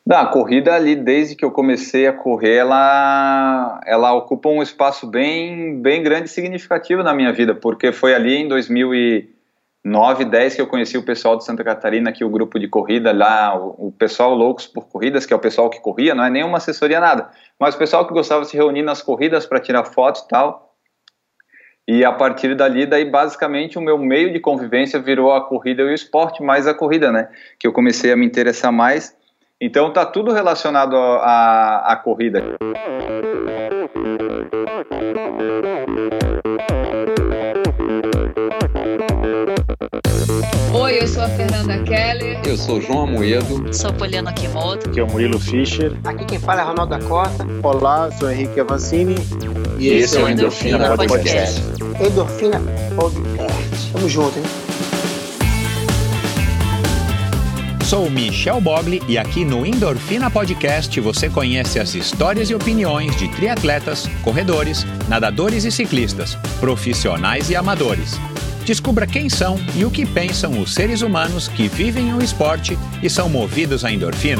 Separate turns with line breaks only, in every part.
A corrida ali, desde que eu comecei a correr, ela ocupa um espaço bem grande e significativo na minha vida, porque foi ali em 2009, 10 que eu conheci o pessoal de Santa Catarina, aqui o grupo de corrida lá, o pessoal Loucos por Corridas, que é o pessoal que corria, não é nenhuma assessoria, nada, mas o pessoal que gostava de se reunir nas corridas para tirar fotos e tal. E a partir dali, daí basicamente o meu meio de convivência virou a corrida e o esporte, mais a corrida, né? Que eu comecei a me interessar mais. Então tá tudo relacionado à corrida.
Oi, eu sou a Fernanda Keller.
Eu sou o João Amoedo.
Sou Poliana Kimoto.
Aqui é o Murilo Fischer.
Aqui quem fala é Ronaldo da Costa.
Olá, sou Henrique Avancini.
E esse é o Endorfina Podcast.
Endorfina Podcast. Tamo junto, hein?
Sou Michel Bogli e aqui no Endorfina Podcast você conhece as histórias e opiniões de triatletas, corredores, nadadores e ciclistas, profissionais e amadores. Descubra quem são e o que pensam os seres humanos que vivem o esporte e são movidos à endorfina.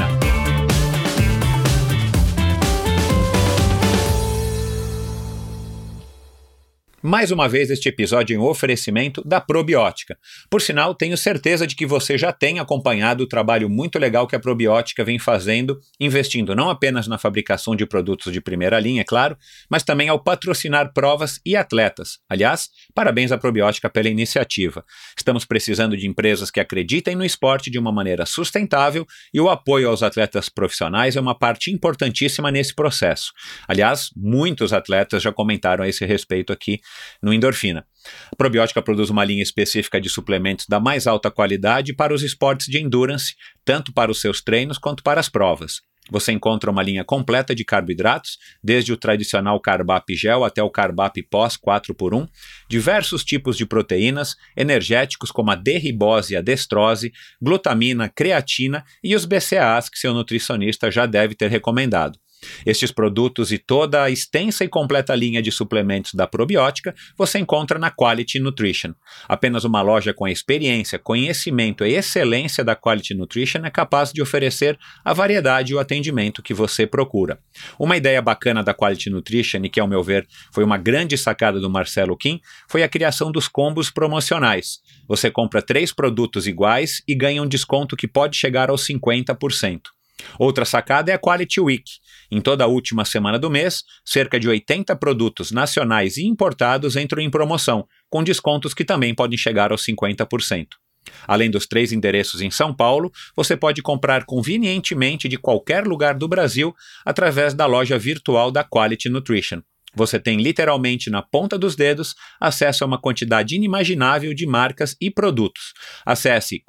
Mais uma vez este episódio em oferecimento da Probiótica. Por sinal, tenho certeza de que você já tem acompanhado o trabalho muito legal que a Probiótica vem fazendo, investindo não apenas na fabricação de produtos de primeira linha, é claro, mas também ao patrocinar provas e atletas. Aliás, parabéns à Probiótica pela iniciativa. Estamos precisando de empresas que acreditem no esporte de uma maneira sustentável e o apoio aos atletas profissionais é uma parte importantíssima nesse processo. Aliás, muitos atletas já comentaram a esse respeito aqui no Endorfina. A Probiótica produz uma linha específica de suplementos da mais alta qualidade para os esportes de endurance, tanto para os seus treinos quanto para as provas. Você encontra uma linha completa de carboidratos, desde o tradicional Carbap Gel até o Carbap Pós 4x1, diversos tipos de proteínas, energéticos como a D-ribose e a destrose, glutamina, creatina e os BCAAs que seu nutricionista já deve ter recomendado. Estes produtos e toda a extensa e completa linha de suplementos da Probiótica você encontra na Quality Nutrition. Apenas uma loja com a experiência, conhecimento e excelência da Quality Nutrition é capaz de oferecer a variedade e o atendimento que você procura. Uma ideia bacana da Quality Nutrition e que, ao meu ver, foi uma grande sacada do Marcelo Kim, foi a criação dos combos promocionais. Você compra 3 produtos iguais e ganha um desconto que pode chegar aos 50%. Outra sacada é a Quality Week. Em toda a última semana do mês, cerca de 80 produtos nacionais e importados entram em promoção, com descontos que também podem chegar aos 50%. Além dos 3 endereços em São Paulo, você pode comprar convenientemente de qualquer lugar do Brasil através da loja virtual da Quality Nutrition. Você tem literalmente na ponta dos dedos acesso a uma quantidade inimaginável de marcas e produtos. Acesse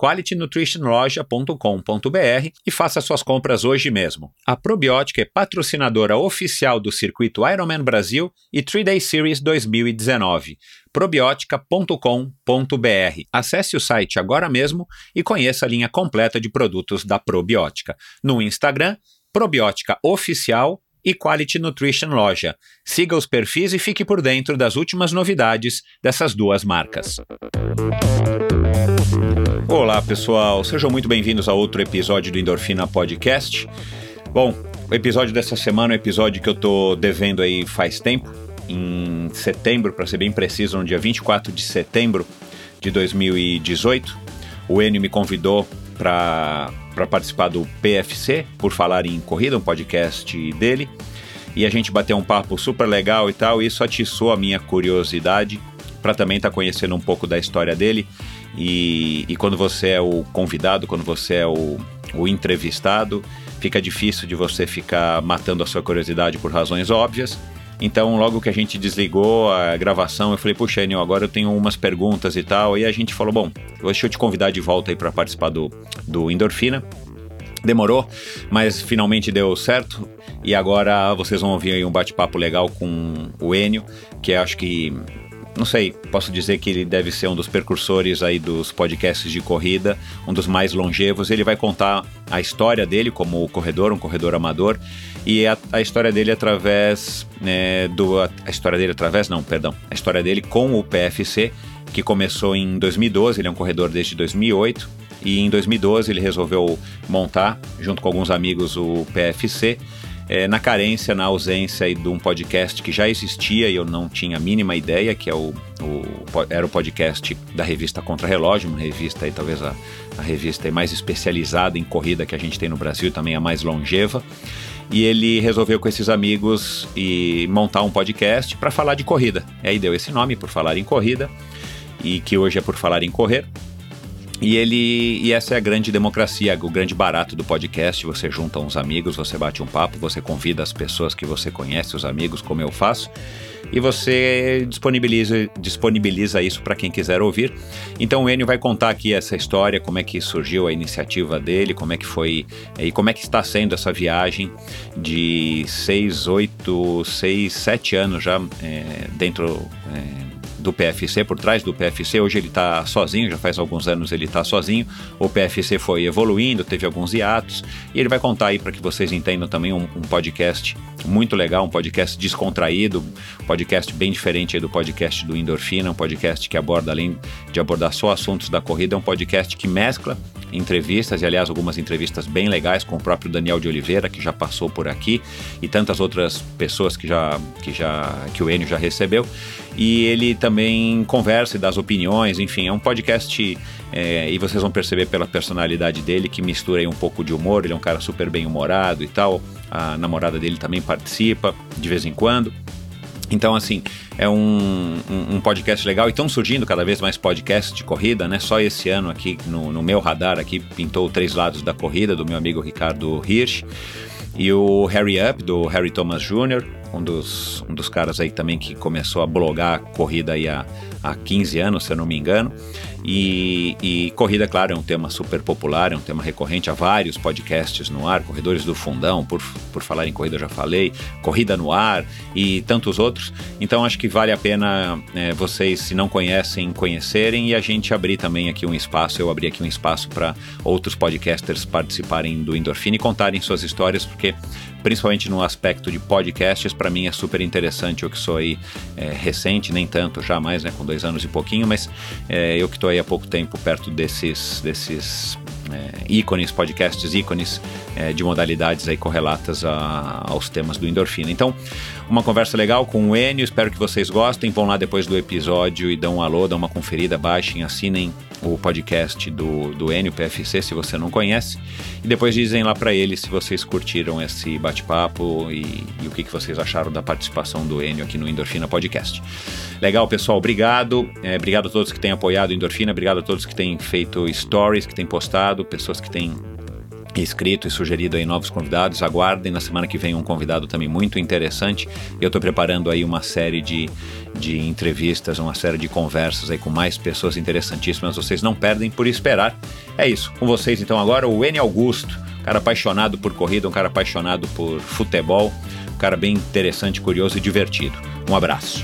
qualitynutritionloja.com.br e faça suas compras hoje mesmo. A Probiótica é patrocinadora oficial do circuito Ironman Brasil e 3-Day Series 2019. probiotica.com.br. Acesse o site agora mesmo e conheça a linha completa de produtos da Probiótica. No Instagram, Probiótica Oficial e Quality Nutrition Loja. Siga os perfis e fique por dentro das últimas novidades dessas duas marcas. Olá pessoal, sejam muito bem-vindos a outro episódio do Endorfina Podcast. Bom, o episódio dessa semana é um episódio que eu tô devendo aí faz tempo, em setembro, para ser bem preciso, no dia 24 de setembro de 2018. O Enio me convidou para participar do PFC, por falar em corrida, um podcast dele, e a gente bateu um papo super legal e tal, e isso atiçou a minha curiosidade para também estar conhecendo um pouco da história dele, e quando você é o convidado, quando você é o entrevistado, fica difícil de você ficar matando a sua curiosidade por razões óbvias. Então, logo que a gente desligou a gravação, eu falei, puxa, Enio, agora eu tenho umas perguntas e tal. E a gente falou, bom, deixa eu te convidar de volta aí para participar do Endorfina. Demorou, mas finalmente deu certo. E agora vocês vão ouvir aí um bate-papo legal com o Enio, que eu acho que, não sei, posso dizer que ele deve ser um dos precursores aí dos podcasts de corrida, um dos mais longevos. Ele vai contar a história dele como corredor, um corredor amador, e a história dele através a história dele com o PFC, que começou em 2012, ele é um corredor desde 2008, e em 2012 ele resolveu montar, junto com alguns amigos, o PFC, na carência, na ausência aí de um podcast que já existia e eu não tinha a mínima ideia, que era o podcast da revista Contra-Relógio, uma revista aí, talvez a revista mais especializada em corrida que a gente tem no Brasil, também a mais longeva. E ele resolveu com esses amigos montar um podcast para falar de corrida. E aí deu esse nome, Por Falar em Corrida, e que hoje é Por Falar em Correr. E essa é a grande democracia, o grande barato do podcast. Você junta uns amigos, você bate um papo, você convida as pessoas que você conhece, os amigos, como eu faço, e você disponibiliza isso para quem quiser ouvir. Então o Enio vai contar aqui essa história, como é que surgiu a iniciativa dele, como é que foi e como é que está sendo essa viagem de 7 anos já dentro do PFC, por trás do PFC. Hoje ele está sozinho, já faz alguns anos ele está sozinho. O PFC foi evoluindo, teve alguns hiatos, e ele vai contar aí para que vocês entendam também um podcast muito legal, um podcast descontraído, um podcast bem diferente aí do podcast do Endorfina, um podcast que aborda, além de abordar só assuntos da corrida, é um podcast que mescla entrevistas, e aliás algumas entrevistas bem legais com o próprio Daniel de Oliveira, que já passou por aqui, e tantas outras pessoas que o Enio já recebeu, e ele também conversa e dá as opiniões. Enfim, é um podcast, e vocês vão perceber pela personalidade dele que mistura aí um pouco de humor. Ele é um cara super bem humorado e tal, a namorada dele também participa de vez em quando. Então, assim, é um podcast legal, e estão surgindo cada vez mais podcasts de corrida, né? Só esse ano aqui, no meu radar aqui, pintou Três Lados da Corrida, do meu amigo Ricardo Hirsch, e o Harry Up, do Harry Thomas Jr., um dos caras aí também que começou a blogar corrida aí há 15 anos, se eu não me engano. E corrida, claro, é um tema super popular, é um tema recorrente, há vários podcasts no ar, Corredores do Fundão, por falar em corrida eu já falei, Corrida no Ar e tantos outros. Então acho que vale a pena vocês, se não conhecem, conhecerem, e a gente abrir também aqui um espaço, eu abri aqui um espaço para outros podcasters participarem do Endorfina e contarem suas histórias, porque principalmente no aspecto de podcasts, para mim é super interessante. Eu que sou aí recente, nem tanto já mais, né, com 2 anos e pouquinho, mas eu que estou aí há pouco tempo perto desses ícones, podcasts ícones de modalidades aí correlatas aos temas do Endorfina. Então, uma conversa legal com o Enio, espero que vocês gostem. Vão lá depois do episódio e dão um alô, dão uma conferida, baixem, assinem o podcast do Enio PFC, se você não conhece, e depois dizem lá para ele se vocês curtiram esse bate-papo e o que vocês acharam da participação do Enio aqui no Endorfina Podcast. Legal, pessoal, obrigado. Obrigado a todos que têm apoiado o Endorfina, obrigado a todos que têm feito stories, que têm postado, pessoas que têm escrito e sugerido aí novos convidados. Aguardem, na semana que vem um convidado também muito interessante. Eu estou preparando aí uma série de entrevistas, uma série de conversas aí com mais pessoas interessantíssimas. Vocês não perdem por esperar. É isso, com vocês então agora o Enio Augusto, um cara apaixonado por corrida, um cara apaixonado por futebol, um cara bem interessante, curioso e divertido. Um abraço.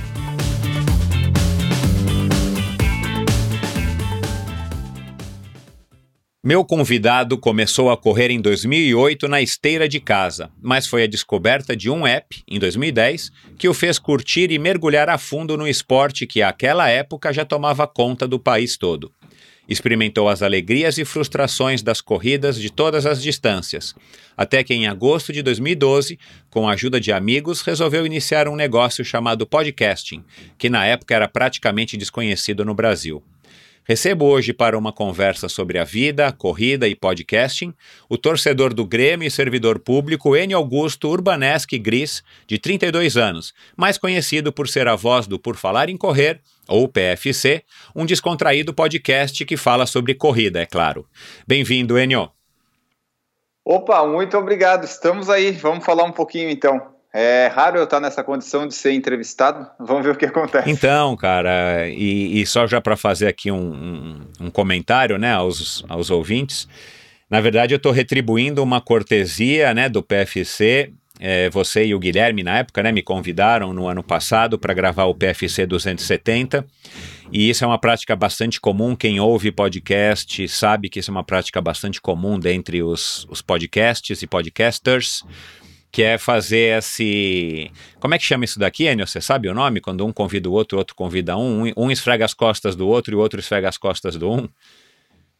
Meu convidado começou a correr em 2008 na esteira de casa, mas foi a descoberta de um app, em 2010, que o fez curtir e mergulhar a fundo no esporte que, àquela época, já tomava conta do país todo. Experimentou as alegrias e frustrações das corridas de todas as distâncias, até que em agosto de 2012, com a ajuda de amigos, resolveu iniciar um negócio chamado podcasting, que na época era praticamente desconhecido no Brasil. Recebo hoje para uma conversa sobre a vida, a corrida e podcasting, o torcedor do Grêmio e servidor público Enio Augusto Urbaneschi Gris, de 32 anos, mais conhecido por ser a voz do Por Falar em Correr, ou PFC, um descontraído podcast que fala sobre corrida, é claro. Bem-vindo, Enio.
Opa, muito obrigado. Estamos aí. Vamos falar um pouquinho então. É raro eu estar nessa condição de ser entrevistado. Vamos ver o que acontece.
Então, cara, e só já para fazer aqui um comentário, né, aos ouvintes, na verdade eu estou retribuindo uma cortesia, né, do PFC. Você e o Guilherme, na época, né, me convidaram no ano passado para gravar o PFC 270, e isso é uma prática bastante comum. Quem ouve podcast sabe que isso é uma prática bastante comum dentre os podcasts e podcasters, que é fazer esse... Como é que chama isso daqui, Enio? Você sabe o nome? Quando um convida o outro convida um esfrega as costas do outro e o outro esfrega as costas do um?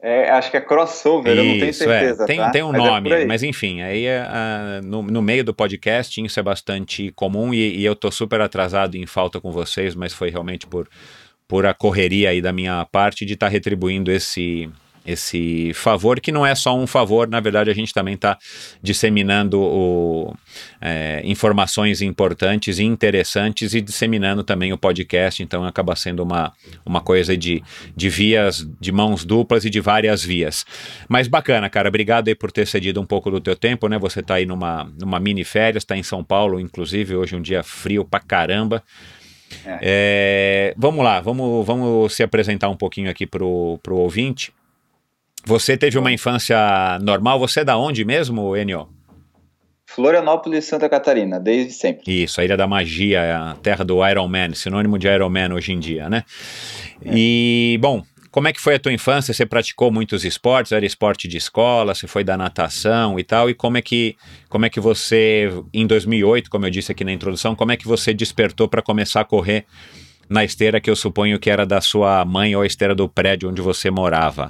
Acho que é crossover, eu não tenho certeza.
Tem um
mas
nome, mas enfim, aí no meio do podcast isso é bastante comum e eu tô super atrasado em falta com vocês, mas foi realmente por a correria aí da minha parte de estar retribuindo esse favor, que não é só um favor, na verdade a gente também está disseminando informações importantes e interessantes e disseminando também o podcast, então acaba sendo uma coisa de vias, de mãos duplas e de várias vias. Mas bacana, cara, obrigado aí por ter cedido um pouco do teu tempo, né? Você tá aí numa mini férias, tá em São Paulo, inclusive, hoje um dia frio pra caramba. Vamos lá, vamos se apresentar um pouquinho aqui pro ouvinte. Você teve uma infância normal, você é da onde mesmo, Enio?
Florianópolis, Santa Catarina, desde sempre.
Isso, a Ilha da Magia, a terra do Iron Man, sinônimo de Iron Man hoje em dia, né? E, bom, como é que foi a tua infância? Você praticou muitos esportes? Era esporte de escola? Você foi da natação e tal? E como é que você, em 2008, como eu disse aqui na introdução, como é que você despertou para começar a correr na esteira que eu suponho que era da sua mãe ou a esteira do prédio onde você morava?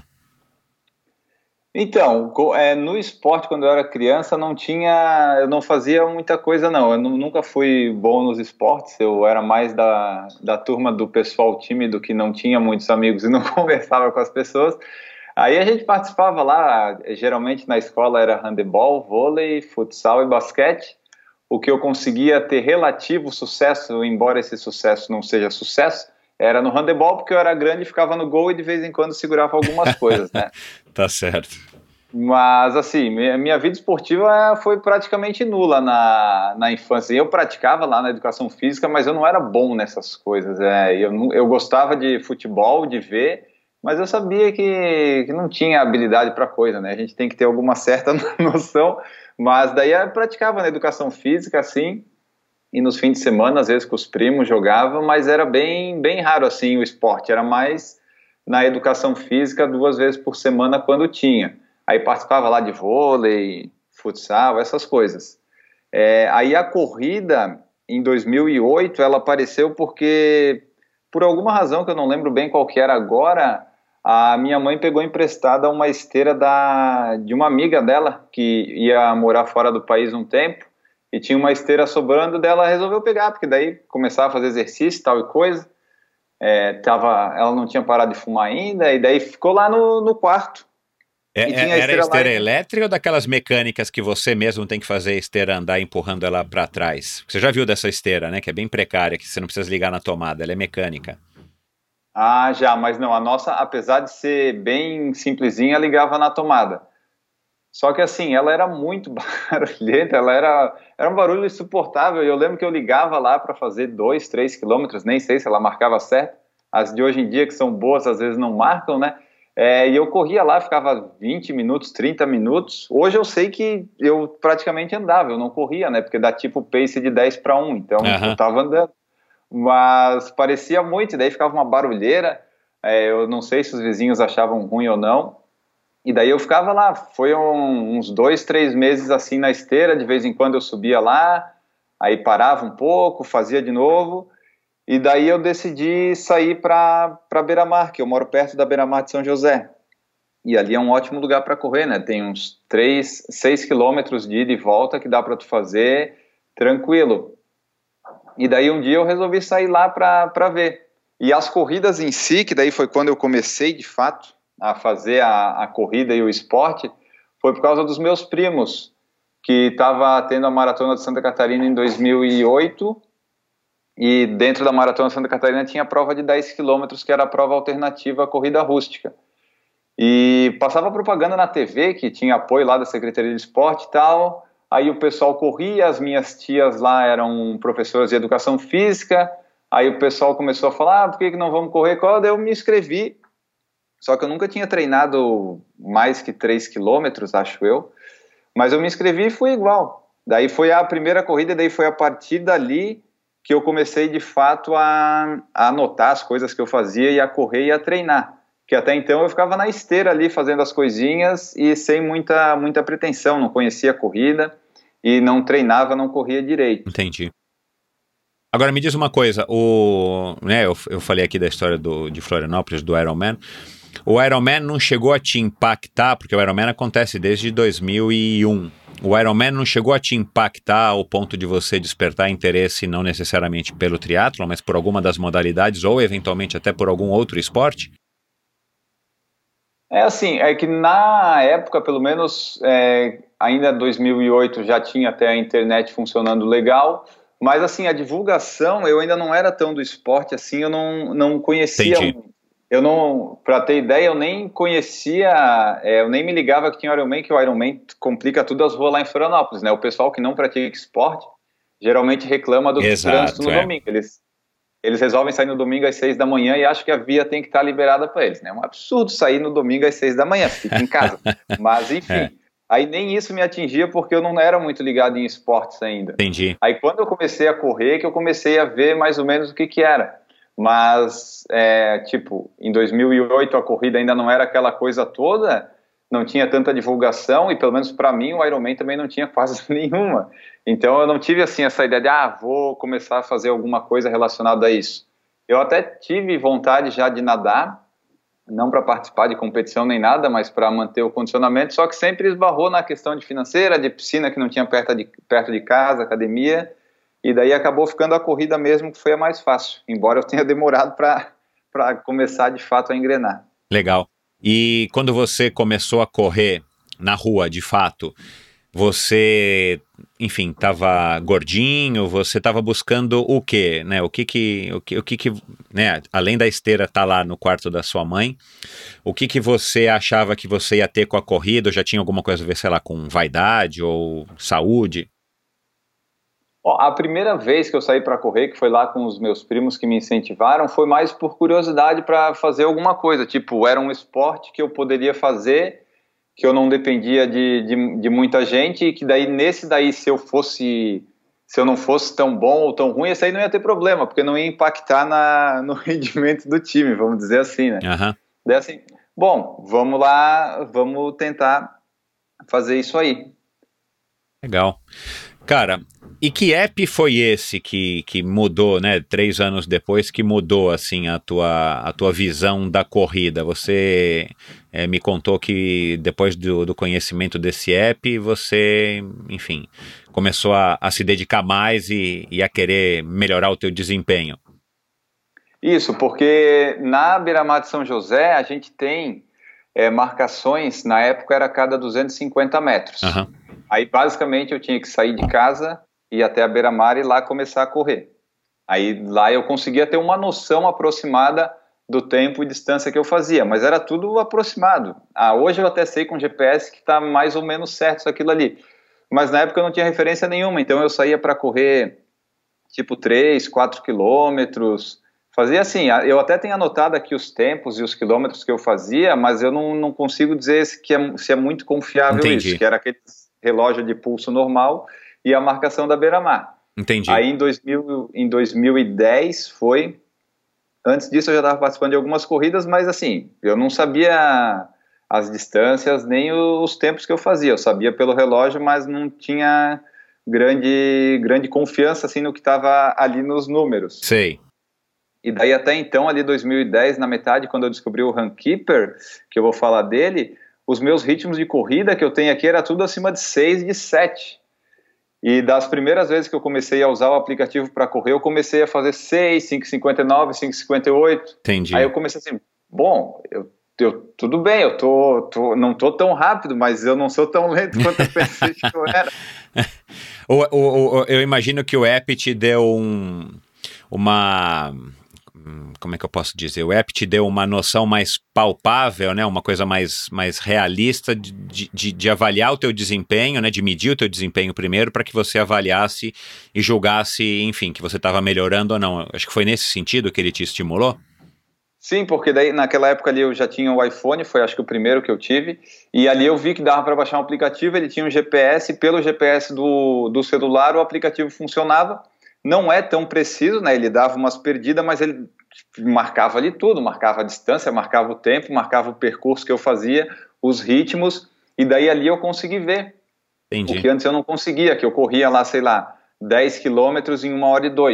Então, no esporte, quando eu era criança, eu não fazia muita coisa, não. Eu nunca fui bom nos esportes, eu era mais da turma do pessoal tímido, que não tinha muitos amigos e não conversava com as pessoas. Aí a gente participava lá, geralmente na escola era handebol, vôlei, futsal e basquete. O que eu conseguia ter relativo sucesso, embora esse sucesso não seja sucesso, era no handebol, porque eu era grande e ficava no gol e de vez em quando segurava algumas coisas, né?
Tá certo.
Mas, assim, minha vida esportiva foi praticamente nula na infância. Eu praticava lá na educação física, mas eu não era bom nessas coisas. Eu gostava de futebol, de ver, mas eu sabia que não tinha habilidade para coisa, né? A gente tem que ter alguma certa noção. Mas daí eu praticava na educação física, assim, e nos fins de semana, às vezes com os primos, jogava, mas era bem, bem raro, assim, o esporte. Era mais na educação física 2 vezes por semana, quando tinha. Aí participava lá de vôlei, futsal, essas coisas. Aí a corrida, em 2008, ela apareceu porque, por alguma razão que eu não lembro bem qual que era agora, a minha mãe pegou emprestada uma esteira de uma amiga dela, que ia morar fora do país um tempo, e tinha uma esteira sobrando dela, resolveu pegar, porque daí começava a fazer exercício e tal e coisa. Ela não tinha parado de fumar ainda, e daí ficou lá no quarto.
Era esteira elétrica ou daquelas mecânicas que você mesmo tem que fazer a esteira andar empurrando ela para trás? Você já viu dessa esteira, né? Que é bem precária, que você não precisa ligar na tomada, ela é mecânica.
Ah, já, mas não, a nossa, apesar de ser bem simplesinha, ligava na tomada. Só que assim, ela era muito barulhenta, era um barulho insuportável. Eu lembro que eu ligava lá para fazer 2, 3 quilômetros, nem sei se ela marcava certo. As de hoje em dia, que são boas, às vezes não marcam, né? E eu corria lá, ficava 20 minutos, 30 minutos. Hoje eu sei que eu praticamente andava, eu não corria, né? Porque dá tipo pace de 10-1, então eu tava andando. Mas parecia muito, daí ficava uma barulheira. Eu não sei se os vizinhos achavam ruim ou não. E daí eu ficava lá, foi uns 2, 3 meses assim na esteira, de vez em quando eu subia lá, aí parava um pouco, fazia de novo, e daí eu decidi sair para Beira-Mar, que eu moro perto da Beira-Mar de São José, e ali é um ótimo lugar para correr, né, tem uns 6 quilômetros de ida e volta que dá para tu fazer tranquilo, e daí um dia eu resolvi sair lá para ver, e as corridas em si, que daí foi quando eu comecei de fato a fazer a corrida e o esporte, foi por causa dos meus primos, que estava tendo a Maratona de Santa Catarina em 2008, e dentro da Maratona de Santa Catarina tinha a prova de 10 quilômetros, que era a prova alternativa à corrida rústica. E passava propaganda na TV, que tinha apoio lá da Secretaria de Esporte e tal, aí o pessoal corria, as minhas tias lá eram professoras de educação física, aí o pessoal começou a falar, por que não vamos correr? Daí eu me inscrevi. Só que eu nunca tinha treinado mais que 3 quilômetros, acho eu. Mas eu me inscrevi e fui igual. Daí foi a primeira corrida, daí foi a partir dali que eu comecei, de fato, a anotar as coisas que eu fazia e a correr e a treinar. Que até então eu ficava na esteira ali, fazendo as coisinhas e sem muita pretensão. Não conhecia a corrida e não treinava, não corria direito.
Entendi. Agora me diz uma coisa, eu falei aqui da história de Florianópolis, do Iron Man. O Ironman não chegou a te impactar, porque o Ironman acontece desde 2001. O Ironman não chegou a te impactar ao ponto de você despertar interesse não necessariamente pelo triatlon, mas por alguma das modalidades ou eventualmente até por algum outro esporte?
É assim, é que na época, pelo menos, ainda 2008 já tinha até a internet funcionando legal, mas assim, a divulgação, eu ainda não era tão do esporte assim, eu não conhecia.
Entendi.
Pra ter ideia, eu nem conhecia, eu nem me ligava que tinha o Ironman, que o Ironman complica tudo as ruas lá em Florianópolis, né? O pessoal que não pratica esporte, geralmente reclama do trânsito no domingo. Eles resolvem sair no domingo às 6 da manhã e acham que a via tem que estar liberada para eles, né? É um absurdo sair no domingo às 6 da manhã, fica em casa. Mas, enfim, aí nem isso me atingia porque eu não era muito ligado em esportes ainda.
Entendi.
Aí quando eu comecei a correr, que eu comecei a ver mais ou menos o que era. Mas, tipo, em 2008 a corrida ainda não era aquela coisa toda, não tinha tanta divulgação e pelo menos para mim o Ironman também não tinha quase nenhuma. Então eu não tive assim essa ideia de, vou começar a fazer alguma coisa relacionada a isso. Eu até tive vontade já de nadar, não para participar de competição nem nada, mas para manter o condicionamento, só que sempre esbarrou na questão de financeira, de piscina que não tinha perto de casa, academia. E daí acabou ficando a corrida mesmo, que foi a mais fácil, embora eu tenha demorado para começar de fato a engrenar.
Legal. E quando você começou a correr na rua, de fato, você, enfim, estava gordinho, você estava buscando o quê, né? O que, né? Além da esteira estar lá no quarto da sua mãe, o que você achava que você ia ter com a corrida? Ou já tinha alguma coisa a ver, sei lá, com vaidade ou saúde?
A primeira vez que eu saí para correr, que foi lá com os meus primos que me incentivaram, foi mais por curiosidade para fazer alguma coisa. Tipo, era um esporte que eu poderia fazer, que eu não dependia de muita gente, e que daí, se eu não fosse tão bom ou tão ruim, esse aí não ia ter problema, porque não ia impactar no rendimento do time, vamos dizer assim, né?
Uhum.
Daí assim, bom, vamos lá, vamos tentar fazer isso aí.
Legal. Cara, e que app foi esse que mudou, né, 3 anos depois, que mudou, assim, a tua visão da corrida? Você me contou que depois do conhecimento desse app, você, enfim, começou a se dedicar mais e a querer melhorar o teu desempenho.
Isso, porque na Beira-Mar de São José, a gente tem marcações, na época era a cada 250 metros.
Uhum.
Aí, basicamente, eu tinha que sair de casa, ir até a beira-mar e lá começar a correr. Aí, lá eu conseguia ter uma noção aproximada do tempo e distância que eu fazia, mas era tudo aproximado. Hoje eu até sei com GPS que está mais ou menos certo isso, aquilo ali. Mas na época eu não tinha referência nenhuma, então eu saía para correr, tipo, 3, 4 quilômetros. Fazia assim, eu até tenho anotado aqui os tempos e os quilômetros que eu fazia, mas eu não consigo dizer se é muito confiável.
Entendi.
Isso, que era aquele relógio de pulso normal e a marcação da beira-mar.
Entendi.
Aí em 2010 foi... Antes disso eu já estava participando de algumas corridas, mas assim, eu não sabia as distâncias nem os tempos que eu fazia. Eu sabia pelo relógio, mas não tinha grande confiança assim, no que estava ali nos números.
Sei.
E daí até então, ali 2010, na metade, quando eu descobri o Runkeeper, que eu vou falar dele, os meus ritmos de corrida que eu tenho aqui era tudo acima de 6, de 7. E das primeiras vezes que eu comecei a usar o aplicativo para correr, eu comecei a fazer 6, 5,59, 5,58.
Entendi.
Aí eu comecei assim, bom, eu tudo bem, eu não tô tão rápido, mas eu não sou tão lento quanto eu pensei que eu era.
Eu imagino que o app te deu como é que eu posso dizer? O app te deu uma noção mais palpável, né? Uma coisa mais realista de avaliar o teu desempenho, né? De medir o teu desempenho primeiro, para que você avaliasse e julgasse, enfim, que você estava melhorando ou não. Acho que foi nesse sentido que ele te estimulou?
Sim, porque daí naquela época ali eu já tinha o iPhone, foi acho que o primeiro que eu tive, e ali eu vi que dava para baixar um aplicativo, ele tinha um GPS, pelo GPS do celular o aplicativo funcionava. Não é tão preciso, né? Ele dava umas perdidas, mas ele marcava ali tudo, marcava a distância, marcava o tempo, marcava o percurso que eu fazia, os ritmos, e daí ali eu consegui ver. Entendi. O que antes eu não conseguia, que eu corria lá, sei lá, 10 quilômetros em 1 hora e 2.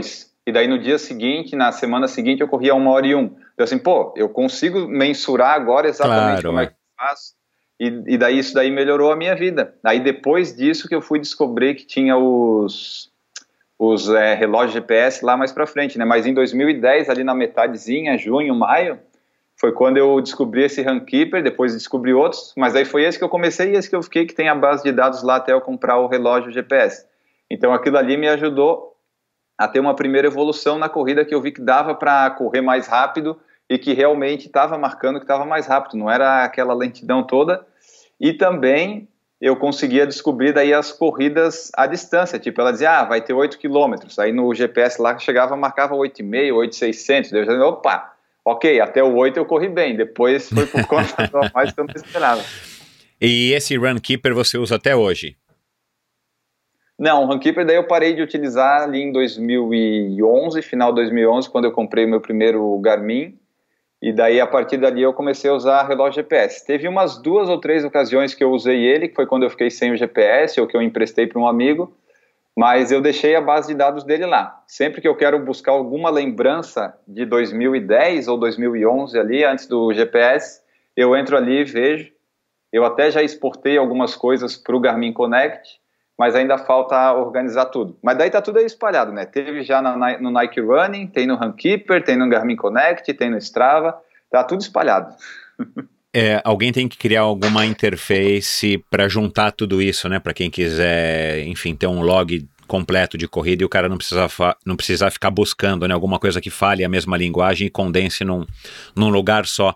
que daí no dia seguinte, na semana seguinte, eu corria 1h01. Então assim, pô, eu consigo mensurar agora exatamente como é que eu faço, e daí isso daí melhorou a minha vida. Aí depois disso que eu fui descobrir que tinha os relógios GPS lá mais pra frente, né? Mas em 2010, ali na metadezinha, junho, maio, foi quando eu descobri esse Runkeeper, depois descobri outros, mas aí foi esse que eu comecei e esse que eu fiquei, que tem a base de dados lá até eu comprar o relógio GPS. Então aquilo ali me ajudou a ter uma primeira evolução na corrida, que eu vi que dava para correr mais rápido e que realmente estava marcando que estava mais rápido, não era aquela lentidão toda. E também eu conseguia descobrir daí as corridas à distância, tipo, ela dizia, vai ter 8 quilômetros, aí no GPS lá chegava, marcava 8,5, 8,600, daí eu dizia, opa, ok, até o 8 eu corri bem, depois foi por conta do mais que eu não esperava.
E esse Runkeeper você usa até hoje?
Não, o Runkeeper daí eu parei de utilizar ali em 2011, final de 2011, quando eu comprei o meu primeiro Garmin, e daí a partir dali eu comecei a usar relógio GPS. Teve umas 2 ou 3 ocasiões que eu usei ele, que foi quando eu fiquei sem o GPS, ou que eu emprestei para um amigo, mas eu deixei a base de dados dele lá. Sempre que eu quero buscar alguma lembrança de 2010 ou 2011 ali, antes do GPS, eu entro ali e vejo. Eu até já exportei algumas coisas para o Garmin Connect, mas ainda falta organizar tudo. Mas daí tá tudo aí espalhado, né? Teve já no Nike Running, tem no Runkeeper, tem no Garmin Connect, tem no Strava, tá tudo espalhado.
Alguém tem que criar alguma interface para juntar tudo isso, né? Para quem quiser, enfim, ter um log completo de corrida e o cara não precisar ficar buscando, né? Alguma coisa que fale a mesma linguagem e condense num lugar só.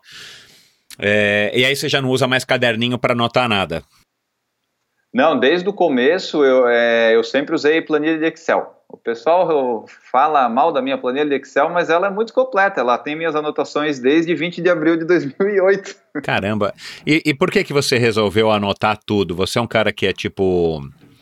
E aí você já não usa mais caderninho para anotar nada?
Não, desde o começo eu sempre usei planilha de Excel. O pessoal fala mal da minha planilha de Excel, mas ela é muito completa. Ela tem minhas anotações desde 20 de abril de 2008.
Caramba! E por que você resolveu anotar tudo? Você é um cara que é tipo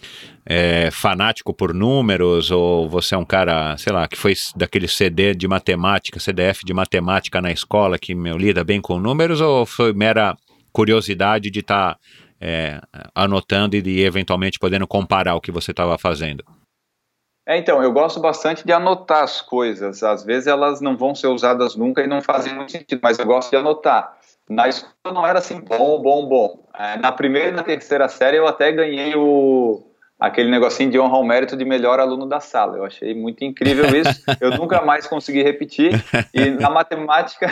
fanático por números, ou você é um cara, sei lá, que foi daquele CD de matemática, CDF de matemática na escola, que lida bem com números, ou foi mera curiosidade de estar anotando e eventualmente podendo comparar o que você estava fazendo?
Então, eu gosto bastante de anotar as coisas. Às vezes elas não vão ser usadas nunca e não fazem muito sentido, mas eu gosto de anotar. Na escola não era assim, bom. Na primeira e na terceira série eu até ganhei aquele negocinho de honra ao mérito de melhor aluno da sala. Eu achei muito incrível isso. Eu nunca mais consegui repetir. E na matemática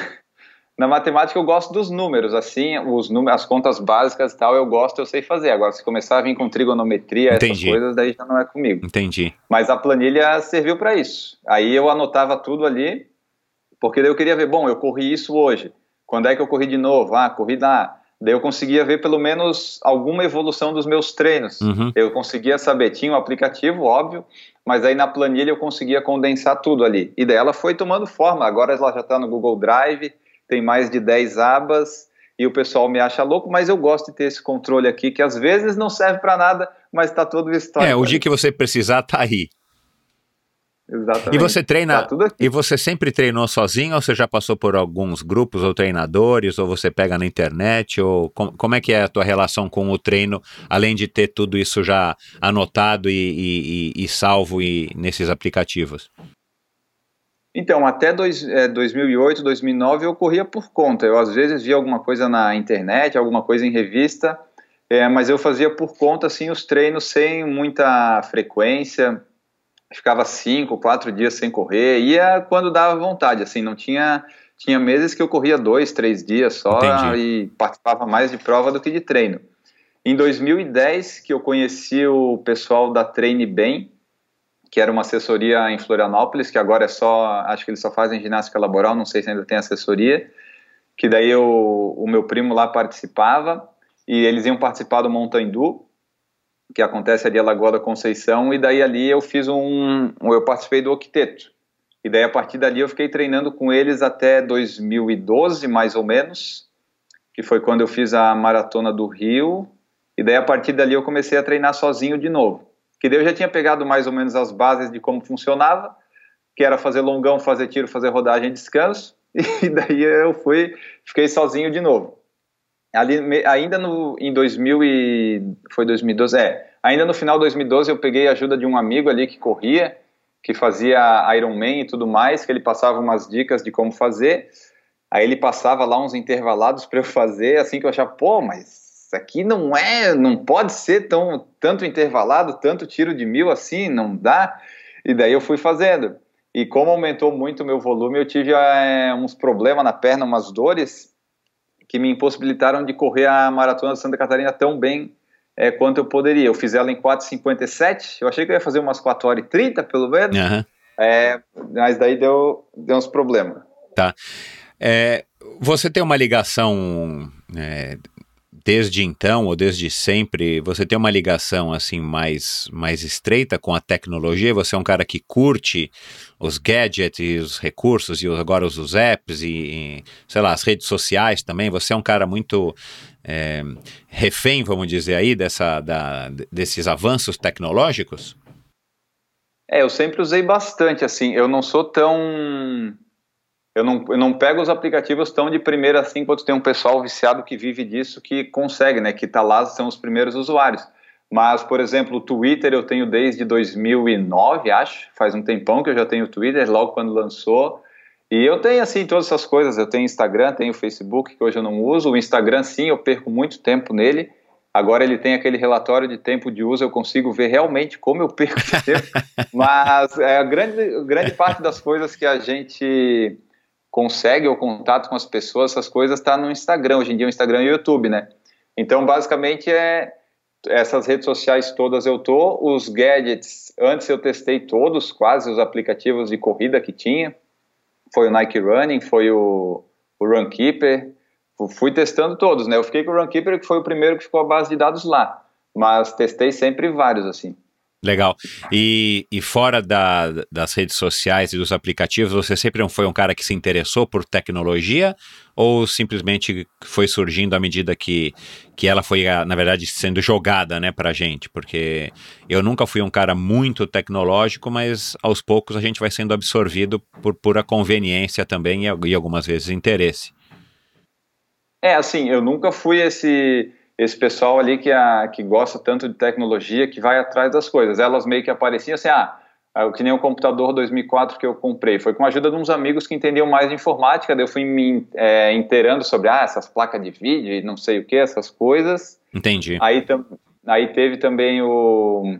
eu gosto dos números, assim, as contas básicas e tal, eu sei fazer. Agora, se começar a vir com trigonometria, essas coisas, daí já não é comigo.
Entendi.
Mas a planilha serviu para isso. Aí eu anotava tudo ali, porque daí eu queria ver, eu corri isso hoje. Quando é que eu corri de novo? Corri lá. Daí eu conseguia ver pelo menos alguma evolução dos meus treinos.
Uhum.
Eu conseguia saber, tinha um aplicativo, óbvio, mas aí na planilha eu conseguia condensar tudo ali. E daí ela foi tomando forma. Agora ela já está no Google Drive, tem mais de 10 abas, e o pessoal me acha louco, mas eu gosto de ter esse controle aqui, que às vezes não serve para nada, mas está todo histórico.
O dia que você precisar, tá aí.
Exatamente.
E você treina,
tá tudo aqui.
E você sempre treinou sozinho, ou você já passou por alguns grupos ou treinadores, ou você pega na internet, ou como é que é a tua relação com o treino, além de ter tudo isso já anotado e salvo nesses aplicativos?
Então, até 2008, 2009 eu corria por conta. Eu às vezes via alguma coisa na internet, alguma coisa em revista, mas eu fazia por conta assim, os treinos sem muita frequência, ficava 5, 4 dias sem correr, ia quando dava vontade, assim, não tinha meses que eu corria 2, 3 dias só. Entendi. E participava mais de prova do que de treino. Em 2010, que eu conheci o pessoal da Treine Bem, que era uma assessoria em Florianópolis, que agora acho que eles só fazem ginástica laboral, não sei se ainda tem assessoria, que daí o meu primo lá participava, e eles iam participar do Mountain Dew, que acontece ali em Lagoa da Conceição, e daí ali eu participei do Octeto, e daí a partir dali eu fiquei treinando com eles até 2012, mais ou menos, que foi quando eu fiz a Maratona do Rio, e daí a partir dali eu comecei a treinar sozinho de novo. Que daí eu já tinha pegado mais ou menos as bases de como funcionava, que era fazer longão, fazer tiro, fazer rodagem e descanso, e daí eu fiquei sozinho de novo. Ali, ainda em 2012, ainda no final de 2012 eu peguei a ajuda de um amigo ali que corria, que fazia Ironman e tudo mais, que ele passava umas dicas de como fazer, aí ele passava lá uns intervalados para eu fazer, assim que eu achava, pô, mas isso aqui não pode ser tanto intervalado, tanto tiro de 1000 assim, não dá, e daí eu fui fazendo, e como aumentou muito o meu volume, eu tive uns problemas na perna, umas dores, que me impossibilitaram de correr a Maratona de Santa Catarina tão bem quanto eu poderia. Eu fiz ela em 4h57, eu achei que eu ia fazer umas 4h30, pelo menos, mas daí deu uns problemas.
Tá. Você tem uma ligação, desde então, ou desde sempre, você tem uma ligação assim mais estreita com a tecnologia? Você é um cara que curte os gadgets e os recursos, e agora os apps e, sei lá, as redes sociais também? Você é um cara muito refém, vamos dizer aí, desses avanços tecnológicos?
Eu sempre usei bastante, assim, eu não sou tão... Eu não pego os aplicativos tão de primeira assim, quando tem um pessoal viciado que vive disso, que consegue, né, que tá lá, são os primeiros usuários. Mas, por exemplo, o Twitter eu tenho desde 2009, acho, faz um tempão que eu já tenho o Twitter, logo quando lançou. E eu tenho, assim, todas essas coisas, eu tenho Instagram, tenho Facebook, que hoje eu não uso. O Instagram, sim, eu perco muito tempo nele. Agora ele tem aquele relatório de tempo de uso, eu consigo ver realmente como eu perco esse tempo. Mas a grande parte das coisas que a gente consegue o contato com as pessoas, essas coisas tá no Instagram, hoje em dia o Instagram e o YouTube, né? Então, basicamente, essas redes sociais todas eu os gadgets, antes eu testei todos, quase, os aplicativos de corrida que tinha, foi o Nike Running, foi o Runkeeper, fui testando todos, né? Eu fiquei com o Runkeeper, que foi o primeiro que ficou a base de dados lá, mas testei sempre vários, assim.
Legal. E fora das redes sociais e dos aplicativos, você sempre foi um cara que se interessou por tecnologia, ou simplesmente foi surgindo à medida que ela foi, na verdade, sendo jogada, né, pra gente? Porque eu nunca fui um cara muito tecnológico, mas aos poucos a gente vai sendo absorvido por pura conveniência também e algumas vezes interesse.
Assim, eu nunca fui esse pessoal ali que gosta tanto de tecnologia, que vai atrás das coisas. Elas meio que apareciam assim, que nem o computador 2004 que eu comprei. Foi com a ajuda de uns amigos que entendiam mais de informática, daí eu fui me inteirando sobre essas placas de vídeo e não sei o que, essas coisas.
Entendi.
Aí teve também o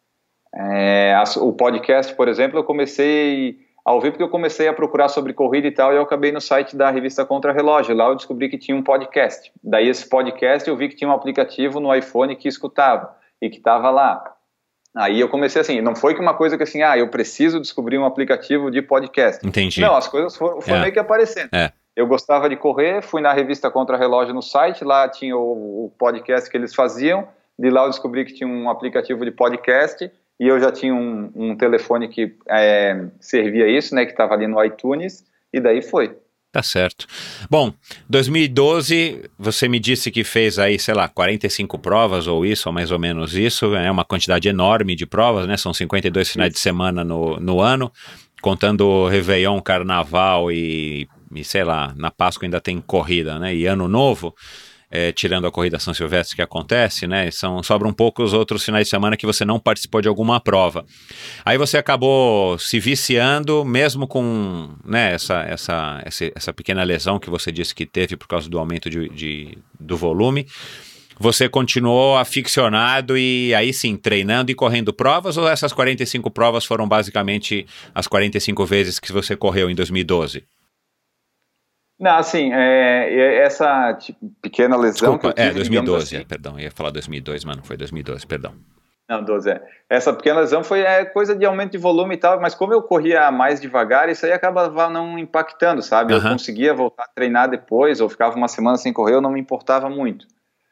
podcast, por exemplo, eu comecei a ouvir porque eu comecei a procurar sobre corrida e tal, e eu acabei no site da revista Contra Relógio. Lá eu descobri que tinha um podcast. Daí esse podcast eu vi que tinha um aplicativo no iPhone que escutava e que estava lá. Aí eu comecei assim, não foi que uma coisa que assim, eu preciso descobrir um aplicativo de podcast.
Entendi.
Não, as coisas foram meio que aparecendo. Eu gostava de correr, fui na revista Contra Relógio no site, lá tinha o podcast que eles faziam, de lá eu descobri que tinha um aplicativo de podcast, e eu já tinha um telefone que servia isso, né, que estava ali no iTunes, e daí foi.
Tá certo. Bom, 2012, você me disse que fez aí, sei lá, 45 provas ou isso, ou mais ou menos isso, é uma quantidade enorme de provas, né, são 52 finais de semana no ano, contando o Réveillon, Carnaval e sei lá, na Páscoa ainda tem corrida, né, e Ano Novo, tirando a corrida São Silvestre que acontece, né, sobram poucos outros finais de semana que você não participou de alguma prova. Aí você acabou se viciando, mesmo com, né, essa pequena lesão que você disse que teve por causa do aumento do volume. Você continuou aficionado e aí sim, treinando e correndo provas, ou essas 45 provas foram basicamente as 45 vezes que você correu em 2012?
Não, assim, essa pequena lesão...
Desculpa,
que eu tive,
2012,
assim,
perdão, eu ia falar 2002, mas não foi 2012, perdão.
Não, 12, Essa pequena lesão foi coisa de aumento de volume e tal, mas como eu corria mais devagar, isso aí acabava não impactando, sabe? Eu conseguia voltar a treinar depois, ou ficava uma semana sem correr, eu não me importava muito.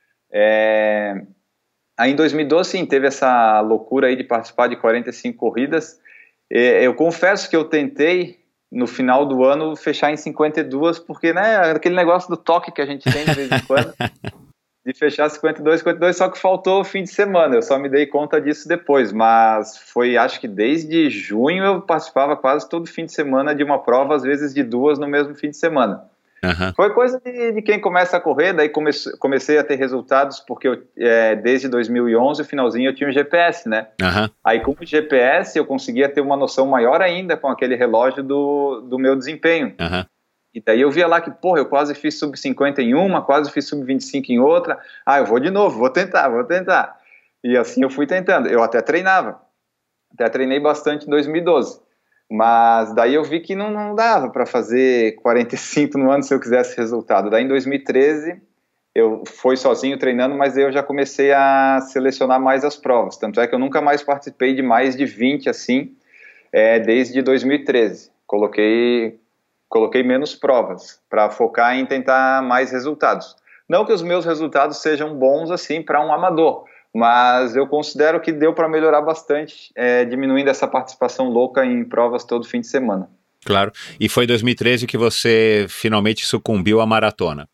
Aí em 2012, sim, teve essa loucura aí de participar de 45 corridas. Eu confesso que eu tentei, no final do ano, fechar em 52, porque, né, aquele negócio do toque que a gente tem de vez em quando, de fechar 52, só que faltou o fim de semana, eu só me dei conta disso depois, mas foi, acho que desde junho eu participava quase todo fim de semana de uma prova, às vezes de 2 no mesmo fim de semana.
Uhum.
Foi coisa de quem começa a correr, daí comecei a ter resultados, porque desde 2011, o finalzinho, eu tinha um GPS, né?
Uhum.
Aí com o GPS eu conseguia ter uma noção maior ainda com aquele relógio do meu desempenho.
Uhum.
E daí eu via lá que, porra, eu quase fiz sub-50 em uma, quase fiz sub-25 em outra. Eu vou de novo, vou tentar. E assim eu fui tentando. Eu até treinei bastante em 2012. Mas daí eu vi que não dava para fazer 45 no ano se eu quisesse resultado. Daí em 2013 eu fui sozinho treinando, mas eu já comecei a selecionar mais as provas. Tanto é que eu nunca mais participei de mais de 20 assim, desde 2013. Coloquei menos provas para focar em tentar mais resultados. Não que os meus resultados sejam bons assim para um amador, mas eu considero que deu para melhorar bastante, diminuindo essa participação louca em provas todo fim de semana.
Claro. E foi em 2013 que você finalmente sucumbiu à maratona.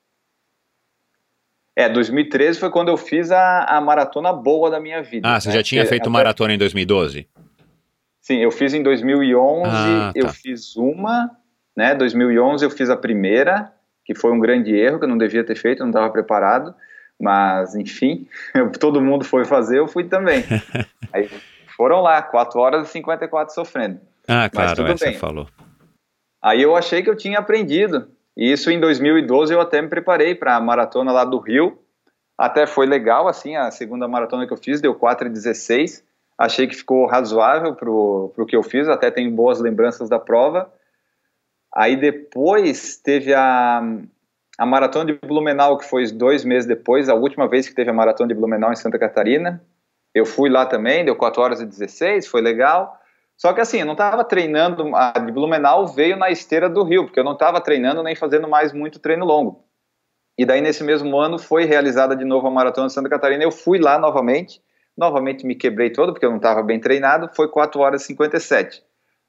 2013 foi quando eu fiz a maratona boa da minha vida.
Você já tinha feito maratona em 2012?
Sim, eu fiz em 2011,
tá.
Eu fiz uma, né, 2011 eu fiz a primeira, que foi um grande erro, que eu não devia ter feito, eu não estava preparado. Mas, enfim, todo mundo foi fazer, eu fui também. Aí foram lá, 4 horas e 54 sofrendo.
Claro, você falou.
Aí eu achei que eu tinha aprendido. E isso em 2012 eu até me preparei para a maratona lá do Rio. Até foi legal, assim, a segunda maratona que eu fiz, deu 4:16. Achei que ficou razoável pro que eu fiz, até tenho boas lembranças da prova. Aí depois teve a maratona de Blumenau, que foi 2 meses depois, a última vez que teve a maratona de Blumenau em Santa Catarina. Eu fui lá também, deu 4:16, foi legal. Só que assim, eu não estava treinando, a de Blumenau veio na esteira do Rio, porque eu não estava treinando nem fazendo mais muito treino longo. E daí nesse mesmo ano foi realizada de novo a maratona de Santa Catarina, eu fui lá novamente me quebrei todo, porque eu não estava bem treinado, foi 4:57.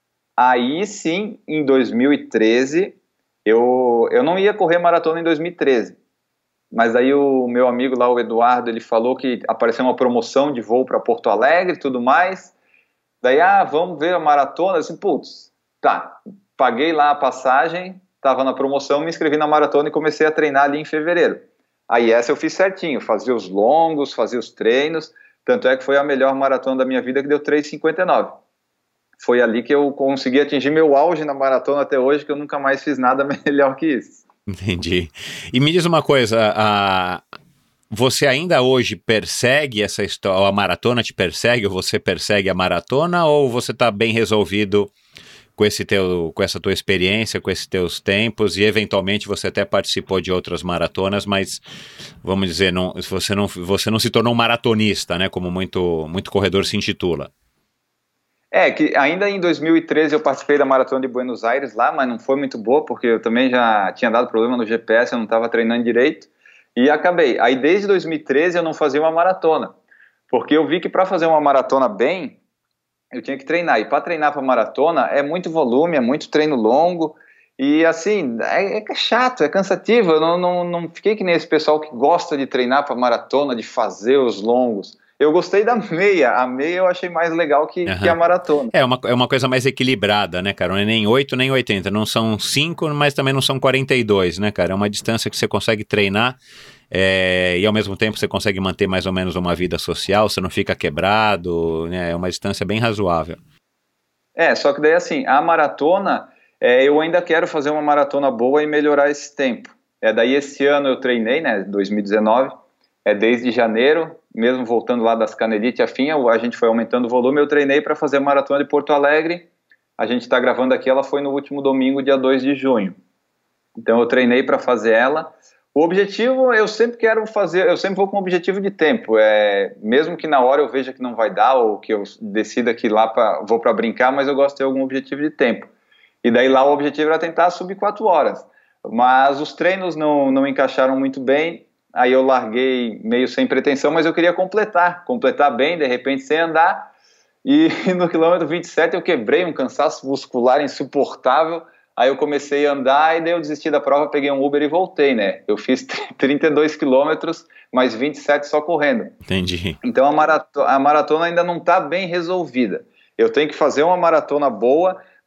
Aí sim, em 2013... Eu não ia correr maratona em 2013, mas aí o meu amigo lá, o Eduardo, ele falou que apareceu uma promoção de voo para Porto Alegre e tudo mais. Daí, vamos ver a maratona. Assim, putz, tá, paguei lá a passagem, estava na promoção, me inscrevi na maratona e comecei a treinar ali em fevereiro. Aí essa eu fiz certinho, fazia os longos, fazia os treinos, tanto é que foi a melhor maratona da minha vida, que deu 3:59. Foi ali que eu consegui atingir meu auge na maratona até hoje, que eu nunca mais fiz nada melhor que isso.
Entendi. E me diz uma coisa, você ainda hoje persegue essa história, a maratona te persegue, ou você persegue a maratona, ou você está bem resolvido com essa tua experiência, com esses teus tempos, e eventualmente você até participou de outras maratonas, mas, vamos dizer, você não se tornou um maratonista, né, como muito corredor se intitula?
Que ainda em 2013 eu participei da Maratona de Buenos Aires lá, mas não foi muito boa, porque eu também já tinha dado problema no GPS, eu não estava treinando direito, e acabei. Aí desde 2013 eu não fazia uma maratona, porque eu vi que para fazer uma maratona bem, eu tinha que treinar, e para treinar para maratona é muito volume, é muito treino longo, e assim, é chato, é cansativo. Eu não fiquei que nem esse pessoal que gosta de treinar para maratona, de fazer os longos. Eu gostei da meia. A meia eu achei mais legal que a maratona.
É uma coisa mais equilibrada, né, cara? Não é nem 8 nem 80. Não são 5, mas também não são 42, né, cara? É uma distância que você consegue treinar e ao mesmo tempo você consegue manter mais ou menos uma vida social, você não fica quebrado, né? É uma distância bem razoável.
Só que daí assim, a maratona, eu ainda quero fazer uma maratona boa e melhorar esse tempo. Daí esse ano eu treinei, né, 2019, desde janeiro, mesmo voltando lá das Canelite afim, a gente foi aumentando o volume, eu treinei para fazer a maratona de Porto Alegre. A gente está gravando aqui, ela foi no último domingo, dia 2 de junho. Então eu treinei para fazer ela. O objetivo, eu sempre quero fazer, eu sempre vou com um objetivo de tempo, mesmo que na hora eu veja que não vai dar, ou que eu decida que lá vou para brincar, mas eu gosto de ter algum objetivo de tempo. E daí lá o objetivo era tentar subir 4 horas. Mas os treinos não encaixaram muito bem. Aí eu larguei meio sem pretensão, mas eu queria completar bem, de repente sem andar, e no quilômetro 27 eu quebrei um cansaço muscular insuportável, aí eu comecei a andar e daí eu desisti da prova, peguei um Uber e voltei, né? Eu fiz 32 quilômetros, mas 27 só correndo.
Entendi.
Então a maratona ainda não está bem resolvida. Eu tenho que fazer uma maratona boa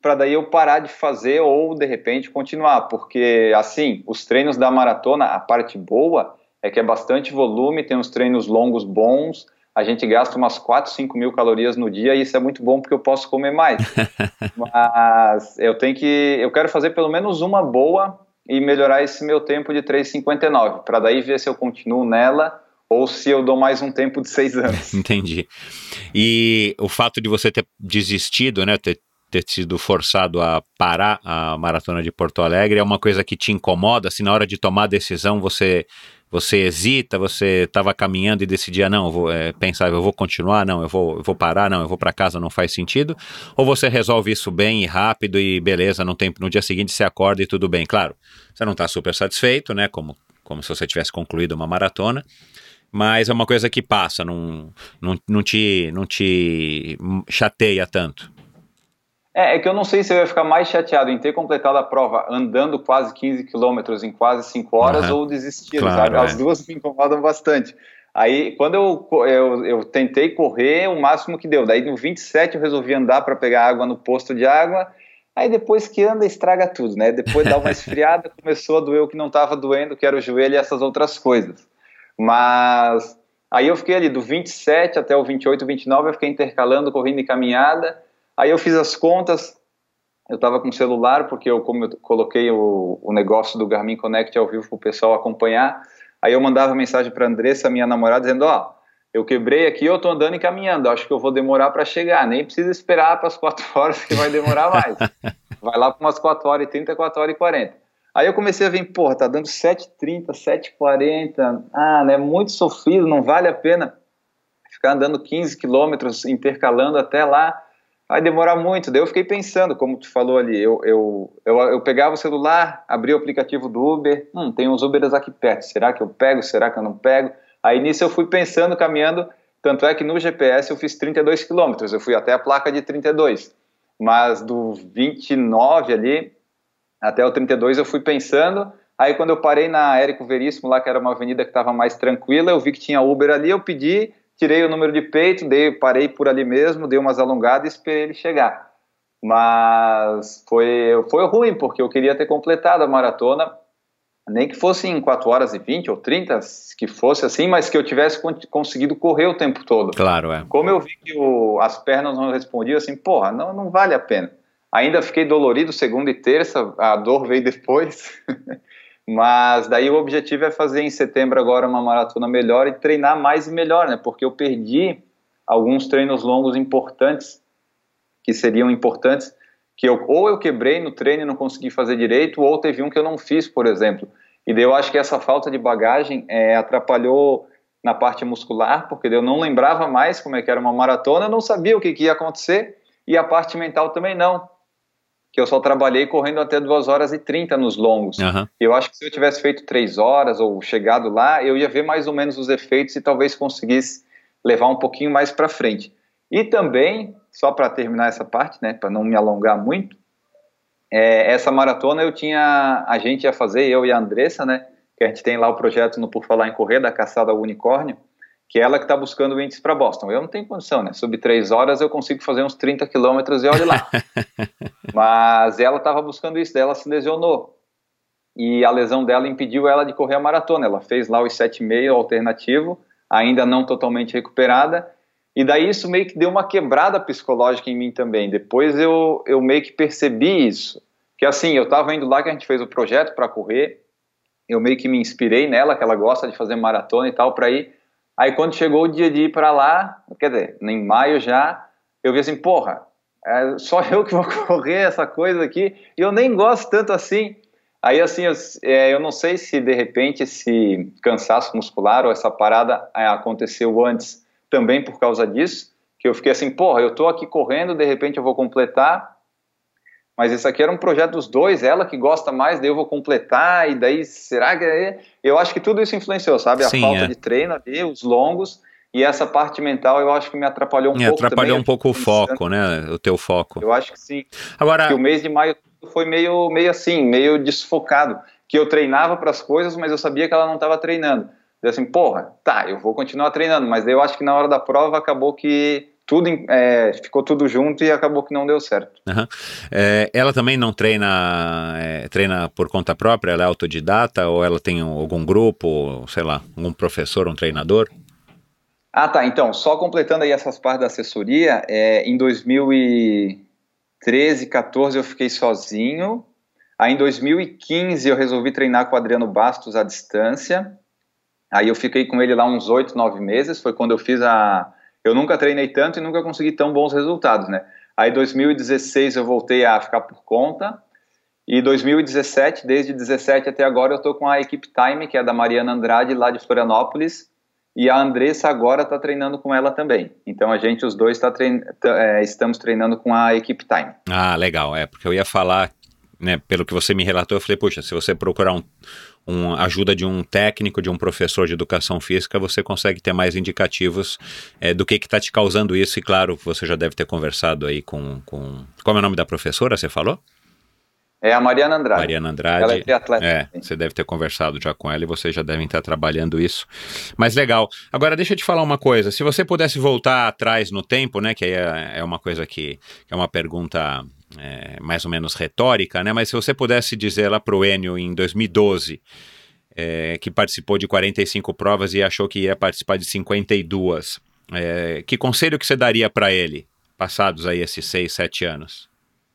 para daí eu parar de fazer ou, de repente, continuar. Porque, assim, os treinos da maratona, a parte boa é que é bastante volume, tem uns treinos longos bons, a gente gasta umas 4, 5 mil calorias no dia, e isso é muito bom porque eu posso comer mais. Mas eu quero fazer pelo menos uma boa e melhorar esse meu tempo de 3,59, para daí ver se eu continuo nela ou se eu dou mais um tempo de 6 anos.
Entendi. E o fato de você ter desistido, né, ter sido forçado a parar a Maratona de Porto Alegre é uma coisa que te incomoda? Se na hora de tomar a decisão você hesita, você estava caminhando e decidia, não, pensava, eu vou continuar, não, eu vou parar, não, eu vou para casa, não faz sentido? Ou você resolve isso bem e rápido e beleza, no dia seguinte você acorda e tudo bem? Claro, você não está super satisfeito, né, como se você tivesse concluído uma maratona, mas é uma coisa que passa, não te chateia tanto.
É que eu não sei se eu ia ficar mais chateado em ter completado a prova andando quase 15 quilômetros em quase 5 horas ou desistir,
claro,
sabe? As duas me incomodam bastante. Aí, quando eu tentei correr o máximo que deu, daí no 27 eu resolvi andar para pegar água no posto de água, aí depois que anda estraga tudo, né? Depois dá uma esfriada, começou a doer o que não estava doendo, que era o joelho e essas outras coisas. Mas aí eu fiquei ali do 27 até o 28, 29, eu fiquei intercalando corrida e caminhada. Aí eu fiz as contas, eu estava com o celular, porque como eu coloquei o negócio do Garmin Connect ao vivo para o pessoal acompanhar, aí eu mandava mensagem para a Andressa, minha namorada, dizendo, eu quebrei aqui, eu estou andando e caminhando, acho que eu vou demorar para chegar, nem precisa esperar para as 4 horas que vai demorar mais, vai lá para umas 4 horas e 30, 4 horas e 40. Aí eu comecei a ver, tá dando 7h30, 7h40, né, muito sofrido, não vale a pena ficar andando 15 quilômetros, intercalando até lá, vai demorar muito. Daí eu fiquei pensando, como tu falou ali, eu pegava o celular, abria o aplicativo do Uber, tem uns Ubers aqui perto, será que eu pego, será que eu não pego? Aí nisso eu fui pensando, caminhando, tanto é que no GPS eu fiz 32 quilômetros, eu fui até a placa de 32, mas do 29 ali até o 32 eu fui pensando, aí quando eu parei na Érico Veríssimo, lá que era uma avenida que estava mais tranquila, eu vi que tinha Uber ali, eu pedi, tirei o número de peito, parei por ali mesmo, dei umas alongadas e esperei ele chegar. Mas foi ruim, porque eu queria ter completado a maratona, nem que fosse em 4 horas e 20 ou 30, que fosse assim, mas que eu tivesse conseguido correr o tempo todo.
Claro, é.
Como eu vi que as pernas não respondiam, assim, não vale a pena. Ainda fiquei dolorido segunda e terça, a dor veio depois. Mas daí o objetivo é fazer em setembro agora uma maratona melhor e treinar mais e melhor, né? Porque eu perdi alguns treinos longos importantes, que seriam importantes, que ou eu quebrei no treino e não consegui fazer direito, ou teve um que eu não fiz, por exemplo. E daí eu acho que essa falta de bagagem atrapalhou na parte muscular, porque daí eu não lembrava mais como é que era uma maratona, eu não sabia o que ia acontecer, e a parte mental também não, que eu só trabalhei correndo até 2 horas e 30 nos longos.
Uhum.
Eu acho que se eu tivesse feito 3 horas ou chegado lá, eu ia ver mais ou menos os efeitos e talvez conseguisse levar um pouquinho mais para frente. E também, só para terminar essa parte, né, para não me alongar muito, essa maratona a gente ia fazer, eu e a Andressa, né, que a gente tem lá o projeto no Por Falar em Correr, da Caçada ao Unicórnio, que é ela que está buscando o índice para Boston. Eu não tenho condição, né? Sub 3 horas eu consigo fazer uns 30 quilômetros e olhe lá. Mas ela estava buscando isso, daí ela se lesionou. E a lesão dela impediu ela de correr a maratona. Ela fez lá os 7,5 alternativo, ainda não totalmente recuperada. E daí isso meio que deu uma quebrada psicológica em mim também. Depois eu meio que percebi isso. Que assim, eu estava indo lá que a gente fez o projeto para correr, eu meio que me inspirei nela, que ela gosta de fazer maratona e tal, para ir. Aí quando chegou o dia de ir para lá, quer dizer, em maio já, eu vi assim, só eu que vou correr essa coisa aqui, e eu nem gosto tanto assim. Aí assim, eu não sei se de repente esse cansaço muscular ou essa parada aconteceu antes também por causa disso, que eu fiquei assim, eu tô aqui correndo, de repente eu vou completar, mas isso aqui era um projeto dos dois, ela que gosta mais, daí eu vou completar, e daí, será que... Eu acho que tudo isso influenciou, sabe?
Sim,
a falta de treino ali, os longos, e essa parte mental eu acho que me atrapalhou um pouco também.
Atrapalhou um pouco o foco, né? O teu foco.
Eu acho que sim.
Agora...
Porque o mês de maio foi meio assim, meio desfocado, que eu treinava para as coisas, mas eu sabia que ela não estava treinando. Eu assim, eu vou continuar treinando, mas daí eu acho que na hora da prova acabou que ficou tudo junto e acabou que não deu certo.
Uhum. Ela também não treina por conta própria? Ela é autodidata ou ela tem algum grupo, sei lá, algum professor, um treinador?
Ah, tá. Então, só completando aí essas partes da assessoria, em 2013, 14 eu fiquei sozinho. Aí em 2015 eu resolvi treinar com o Adriano Bastos à distância. Aí eu fiquei com ele lá uns 8, 9 meses. Foi quando eu fiz Eu nunca treinei tanto e nunca consegui tão bons resultados, né? Aí em 2016 eu voltei a ficar por conta. E 2017, desde 17 até agora, eu tô com a Equipe Time, que é da Mariana Andrade, lá de Florianópolis. E a Andressa agora está treinando com ela também. Então a gente, os dois, estamos treinando com a Equipe Time.
Ah, legal. Porque eu ia falar, né, pelo que você me relatou, eu falei, puxa, se você procurar ajuda de um técnico, de um professor de educação física, você consegue ter mais indicativos do que está te causando isso. E claro, você já deve ter conversado aí com... Como é o nome da professora, você falou?
É a Mariana Andrade.
Mariana Andrade.
Ela é triatleta.
Você deve ter conversado já com ela e vocês já devem estar trabalhando isso. Mas legal. Agora, deixa eu te falar uma coisa. Se você pudesse voltar atrás no tempo, né, que aí é uma coisa que é uma pergunta mais ou menos retórica, né, mas se você pudesse dizer lá pro Enio em 2012, que participou de 45 provas e achou que ia participar de 52, que conselho que você daria para ele, passados aí esses 6, 7 anos?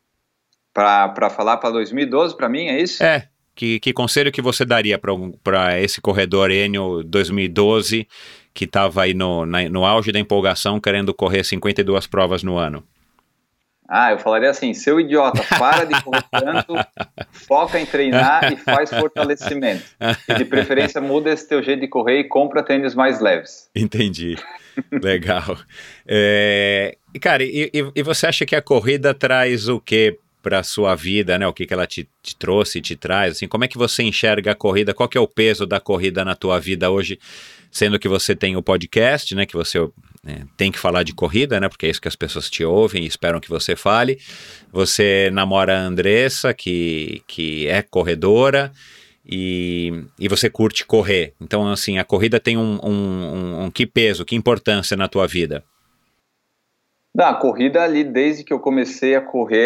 Para falar para 2012, para mim, é isso?
Que conselho que você daria para esse corredor Enio 2012, que estava aí no auge da empolgação, querendo correr 52 provas no ano?
Eu falaria assim, seu idiota, para de correr tanto, foca em treinar e faz fortalecimento. E de preferência muda esse teu jeito de correr e compra tênis mais leves.
Entendi. Legal. Cara, e você acha que a corrida traz o quê para a sua vida, né? O que ela te trouxe, te traz, assim, como é que você enxerga a corrida, qual que é o peso da corrida na tua vida hoje, sendo que você tem o podcast, né, que você tem que falar de corrida, né, porque é isso que as pessoas te ouvem e esperam que você fale, você namora a Andressa, que é corredora, e você curte correr, então, assim, a corrida tem que peso, que importância na tua vida?
A corrida ali, desde que eu comecei a correr,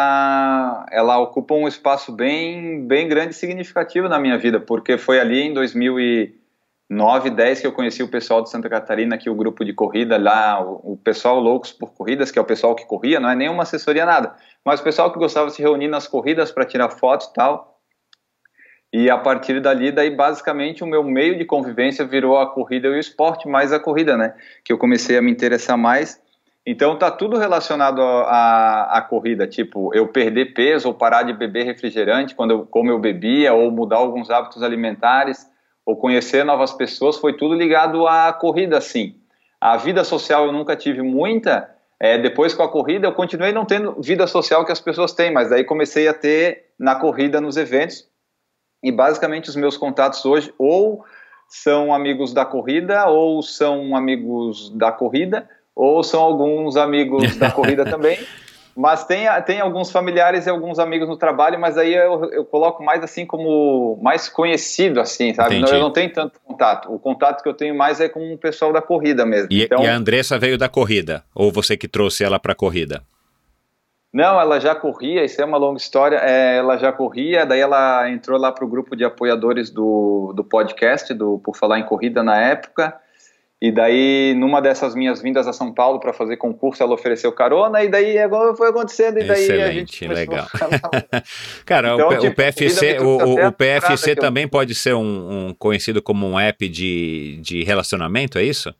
ela ocupa um espaço bem grande e significativo na minha vida, porque foi ali em 2009, 10 que eu conheci o pessoal de Santa Catarina, aqui o grupo de corrida lá, o pessoal Loucos por Corridas, que é o pessoal que corria, não é nenhuma assessoria, nada, mas o pessoal que gostava de se reunir nas corridas para tirar foto e tal, e a partir dali, basicamente o meu meio de convivência virou a corrida e o esporte, mais a corrida, né, que eu comecei a me interessar mais. Então tá tudo relacionado à corrida, tipo, eu perder peso ou parar de beber refrigerante como eu bebia, ou mudar alguns hábitos alimentares, ou conhecer novas pessoas, foi tudo ligado à corrida, sim. A vida social eu nunca tive muita, depois com a corrida eu continuei não tendo vida social que as pessoas têm, mas daí comecei a ter na corrida, nos eventos, e basicamente os meus contatos hoje ou são amigos da corrida, ou são amigos da corrida, ou são alguns amigos da corrida também, mas tem alguns familiares e alguns amigos no trabalho, mas aí eu coloco mais assim como mais conhecido, assim, sabe? Eu não tenho tanto contato, o contato que eu tenho mais é com o pessoal da corrida mesmo.
E a Andressa veio da corrida, ou você que trouxe ela para a corrida?
Não, ela já corria, isso é uma longa história, ela já corria, daí ela entrou lá para o grupo de apoiadores do podcast, Por Falar em Corrida na época. E daí, numa dessas minhas vindas a São Paulo para fazer concurso, ela ofereceu carona, e daí foi acontecendo, e daí
excelente,
a gente
legal. Cara, então, o PFC também pode ser conhecido como um app de relacionamento, é isso?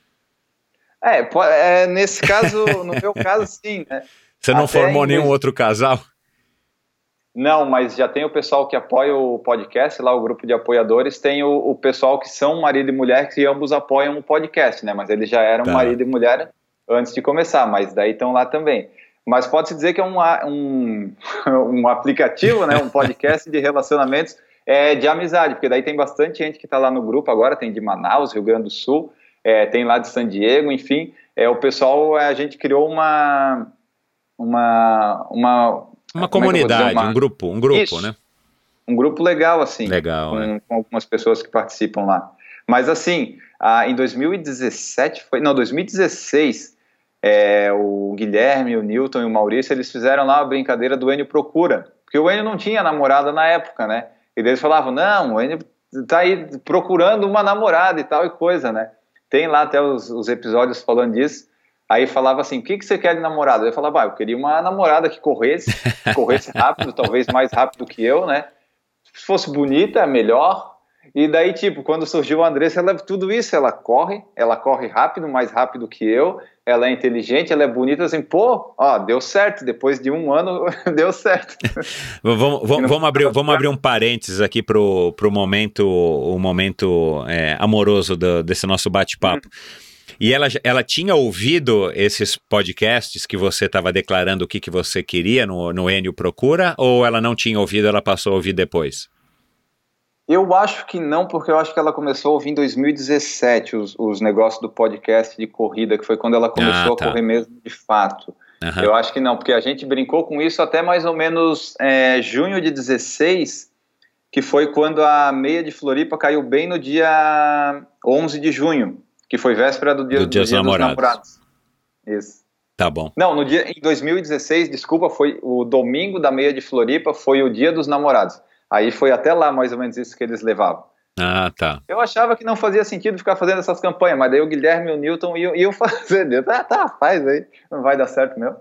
Nesse caso, no meu caso, sim, né?
Você não formou nenhum outro casal?
Não, mas já tem o pessoal que apoia o podcast, lá o grupo de apoiadores, tem o pessoal que são marido e mulher, que ambos apoiam o podcast, né? Mas eles já eram marido e mulher antes de começar, mas daí estão lá também. Mas pode-se dizer que é um aplicativo, né? Um podcast de relacionamentos de amizade, porque daí tem bastante gente que está lá no grupo agora, tem de Manaus, Rio Grande do Sul, tem lá de San Diego, enfim. O pessoal, a gente criou uma
comunidade, um grupo,
isso,
né?
Um grupo legal, assim.
Legal,
com algumas pessoas que participam lá. Mas, assim, em 2016, o Guilherme, o Newton e o Maurício, eles fizeram lá uma brincadeira do Enio Procura, porque o Enio não tinha namorada na época, né? E eles falavam, não, o Enio tá aí procurando uma namorada e tal e coisa, né? Tem lá até os episódios falando disso. Aí falava assim, o que você quer de namorada? Eu falava, eu queria uma namorada que corresse rápido, talvez mais rápido que eu, né? Se fosse bonita, melhor. E daí, tipo, quando surgiu a Andressa, ela tudo isso, ela corre rápido, mais rápido que eu, ela é inteligente, ela é bonita, assim, deu certo, depois de 1 ano, deu certo.
Vamos abrir um parênteses aqui pro momento, o momento amoroso desse nosso bate-papo. E ela tinha ouvido esses podcasts que você estava declarando o que você queria no Enio Procura, ou ela não tinha ouvido, ela passou a ouvir depois?
Eu acho que não, porque eu acho que ela começou a ouvir em 2017 os negócios do podcast de corrida, que foi quando ela começou a correr mesmo de fato. Uhum. Eu acho que não, porque a gente brincou com isso até mais ou menos junho de 16, que foi quando a meia de Floripa caiu bem no dia 11 de junho, que foi véspera do dia dos namorados. Isso.
Tá bom.
Não, em 2016, desculpa, foi o domingo da meia de Floripa, foi o dia dos namorados. Aí foi até lá mais ou menos isso que eles levavam.
Ah, tá.
Eu achava que não fazia sentido ficar fazendo essas campanhas, mas daí o Guilherme e o Newton iam fazer. Faz aí, não vai dar certo mesmo.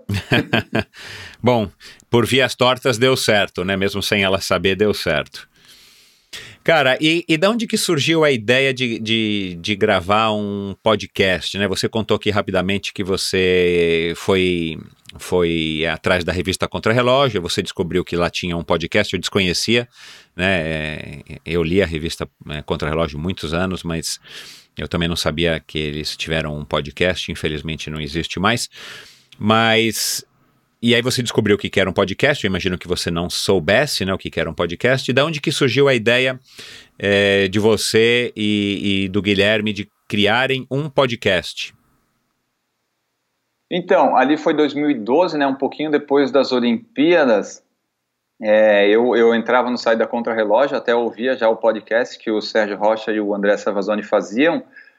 Bom, por vias tortas deu certo, né? Mesmo sem ela saber, deu certo. Cara, e de onde que surgiu a ideia de gravar um podcast, né? Você contou aqui rapidamente que você foi atrás da revista Contra-Relógio, você descobriu que lá tinha um podcast, eu desconhecia, né? Eu li a revista Contra-Relógio há muitos anos, mas eu também não sabia que eles tiveram um podcast, infelizmente não existe mais, mas... E aí você descobriu o que era um podcast, eu imagino que você não soubesse, né, o que era um podcast, e de onde que surgiu a ideia de você e do Guilherme de criarem um podcast?
Então, ali foi 2012, né, um pouquinho depois das Olimpíadas, eu entrava no site da Contra-Relógio, até ouvia já o podcast que o Sérgio Rocha e o André Savazone faziam,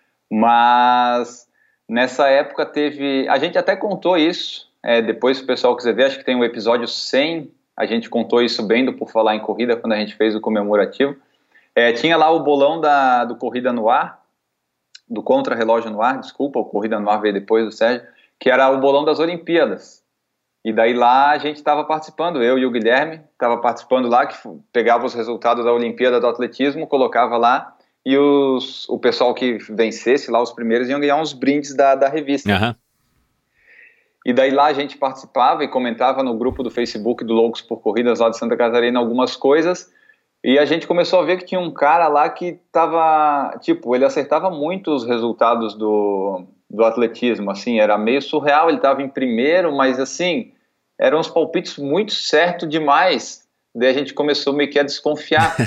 mas nessa época a gente até contou isso, depois se o pessoal quiser ver, acho que tem um episódio 100, a gente contou isso bem do Por Falar em Corrida, quando a gente fez o comemorativo. Tinha lá o bolão do Corrida no Ar, do Contra-Relógio no Ar, desculpa, o Corrida no Ar veio depois do Sérgio, que era o bolão das Olimpíadas. E daí lá a gente estava participando, eu e o Guilherme, estava participando lá, que pegava os resultados da Olimpíada do atletismo, colocava lá, e o pessoal que vencesse lá, os primeiros, iam ganhar uns brindes da revista.
Uhum.
E daí lá a gente participava e comentava no grupo do Facebook do Loucos por Corridas lá de Santa Catarina algumas coisas, e a gente começou a ver que tinha um cara lá que tava, ele acertava muito os resultados do atletismo, assim, era meio surreal, ele tava em primeiro, mas assim, eram uns palpites muito certos demais, daí a gente começou meio que a desconfiar.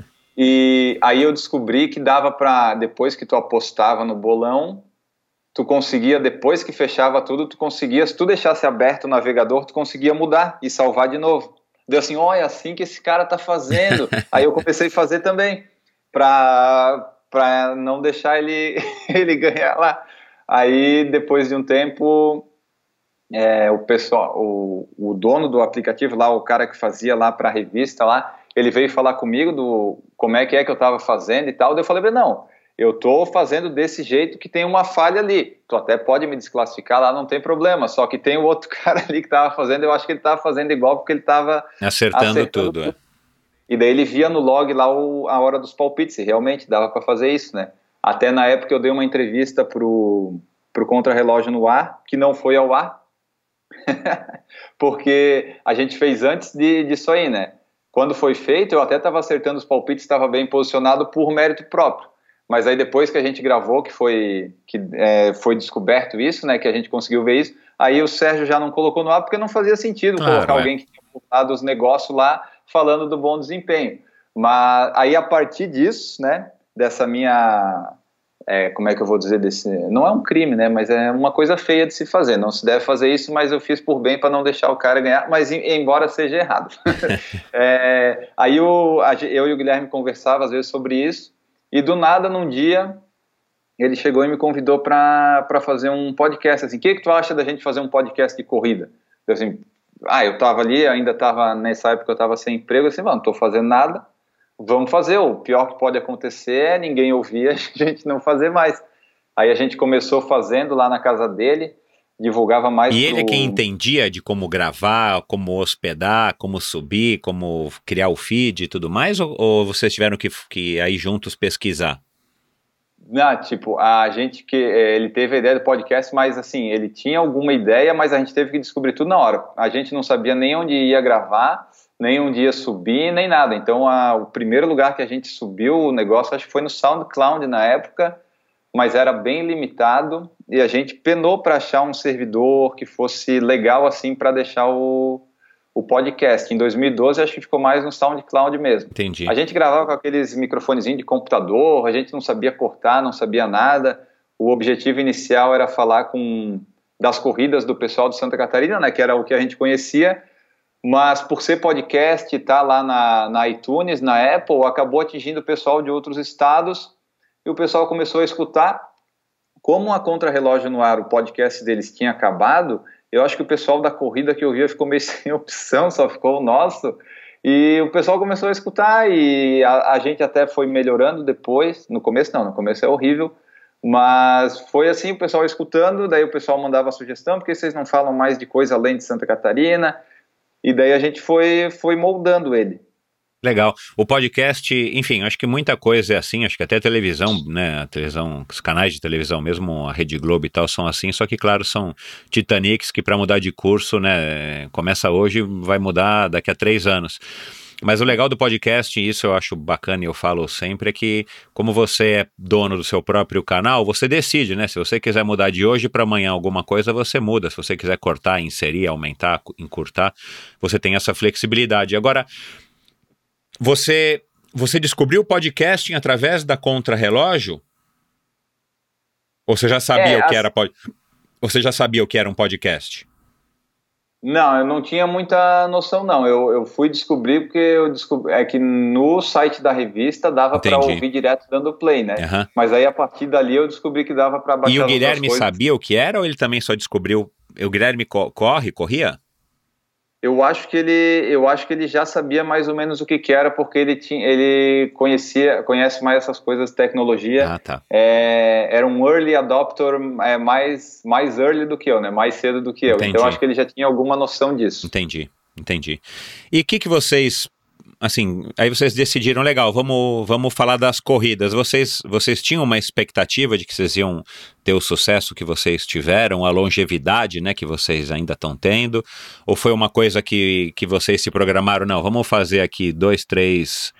E aí eu descobri que dava pra, depois que tu apostava no bolão, tu conseguia, depois que fechava tudo, se tu deixasse aberto o navegador, tu conseguia mudar e salvar de novo. Deu assim, olha, assim que esse cara tá fazendo. Aí eu comecei a fazer também, pra não deixar ele ganhar lá. Aí, depois de um tempo, o pessoal, o dono do aplicativo lá, o cara que fazia lá pra revista lá, ele veio falar comigo do como é que eu tava fazendo e tal. Daí eu falei, não, eu tô fazendo desse jeito que tem uma falha ali. Tu até pode me desclassificar lá, não tem problema. Só que tem o outro cara ali que tava fazendo, eu acho que ele tava fazendo igual porque ele tava
acertando tudo.
E daí ele via no log lá a hora dos palpites, e realmente dava para fazer isso, né? Até na época eu dei uma entrevista pro Contra-Relógio no Ar, que não foi ao ar, porque a gente fez antes disso aí, né? Quando foi feito, eu até estava acertando os palpites, estava bem posicionado por mérito próprio. Mas aí depois que a gente gravou, que foi descoberto isso, né? Que a gente conseguiu ver isso, aí o Sérgio já não colocou no ar, porque não fazia sentido colocar alguém que tinha colocado os negócios lá falando do bom desempenho. Mas aí a partir disso, né? Dessa minha... como é que eu vou dizer não é um crime, né, mas é uma coisa feia de se fazer, não se deve fazer isso, mas eu fiz por bem para não deixar o cara ganhar, mas embora seja errado. Aí eu e o Guilherme conversava às vezes sobre isso, e do nada num dia ele chegou e me convidou para fazer um podcast, assim, o que tu acha da gente fazer um podcast de corrida? Eu assim, eu tava ali, ainda tava, nessa época eu tava sem emprego, assim, não tô fazendo nada, vamos fazer, o pior que pode acontecer é ninguém ouvir, a gente não fazer mais. Aí a gente começou fazendo lá na casa dele, divulgava mais.
E ele é quem entendia de como gravar, como hospedar, como subir, como criar o feed e tudo mais, ou vocês tiveram que aí juntos pesquisar?
Não, tipo, ele teve a ideia do podcast, mas assim, ele tinha alguma ideia, mas a gente teve que descobrir tudo na hora. A gente não sabia nem onde ia gravar, nem onde ia subir, nem nada. Então, o primeiro lugar que a gente subiu o negócio, acho que foi no SoundCloud na época, mas era bem limitado, e a gente penou para achar um servidor que fosse legal assim para deixar o podcast. Em 2012, acho que ficou mais no SoundCloud mesmo.
Entendi.
A gente gravava com aqueles microfonezinhos de computador, a gente não sabia cortar, não sabia nada. O objetivo inicial era falar das corridas do pessoal de Santa Catarina, né, que era o que a gente conhecia, mas por ser podcast e tá lá na iTunes, na Apple, acabou atingindo o pessoal de outros estados, e o pessoal começou a escutar. Como a Contra-Relógio no Ar, o podcast deles tinha acabado, eu acho que o pessoal da corrida que eu via ficou meio sem opção, só ficou o nosso, e o pessoal começou a escutar, e a gente até foi melhorando depois. No começo não, no começo é horrível, mas foi assim, o pessoal escutando, daí o pessoal mandava sugestão, porque vocês não falam mais de coisa além de Santa Catarina, e daí a gente foi moldando ele.
Legal. O podcast, enfim, acho que muita coisa é assim, acho que até a televisão, né, os canais de televisão, mesmo a Rede Globo e tal, são assim, só que, claro, são Titanics que para mudar de curso, né, começa hoje, vai mudar daqui a 3 anos. Mas o legal do podcast, e isso eu acho bacana e eu falo sempre, é que como você é dono do seu próprio canal, você decide, né? Se você quiser mudar de hoje para amanhã alguma coisa, você muda. Se você quiser cortar, inserir, aumentar, encurtar, você tem essa flexibilidade. Agora, você descobriu o podcasting através da Contra-Relógio? Ou você já sabia Você já sabia o que era um podcast?
Não, eu não tinha muita noção, não. Eu fui descobrir porque eu descobri que no site da revista dava para ouvir direto dando play, né?
Uhum.
Mas aí a partir dali eu descobri que dava para baixar.
E o Guilherme sabia o que era ou ele também só descobriu? O Guilherme corria? Eu acho que ele já sabia mais ou menos o que era, porque ele conhece mais essas coisas de tecnologia. Tá.
Era um early adopter, mais early do que eu, né? Mais cedo do que eu.
Entendi.
Então acho que ele já tinha alguma noção disso.
Entendi. E o que vocês, assim, aí vocês decidiram, legal, vamos falar das corridas. Vocês tinham uma expectativa de que vocês iam ter o sucesso que vocês tiveram, a longevidade, né, que vocês ainda estão tendo? Ou foi uma coisa que vocês se programaram, não, vamos fazer aqui 2, 3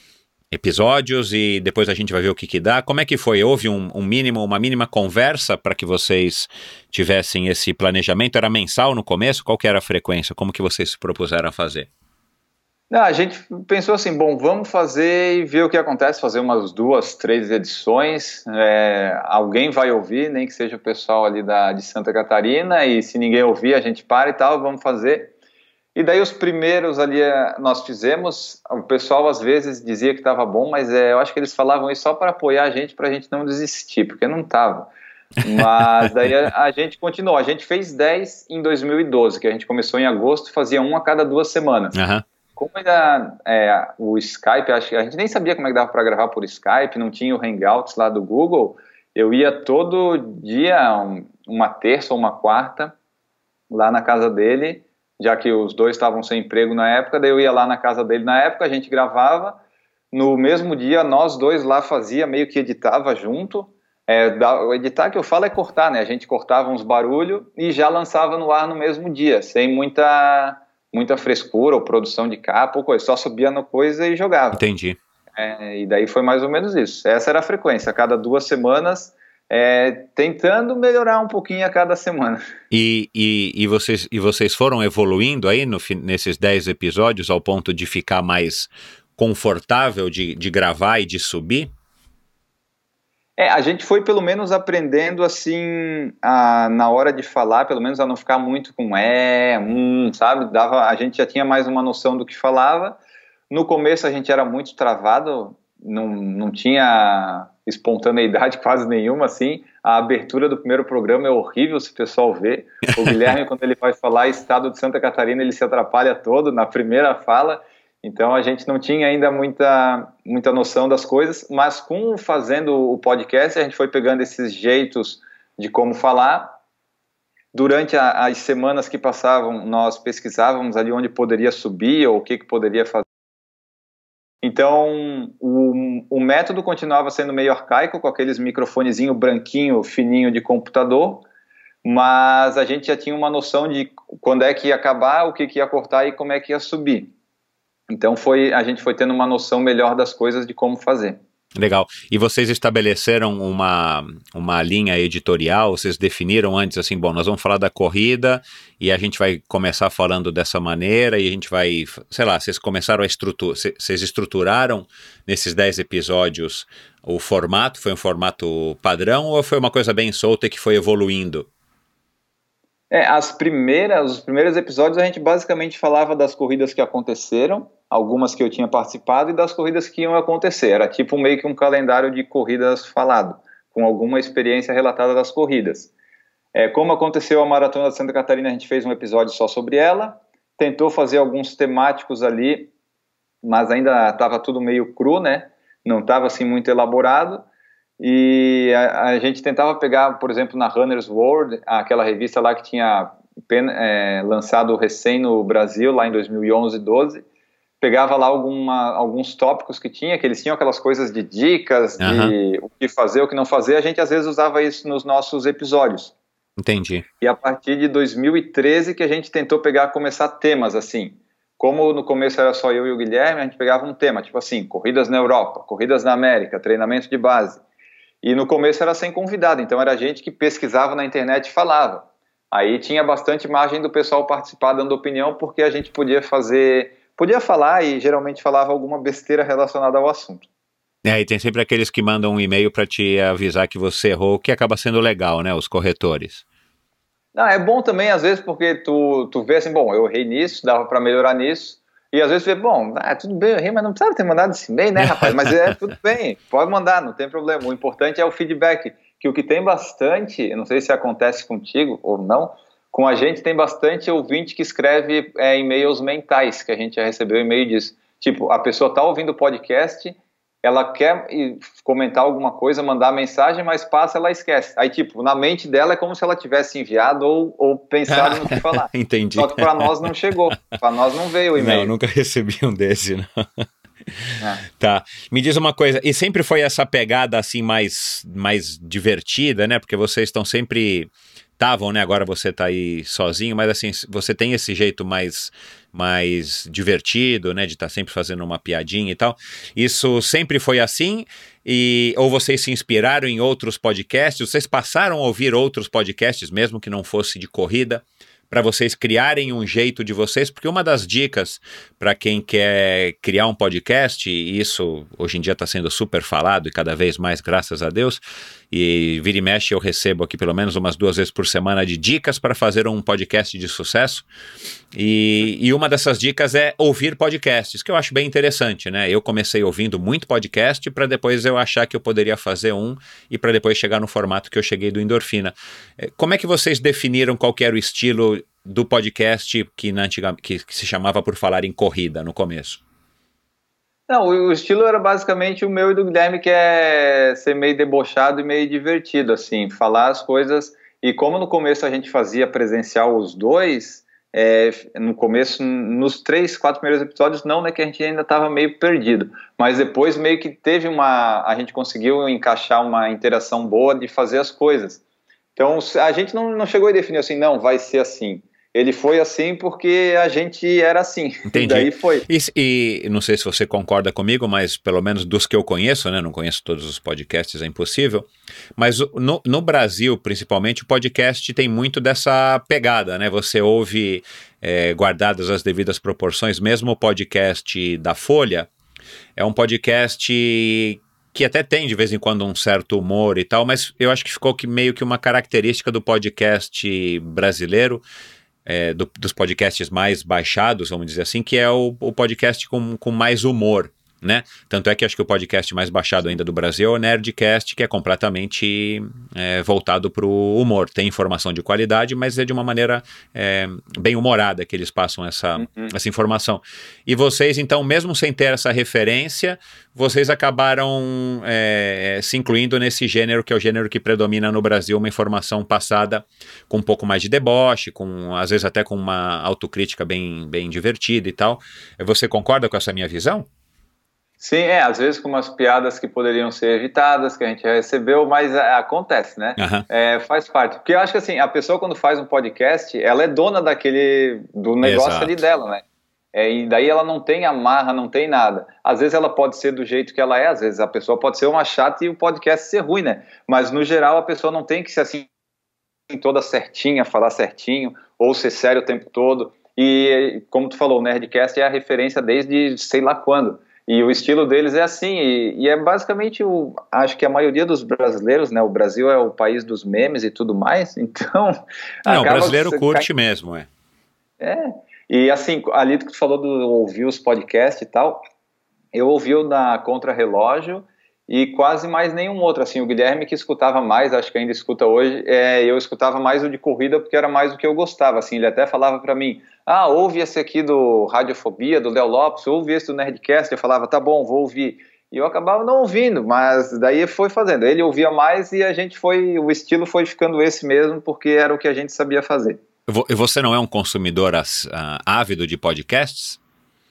episódios e depois a gente vai ver o que dá? Como é que foi? Houve uma mínima conversa para que vocês tivessem esse planejamento? Era mensal no começo? Qual que era a frequência? Como que vocês se propuseram a fazer?
Não, a gente pensou assim, bom, vamos fazer e ver o que acontece, fazer umas 2, 3 edições, alguém vai ouvir, nem que seja o pessoal ali de Santa Catarina, e se ninguém ouvir a gente para e tal, vamos fazer. E daí os primeiros ali nós fizemos, o pessoal às vezes dizia que estava bom, mas eu acho que eles falavam isso só para apoiar a gente não desistir, porque não estava. Mas daí a gente continuou, a gente fez 10 em 2012, que a gente começou em agosto, fazia um a cada 2 semanas.
Uhum.
Como ainda o Skype, acho que a gente nem sabia como é que dava para gravar por Skype, não tinha o Hangouts lá do Google, eu ia todo dia, uma terça ou uma quarta, lá na casa dele, já que os dois estavam sem emprego na época, daí eu ia lá na casa dele na época, a gente gravava, no mesmo dia nós dois lá meio que editava junto, editar que eu falo é cortar, né, a gente cortava uns barulhos e já lançava no ar no mesmo dia, sem muita frescura ou produção de capa ou coisa, só subia na coisa e jogava.
Entendi.
E daí foi mais ou menos isso, essa era a frequência, a cada 2 semanas, tentando melhorar um pouquinho a cada semana.
E vocês foram evoluindo aí nesses 10 episódios ao ponto de ficar mais confortável de gravar e de subir?
A gente foi pelo menos aprendendo assim, na hora de falar, pelo menos a não ficar muito com sabe? A gente já tinha mais uma noção do que falava. No começo a gente era muito travado, não tinha espontaneidade quase nenhuma, assim. A abertura do primeiro programa é horrível, se o pessoal vê. O Guilherme, quando ele vai falar estado de Santa Catarina, ele se atrapalha todo na primeira fala. Então, a gente não tinha ainda muita noção das coisas, mas fazendo o podcast, a gente foi pegando esses jeitos de como falar. Durante as semanas que passavam, nós pesquisávamos ali onde poderia subir ou o que poderia fazer. Então, o método continuava sendo meio arcaico, com aqueles microfonezinho branquinho, fininho de computador, mas a gente já tinha uma noção de quando é que ia acabar, o que ia cortar e como é que ia subir. Então, a gente foi tendo uma noção melhor das coisas de como fazer.
Legal. E vocês estabeleceram uma linha editorial? Vocês definiram antes assim, bom, nós vamos falar da corrida e a gente vai começar falando dessa maneira e a gente vai, sei lá, vocês começaram vocês estruturaram nesses 10 episódios o formato? Foi um formato padrão ou foi uma coisa bem solta que foi evoluindo?
Os primeiros episódios a gente basicamente falava das corridas que aconteceram, algumas que eu tinha participado e das corridas que iam acontecer. Era tipo meio que um calendário de corridas falado, com alguma experiência relatada das corridas. Como aconteceu a Maratona de Santa Catarina, a gente fez um episódio só sobre ela, tentou fazer alguns temáticos ali, mas ainda estava tudo meio cru, né? Não estava assim muito elaborado. E a gente tentava pegar, por exemplo, na Runner's World, aquela revista lá que tinha lançado recém no Brasil, lá em 2011, 12, pegava lá alguns tópicos que eles tinham aquelas coisas de dicas, de o que fazer, o que não fazer, a gente às vezes usava isso nos nossos episódios.
Entendi.
E a partir de 2013 que a gente tentou começar temas assim. Como no começo era só eu e o Guilherme, a gente pegava um tema, tipo assim, corridas na Europa, corridas na América, treinamento de base. E no começo era sem convidado, então era gente que pesquisava na internet e falava. Aí tinha bastante margem do pessoal participar dando opinião, porque a gente podia falar e geralmente falava alguma besteira relacionada ao assunto.
E tem sempre aqueles que mandam um e-mail para te avisar que você errou, que acaba sendo legal, né, os corretores.
Não, é bom também às vezes porque tu vê assim, bom, eu errei nisso, dava para melhorar nisso. E às vezes vê, bom, tudo bem, eu errei, mas não precisava ter mandado esse e-mail, né, rapaz? Mas tudo bem, pode mandar, não tem problema. O importante é o feedback, que o que tem bastante, eu não sei se acontece contigo ou não, com a gente tem bastante ouvinte que escreve e-mails mentais, que a gente já recebeu e-mail disso. Tipo, a pessoa está ouvindo o podcast, ela quer comentar alguma coisa, mandar mensagem, mas passa, ela esquece. Aí, tipo, na mente dela é como se ela tivesse enviado ou pensado no que falar.
Entendi.
Só que para nós não chegou, para nós não veio o e-mail.
Não, nunca recebi um desse, não. Tá, me diz uma coisa, e sempre foi essa pegada assim mais divertida, né, porque vocês estão sempre, né, agora você tá aí sozinho, mas assim, você tem esse jeito mais divertido, né, de estar sempre fazendo uma piadinha e tal, isso sempre foi assim, ou vocês se inspiraram em outros podcasts, vocês passaram a ouvir outros podcasts, mesmo que não fosse de corrida, para vocês criarem um jeito de vocês, porque uma das dicas para quem quer criar um podcast, e isso hoje em dia está sendo super falado e cada vez mais, graças a Deus, e vira e mexe eu recebo aqui pelo menos umas 2 vezes por semana de dicas para fazer um podcast de sucesso, e uma dessas dicas é ouvir podcasts, que eu acho bem interessante, né? Eu comecei ouvindo muito podcast para depois eu achar que eu poderia fazer um e para depois chegar no formato que eu cheguei do Endorfina. Como é que vocês definiram qual que era o estilo do podcast que se chamava Por Falar em Corrida no começo?
Não, o estilo era basicamente o meu e do Guilherme, que é ser meio debochado e meio divertido, assim, falar as coisas. E como no começo a gente fazia presencial os dois, no começo, nos 3, 4 primeiros episódios, não, né, que a gente ainda estava meio perdido. Mas depois meio que a gente conseguiu encaixar uma interação boa de fazer as coisas. Então a gente não chegou a definir assim, não, vai ser assim. Ele foi assim porque a gente era assim.
Entendi.
E daí foi.
E não sei se você concorda comigo, mas pelo menos dos que eu conheço, né? Não conheço todos os podcasts, é impossível. Mas no Brasil, principalmente, o podcast tem muito dessa pegada, né? Você ouve, guardadas as devidas proporções, mesmo o podcast da Folha, é um podcast que até tem de vez em quando um certo humor e tal, mas eu acho que ficou meio que uma característica do podcast brasileiro, dos podcasts mais baixados, vamos dizer assim, que é o podcast com mais humor. né? Tanto é que acho que o podcast mais baixado ainda do Brasil é o Nerdcast, que é completamente voltado para o humor. Tem informação de qualidade, mas é de uma maneira bem humorada que eles passam essa informação. E vocês, então, mesmo sem ter essa referência, vocês acabaram se incluindo nesse gênero, que é o gênero que predomina no Brasil, uma informação passada com um pouco mais de deboche, às vezes até com uma autocrítica bem, bem divertida e tal. Você concorda com essa minha visão?
Sim, às vezes com umas piadas que poderiam ser evitadas, que a gente já recebeu, mas acontece, né? Faz parte. Porque eu acho que assim, a pessoa quando faz um podcast, ela é dona do negócio
Exato.
ali dela, né? E daí ela não tem amarra, não tem nada. Às vezes ela pode ser do jeito que ela é, às vezes a pessoa pode ser uma chata e o podcast ser ruim, né? Mas no geral a pessoa não tem que ser assim, toda certinha, falar certinho, ou ser sério o tempo todo. E como tu falou, o Nerdcast é a referência desde sei lá quando. E o estilo deles é assim, e é basicamente, acho que a maioria dos brasileiros, né, o Brasil é o país dos memes e tudo mais, então...
Não, o brasileiro curte mesmo,
E assim, ali que tu falou do ouvir os podcasts e tal, eu ouvi o da Contra Relógio e quase mais nenhum outro, assim, o Guilherme que escutava mais, acho que ainda escuta hoje, eu escutava mais o de corrida porque era mais o que eu gostava, assim, ele até falava pra mim, ouve esse aqui do Radiofobia, do Léo Lopes, ouve esse do Nerdcast, eu falava, tá bom, vou ouvir, e eu acabava não ouvindo, mas daí foi fazendo, ele ouvia mais e o estilo foi ficando esse mesmo, porque era o que a gente sabia fazer.
Você não é um consumidor ávido de podcasts?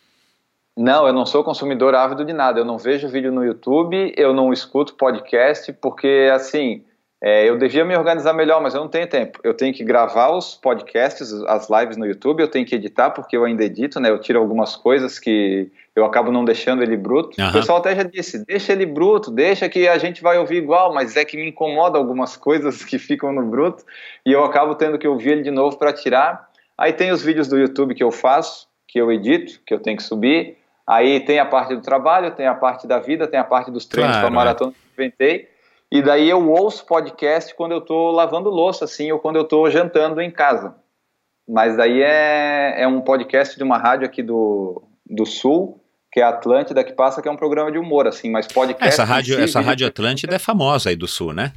Não, eu não sou consumidor ávido de nada, eu não vejo vídeo no YouTube, eu não escuto podcast, porque assim, eu devia me organizar melhor, mas eu não tenho tempo. Eu tenho que gravar os podcasts, as lives no YouTube, eu tenho que editar, porque eu ainda edito, né? Eu tiro algumas coisas que eu acabo não deixando ele bruto. O pessoal até já disse, deixa ele bruto, deixa que a gente vai ouvir igual, mas é que me incomoda algumas coisas que ficam no bruto, e eu acabo tendo que ouvir ele de novo para tirar. Aí tem os vídeos do YouTube que eu faço, que eu edito, que eu tenho que subir. Aí tem a parte do trabalho, tem a parte da vida, tem a parte dos treinos para maratona que eu inventei. E daí eu ouço podcast quando eu tô lavando louça, assim, ou quando eu tô jantando em casa. Mas daí é um podcast de uma rádio aqui do Sul, que é a Atlântida, que passa, que é um programa de humor, assim, mas podcast...
Essa rádio Atlântida é famosa aí do Sul, né?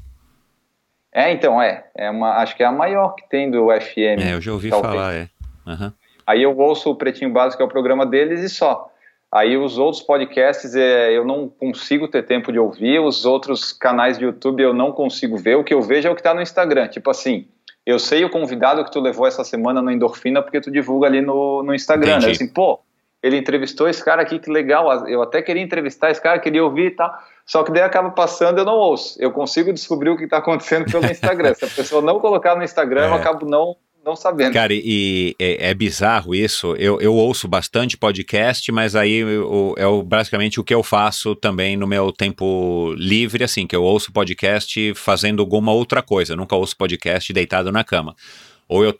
Então, acho que é a maior que tem do FM.
Eu já ouvi falar,
Aí eu ouço o Pretinho Básico, que é o programa deles, e só. Aí os outros podcasts eu não consigo ter tempo de ouvir, os outros canais de YouTube eu não consigo ver, o que eu vejo é o que está no Instagram, tipo assim, eu sei o convidado que tu levou essa semana no Endorfina porque tu divulga ali no Instagram, né? Assim, ele entrevistou esse cara aqui, que legal, eu até queria entrevistar esse cara, queria ouvir e tal, só que daí acaba passando, eu não ouço, eu consigo descobrir o que está acontecendo pelo Instagram, se a pessoa não colocar no Instagram, eu acabo não sabendo.
Cara, e é bizarro isso, eu ouço bastante podcast, mas aí basicamente o que eu faço também no meu tempo livre, assim, que eu ouço podcast fazendo alguma outra coisa, eu nunca ouço podcast deitado na cama. Ou eu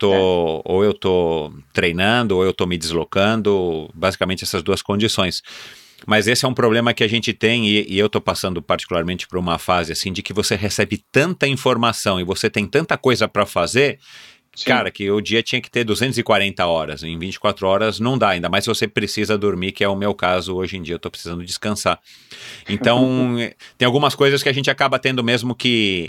tô treinando, ou eu tô me deslocando, basicamente essas duas condições. Mas esse é um problema que a gente tem, e eu tô passando particularmente por uma fase assim, de que você recebe tanta informação e você tem tanta coisa para fazer, cara, que o dia tinha que ter 240 horas, em 24 horas não dá, ainda mais se você precisa dormir, que é o meu caso hoje em dia, eu tô precisando descansar. Então, tem algumas coisas que a gente acaba tendo mesmo que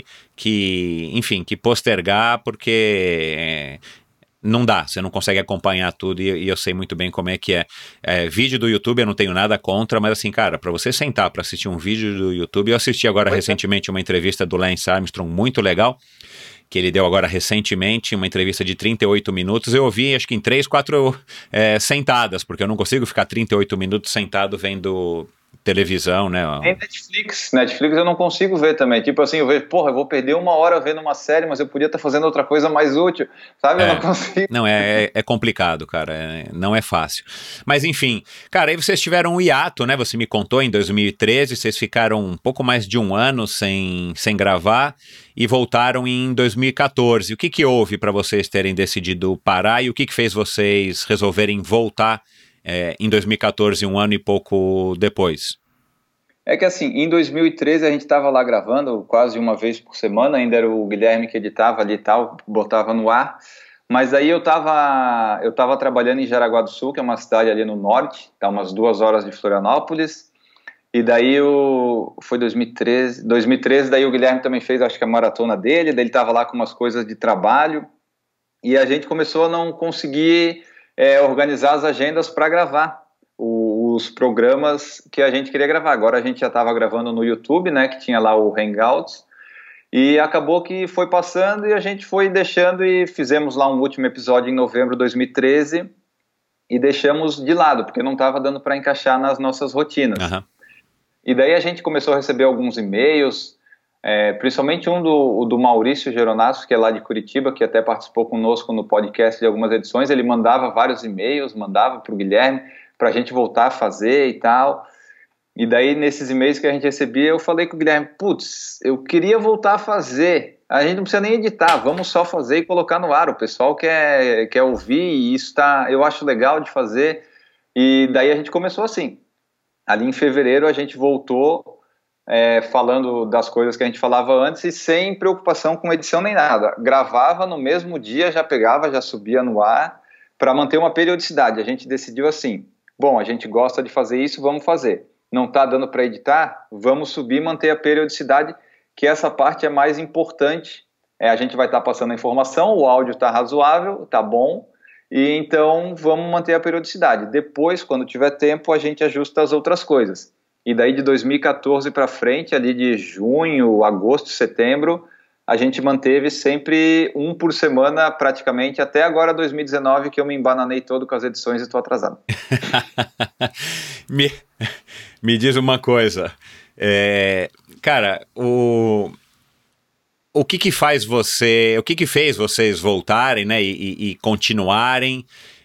postergar, porque não dá, você não consegue acompanhar tudo, e eu sei muito bem como é que é. Vídeo do YouTube eu não tenho nada contra, mas assim, cara, pra você sentar pra assistir um vídeo do YouTube, eu assisti agora recentemente uma entrevista do Lance Armstrong, muito legal, que ele deu agora recentemente, uma entrevista de 38 minutos, eu ouvi acho que em 3, 4 sentadas, porque eu não consigo ficar 38 minutos sentado vendo televisão, né?
Tem Netflix eu não consigo ver também, tipo assim, eu vejo, eu vou perder 1 hora vendo uma série, mas eu podia estar fazendo outra coisa mais útil, sabe? Eu não consigo.
Não, é complicado, cara, não é fácil. Mas enfim, cara, aí vocês tiveram um hiato, né? Você me contou, em 2013, vocês ficaram um pouco mais de 1 ano sem gravar e voltaram em 2014. O que houve para vocês terem decidido parar e o que fez vocês resolverem voltar em 2014, 1 ano e pouco depois?
É que assim, em 2013 a gente estava lá gravando quase uma vez por semana, ainda era o Guilherme que editava ali e tal, botava no ar, mas aí eu tava trabalhando em Jaraguá do Sul, que é uma cidade ali no norte, tá umas 2 horas de Florianópolis, E daí foi 2013, daí o Guilherme também fez, acho que a maratona dele, daí ele estava lá com umas coisas de trabalho, e a gente começou a não conseguir organizar as agendas para gravar os programas que a gente queria gravar. Agora a gente já estava gravando no YouTube, né, que tinha lá o Hangouts, e acabou que foi passando e a gente foi deixando e fizemos lá um último episódio em novembro de 2013 e deixamos de lado, porque não estava dando para encaixar nas nossas rotinas.
Uhum.
E daí a gente começou a receber alguns e-mails, principalmente um do Maurício Geronasso, que é lá de Curitiba, que até participou conosco no podcast de algumas edições. Ele mandava vários e-mails, mandava para o Guilherme, para a gente voltar a fazer e tal. E daí, nesses e-mails que a gente recebia, eu falei com o Guilherme, putz, eu queria voltar a fazer. A gente não precisa nem editar, vamos só fazer e colocar no ar. O pessoal quer ouvir e isso eu acho legal de fazer. E daí a gente começou assim. Ali em fevereiro a gente voltou falando das coisas que a gente falava antes e sem preocupação com edição nem nada. Gravava no mesmo dia, já pegava, já subia no ar para manter uma periodicidade. A gente decidiu assim, bom, a gente gosta de fazer isso, vamos fazer. Não está dando para editar? Vamos subir e manter a periodicidade, que essa parte é mais importante. A gente vai estar passando a informação, o áudio está razoável, está bom, e então vamos manter a periodicidade. Depois, quando tiver tempo, a gente ajusta as outras coisas. E daí de 2014 para frente, ali de junho, agosto, setembro, a gente manteve sempre um por semana praticamente, até agora 2019, que eu me embananei todo com as edições e estou atrasado.
Me diz uma coisa, cara, o que faz o que fez vocês voltarem, né, e continuarem,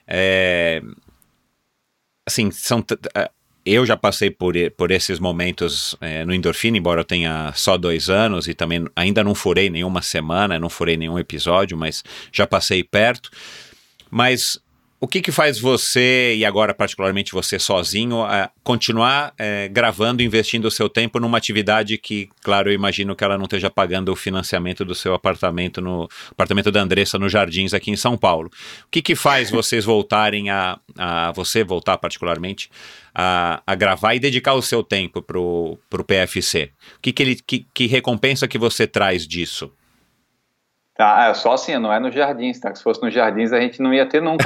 assim, eu já passei por esses momentos no Endorfina, embora eu tenha só 2 anos e também ainda não furei nenhuma semana, não furei nenhum episódio, mas já passei perto. Mas o que faz você, e agora particularmente você sozinho, continuar gravando, investindo o seu tempo numa atividade que, claro, eu imagino que ela não esteja pagando o financiamento do seu apartamento, no apartamento da Andressa, nos Jardins, aqui em São Paulo. O que faz vocês voltarem você voltar particularmente a gravar e dedicar o seu tempo pro PFC? Que recompensa que você traz disso?
Só assim, não é nos Jardins, tá? Se fosse nos Jardins a gente não ia ter nunca.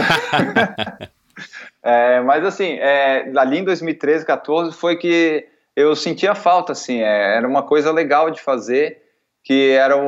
Mas assim, ali em 2013, 14 foi que eu sentia falta, assim, era uma coisa legal de fazer, que era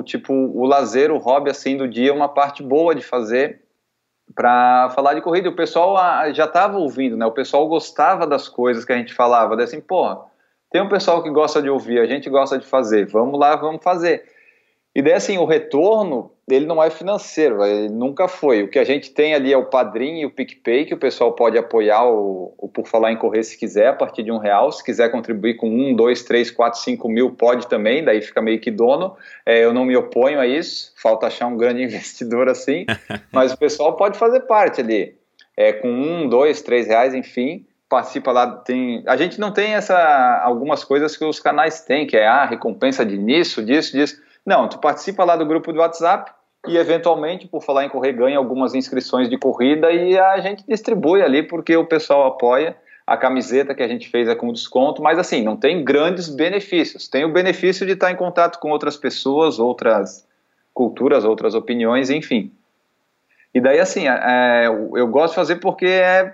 o lazer, o hobby, assim, do dia, uma parte boa de fazer para falar de corrida. O pessoal já estava ouvindo, né? O pessoal gostava das coisas que a gente falava, assim, porra, tem um pessoal que gosta de ouvir, a gente gosta de fazer, vamos lá, vamos fazer. E daí, assim, o retorno, ele não é financeiro, ele nunca foi. O que a gente tem ali é o Padrim e o PicPay, que o pessoal pode apoiar o Por Falar em Correr se quiser, a partir de R$1. Se quiser contribuir com 1, 2, 3, 4, 5 mil, pode também, daí fica meio que dono. Eu não me oponho a isso, falta achar um grande investidor assim, mas o pessoal pode fazer parte ali. Com 1, 2, 3 reais, enfim, participa lá. A gente não tem algumas coisas que os canais têm, que é recompensa disso. Não, tu participa lá do grupo do WhatsApp e eventualmente, Por Falar em Correr, ganha algumas inscrições de corrida e a gente distribui ali porque o pessoal apoia. A camiseta que a gente fez com desconto, mas assim, não tem grandes benefícios. Tem o benefício de estar em contato com outras pessoas, outras culturas, outras opiniões, enfim. E daí assim, eu gosto de fazer porque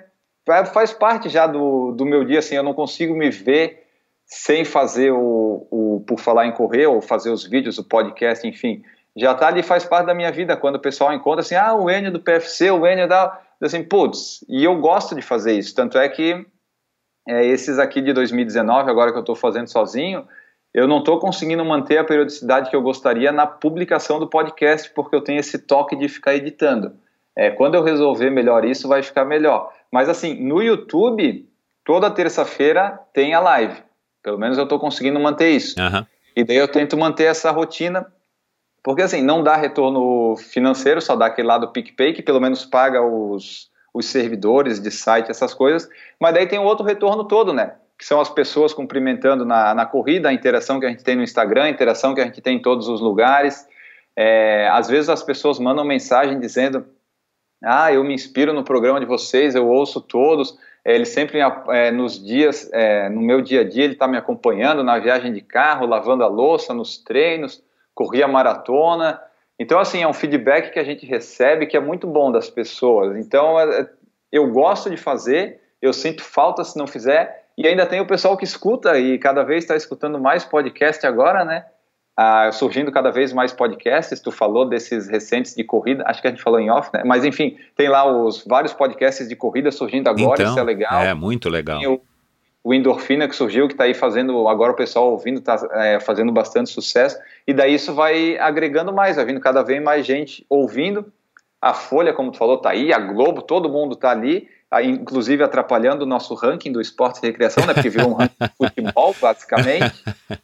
faz parte já do meu dia, assim, eu não consigo me ver sem fazer o Por Falar em Correr, ou fazer os vídeos, o podcast, enfim, já tá ali, faz parte da minha vida, quando o pessoal encontra assim, o Enio do PFC, o Enio assim, putz, e eu gosto de fazer isso, tanto é que esses aqui de 2019, agora que eu estou fazendo sozinho, eu não estou conseguindo manter a periodicidade que eu gostaria na publicação do podcast, porque eu tenho esse toque de ficar editando. Quando eu resolver melhor isso, vai ficar melhor. Mas assim, no YouTube, toda terça-feira tem a live. Pelo menos eu estou conseguindo manter isso.
Uhum.
E daí eu tento manter essa rotina, porque assim, não dá retorno financeiro, só dá aquele lado do PicPay, que pelo menos paga os servidores de site, essas coisas, mas daí tem o outro retorno todo, né? Que são as pessoas cumprimentando na corrida, a interação que a gente tem no Instagram, a interação que a gente tem em todos os lugares. Às vezes as pessoas mandam mensagem dizendo eu me inspiro no programa de vocês, eu ouço todos. Ele sempre, nos dias, no meu dia a dia, ele está me acompanhando na viagem de carro, lavando a louça, nos treinos, corri a maratona. Então, assim, é um feedback que a gente recebe que é muito bom das pessoas. Então, eu gosto de fazer, eu sinto falta se não fizer, e ainda tem o pessoal que escuta, e cada vez está escutando mais podcast agora, né? Surgindo cada vez mais podcasts. Tu falou desses recentes de corrida, acho que a gente falou em off, né? Mas enfim, tem lá os vários podcasts de corrida surgindo agora,
então,
isso é legal.
É muito legal.
Tem o Endorfina que surgiu, que está aí fazendo, agora o pessoal ouvindo, está fazendo bastante sucesso, e daí isso vai agregando mais, vai vindo cada vez mais gente ouvindo. A Folha, como tu falou, está aí, a Globo, todo mundo está ali, inclusive atrapalhando o nosso ranking do esporte e recreação, né? Porque virou um ranking de futebol, basicamente.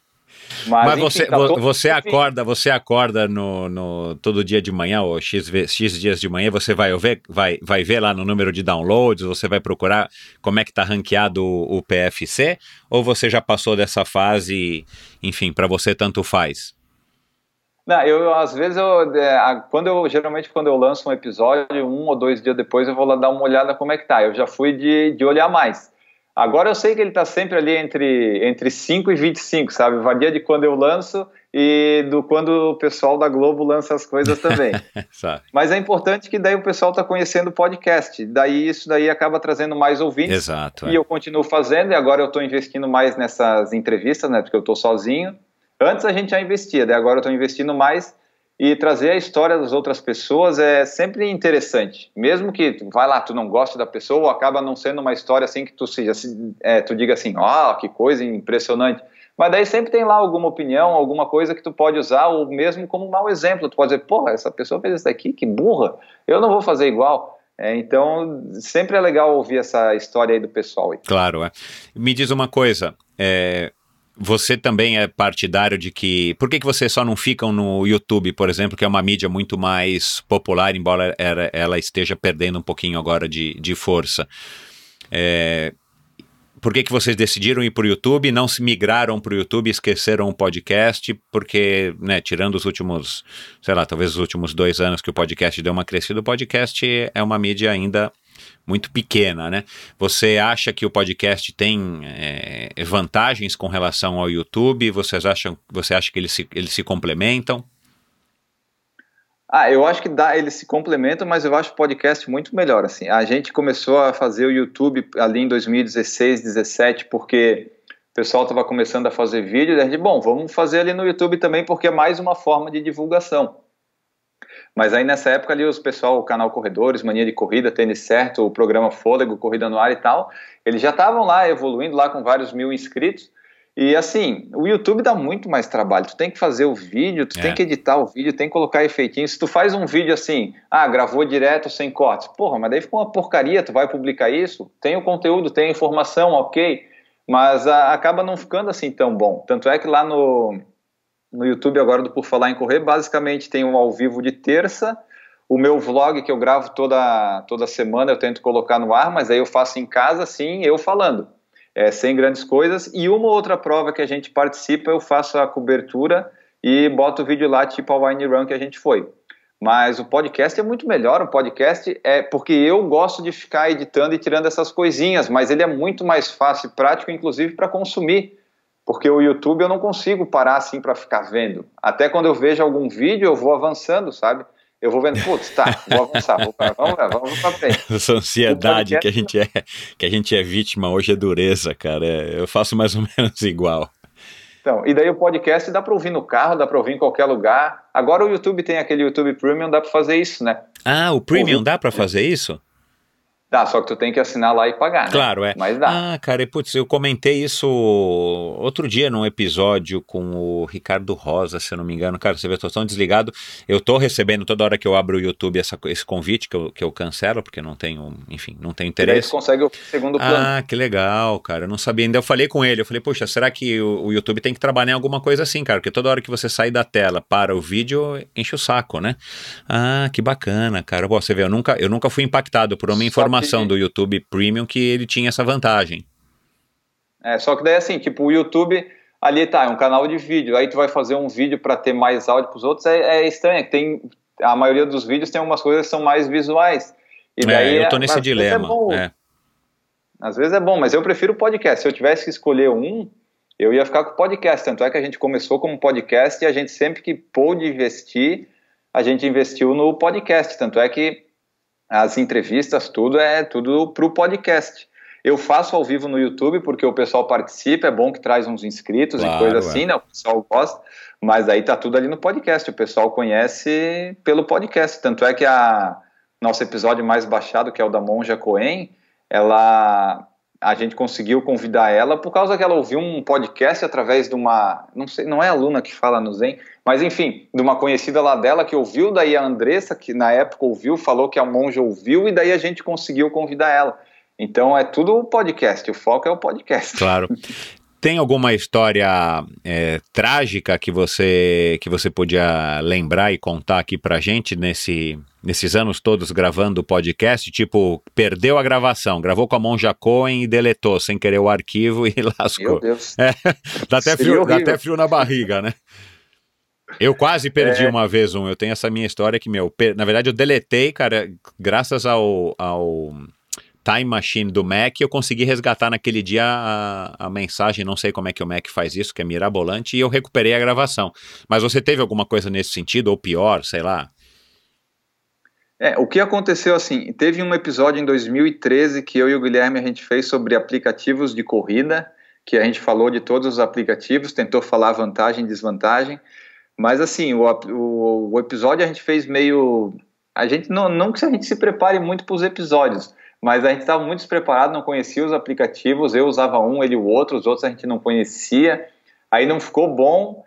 Mas enfim, você acorda no todo dia de manhã, ou X dias de manhã, você vai ver lá no número de downloads, você vai procurar como é que está ranqueado o PFC, ou você já passou dessa fase, enfim, para você tanto faz?
Não, às vezes, geralmente quando eu lanço um episódio, 1 ou 2 dias depois, eu vou lá dar uma olhada como é que tá. Eu já fui de olhar mais. Agora eu sei que ele está sempre ali entre 5 e 25, sabe? Varia de quando eu lanço e do quando o pessoal da Globo lança as coisas também. Mas é importante que daí o pessoal está conhecendo o podcast. Daí isso daí acaba trazendo mais ouvintes.
Exato.
E eu continuo fazendo, e agora eu estou investindo mais nessas entrevistas, né? Porque eu estou sozinho. Antes a gente já investia, daí agora eu estou investindo mais. E trazer a história das outras pessoas é sempre interessante. Mesmo que tu não goste da pessoa, acaba não sendo uma história assim que tu diga assim, que coisa impressionante. Mas daí sempre tem lá alguma opinião, alguma coisa que tu pode usar, ou mesmo como um mau exemplo. Tu pode dizer, essa pessoa fez isso daqui, que burra, eu não vou fazer igual. Então, sempre é legal ouvir essa história aí do pessoal. Aí.
Claro, Me diz uma coisa, você também é partidário de que... Por que vocês só não ficam no YouTube, por exemplo, que é uma mídia muito mais popular, embora ela esteja perdendo um pouquinho agora de força? Por que vocês decidiram ir para o YouTube, não se migraram para o YouTube, esqueceram o podcast? Porque, né, tirando os últimos, talvez os últimos 2 anos que o podcast deu uma crescida, o podcast é uma mídia ainda muito pequena, né? Você acha que o podcast tem vantagens com relação ao YouTube? Você acha que eles se complementam?
Eu acho que eles se complementam, mas eu acho o podcast muito melhor, assim. A gente começou a fazer o YouTube ali em 2016, 2017, porque o pessoal estava começando a fazer vídeo, e a gente, vamos fazer ali no YouTube também, porque é mais uma forma de divulgação. Mas aí nessa época ali o canal Corredores, Mania de Corrida, Tênis Certo, o programa Fôlego, Corrida no Ar e tal, eles já estavam lá evoluindo lá com vários 1000 inscritos. E assim, o YouTube dá muito mais trabalho, tu tem que fazer o vídeo, tu tem que editar o vídeo, tem que colocar efeitinho. Se tu faz um vídeo assim, gravou direto sem cortes, mas daí ficou uma porcaria, tu vai publicar isso? Tem o conteúdo, tem a informação, ok, mas acaba não ficando assim tão bom. Tanto é que lá no YouTube agora do Por Falar em Correr, basicamente tem um ao vivo de terça, o meu vlog que eu gravo toda semana eu tento colocar no ar, mas aí eu faço em casa, assim, eu falando. Sem grandes coisas, e uma outra prova que a gente participa, eu faço a cobertura e boto o vídeo lá, tipo a Wine Run que a gente foi. Mas o podcast é muito melhor, o podcast porque eu gosto de ficar editando e tirando essas coisinhas, mas ele é muito mais fácil e prático, inclusive para consumir, porque o YouTube eu não consigo parar assim para ficar vendo. Até quando eu vejo algum vídeo, eu vou avançando, sabe? Eu vou vendo, vou avançar, vamos pra frente.
Essa ansiedade que a gente é vítima hoje é dureza, cara. Eu faço mais ou menos igual.
Então, e daí o podcast dá pra ouvir no carro, dá pra ouvir em qualquer lugar. Agora o YouTube tem aquele YouTube Premium, dá pra fazer isso, né?
O Premium dá pra fazer isso?
Dá, só que tu tem que assinar lá e pagar, né?
Claro,
Mas dá.
Cara, eu comentei isso outro dia num episódio com o Ricardo Rosa, se eu não me engano. Cara, você vê, eu tô tão desligado. Eu tô recebendo toda hora que eu abro o YouTube esse convite que eu cancelo, porque não tenho interesse. E daí
você consegue o segundo plano.
Que legal, cara. Eu não sabia ainda. Eu falei com ele, poxa, será que o YouTube tem que trabalhar em alguma coisa assim, cara? Porque toda hora que você sai da tela para o vídeo, enche o saco, né? Que bacana, cara. Você vê, eu nunca fui impactado por uma informação do YouTube Premium que ele tinha essa vantagem.
Só que daí assim, tipo, o YouTube ali é um canal de vídeo, aí tu vai fazer um vídeo para ter mais áudio pros outros, é estranho, a maioria dos vídeos tem algumas coisas que são mais visuais, E daí,
eu tô nesse
às vezes
dilema.
é bom. Às vezes é bom, mas eu prefiro o podcast. Se eu tivesse que escolher um, eu ia ficar com o podcast. Tanto é que a gente começou como podcast e a gente sempre que pôde investir, a gente investiu no podcast. Tanto é que as entrevistas, tudo é tudo pro podcast. Eu faço ao vivo no YouTube porque o pessoal participa, é bom que traz uns inscritos e coisa assim, né? O pessoal gosta, mas aí tá tudo ali no podcast. O pessoal conhece pelo podcast. Tanto é que nosso episódio mais baixado, que é o da Monja Coen, a gente conseguiu convidar ela por causa que ela ouviu um podcast através de uma, não sei, não é aluna que fala no Zen, mas enfim, de uma conhecida lá dela que ouviu, daí a Andressa, que na época ouviu, falou que a Monja ouviu, e daí a gente conseguiu convidar ela. Então é tudo podcast, o foco é o podcast.
Claro. Tem alguma história trágica que você podia lembrar e contar aqui pra gente nesses anos todos gravando o podcast? Tipo, perdeu a gravação, gravou com a Monja Coen e deletou sem querer o arquivo e lascou.
Meu Deus.
Dá até frio na barriga, né? Eu quase perdi uma vez eu tenho essa minha história que, na verdade eu deletei, cara, graças ao Time Machine do Mac, eu consegui resgatar naquele dia a mensagem, não sei como é que o Mac faz isso, que é mirabolante, e eu recuperei a gravação. Mas você teve alguma coisa nesse sentido, ou pior, sei lá?
O que aconteceu assim, teve um episódio em 2013 que eu e o Guilherme a gente fez sobre aplicativos de corrida, que a gente falou de todos os aplicativos, tentou falar vantagem e desvantagem, mas assim, o episódio a gente fez meio... Não que a gente se prepare muito para os episódios, mas a gente estava muito despreparado, não conhecia os aplicativos, eu usava um, ele o outro, os outros a gente não conhecia, aí não ficou bom,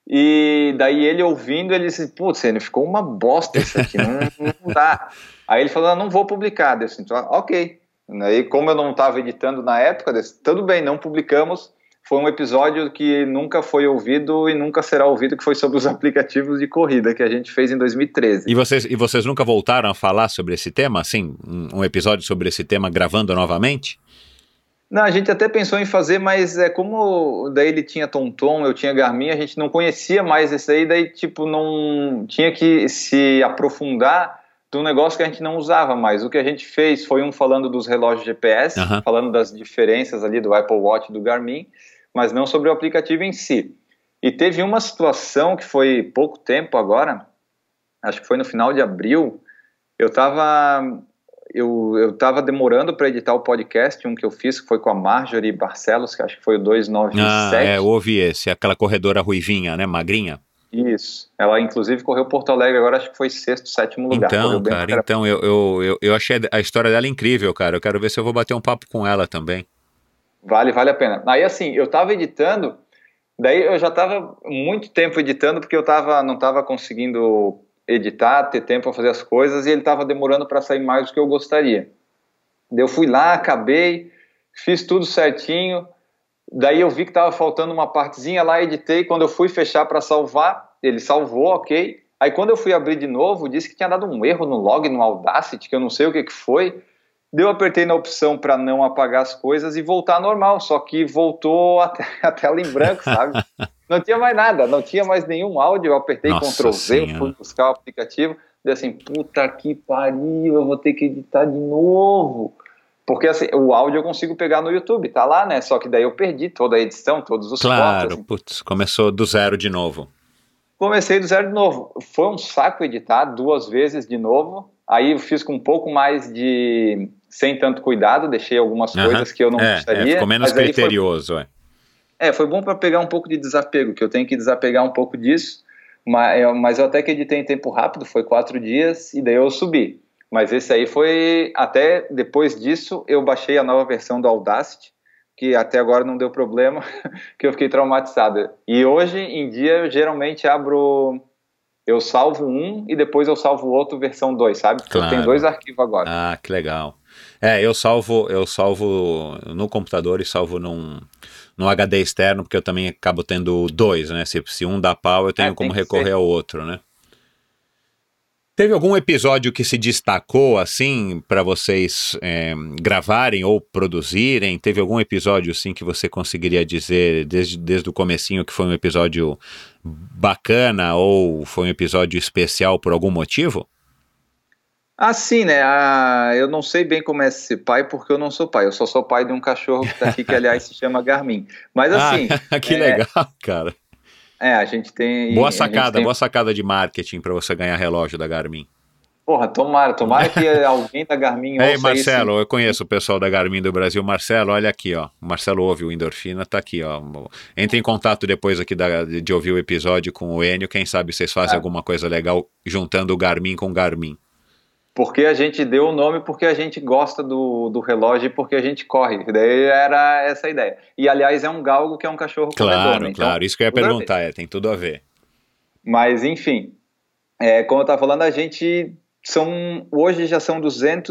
e daí ele ouvindo, ele disse, putz, ficou uma bosta isso aqui, não dá. Aí ele falou, não vou publicar, eu disse, ok. Aí como eu não estava editando na época, eu disse, tudo bem, não publicamos. Foi um episódio que nunca foi ouvido e nunca será ouvido, que foi sobre os aplicativos de corrida que a gente fez em 2013.
E vocês nunca voltaram a falar sobre esse tema? Assim, um episódio sobre esse tema gravando novamente?
Não, a gente até pensou em fazer, mas como daí ele tinha TomTom, eu tinha Garmin, a gente não conhecia mais esse aí, daí tipo não tinha que se aprofundar de um negócio que a gente não usava mais. O que a gente fez foi falando dos relógios GPS, falando das diferenças ali do Apple Watch e do Garmin, mas não sobre o aplicativo em si. E teve uma situação que foi pouco tempo agora, acho que foi no final de abril, eu estava demorando para editar o podcast, um que eu fiz, que foi com a Marjorie Barcelos, que acho que foi o 297.
Eu ouvi esse, aquela corredora ruivinha, né, magrinha.
Isso, ela inclusive correu Porto Alegre agora, acho que foi 6º, 7º lugar.
Então, cara, eu achei a história dela incrível, cara, eu quero ver se eu vou bater um papo com ela também. Vale
a pena. Aí assim, eu tava editando, daí eu já tava muito tempo editando, porque eu não tava conseguindo editar, ter tempo para fazer as coisas, e ele tava demorando para sair mais do que eu gostaria. Daí eu fui lá, acabei, fiz tudo certinho, daí eu vi que tava faltando uma partezinha lá, editei, quando eu fui fechar para salvar, ele salvou, ok. Aí quando eu fui abrir de novo, disse que tinha dado um erro no log, no Audacity, que eu não sei o que foi. Eu apertei na opção para não apagar as coisas e voltar normal, só que voltou a tela em branco, sabe? Não tinha mais nada, não tinha mais nenhum áudio, eu apertei Ctrl Z, fui buscar o aplicativo, dei assim, puta que pariu, eu vou ter que editar de novo. Porque assim, o áudio eu consigo pegar no YouTube, tá lá, né? Só que daí eu perdi toda a edição, todos os cortes.
Claro,
assim.
Putz, começou do zero de novo.
Comecei do zero de novo. Foi um saco editar 2 vezes de novo. Aí eu fiz com um pouco mais sem tanto cuidado, deixei algumas coisas que eu não gostaria.
Ficou menos criterioso,
foi bom para pegar um pouco de desapego, que eu tenho que desapegar um pouco disso, mas eu até que editei em tempo rápido, foi 4 dias, e daí eu subi. Mas esse aí foi, até depois disso, eu baixei a nova versão do Audacity, que até agora não deu problema, que eu fiquei traumatizado. E hoje em dia eu geralmente eu salvo um e depois eu salvo o outro versão 2, sabe? Porque eu tenho 2 arquivos agora.
Ah, que legal. Eu salvo no computador e salvo num HD externo, porque eu também acabo tendo 2, né? Se um dá pau, eu tenho como recorrer ao outro, né? Teve algum episódio que se destacou, assim, para vocês gravarem ou produzirem? Teve algum episódio, assim, que você conseguiria dizer desde o comecinho que foi um episódio bacana ou foi um episódio especial por algum motivo?
Assim, né? Eu não sei bem como é ser pai, porque eu não sou pai. Eu só sou pai de um cachorro que tá aqui, que aliás se chama Garmin. Mas assim...
Que legal, cara.
A gente tem...
Boa sacada de marketing para você ganhar relógio da Garmin.
Porra, tomara que alguém da Garmin ouça.
Ei, Marcelo,
isso.
Eu conheço o pessoal da Garmin do Brasil. Marcelo, olha aqui, ó. O Marcelo ouve o Endorfina, tá aqui, ó. Entre em contato depois aqui de ouvir o episódio com o Enio. Quem sabe vocês fazem alguma coisa legal juntando o Garmin com o Garmin.
Porque a gente deu o nome porque a gente gosta do relógio e porque a gente corre. Daí era essa a ideia. E, aliás, é um galgo que é um cachorro comedor, né? Então,
claro. Isso que eu ia perguntar, tem tudo a ver.
Mas, enfim, como eu estava falando, a gente... Hoje já são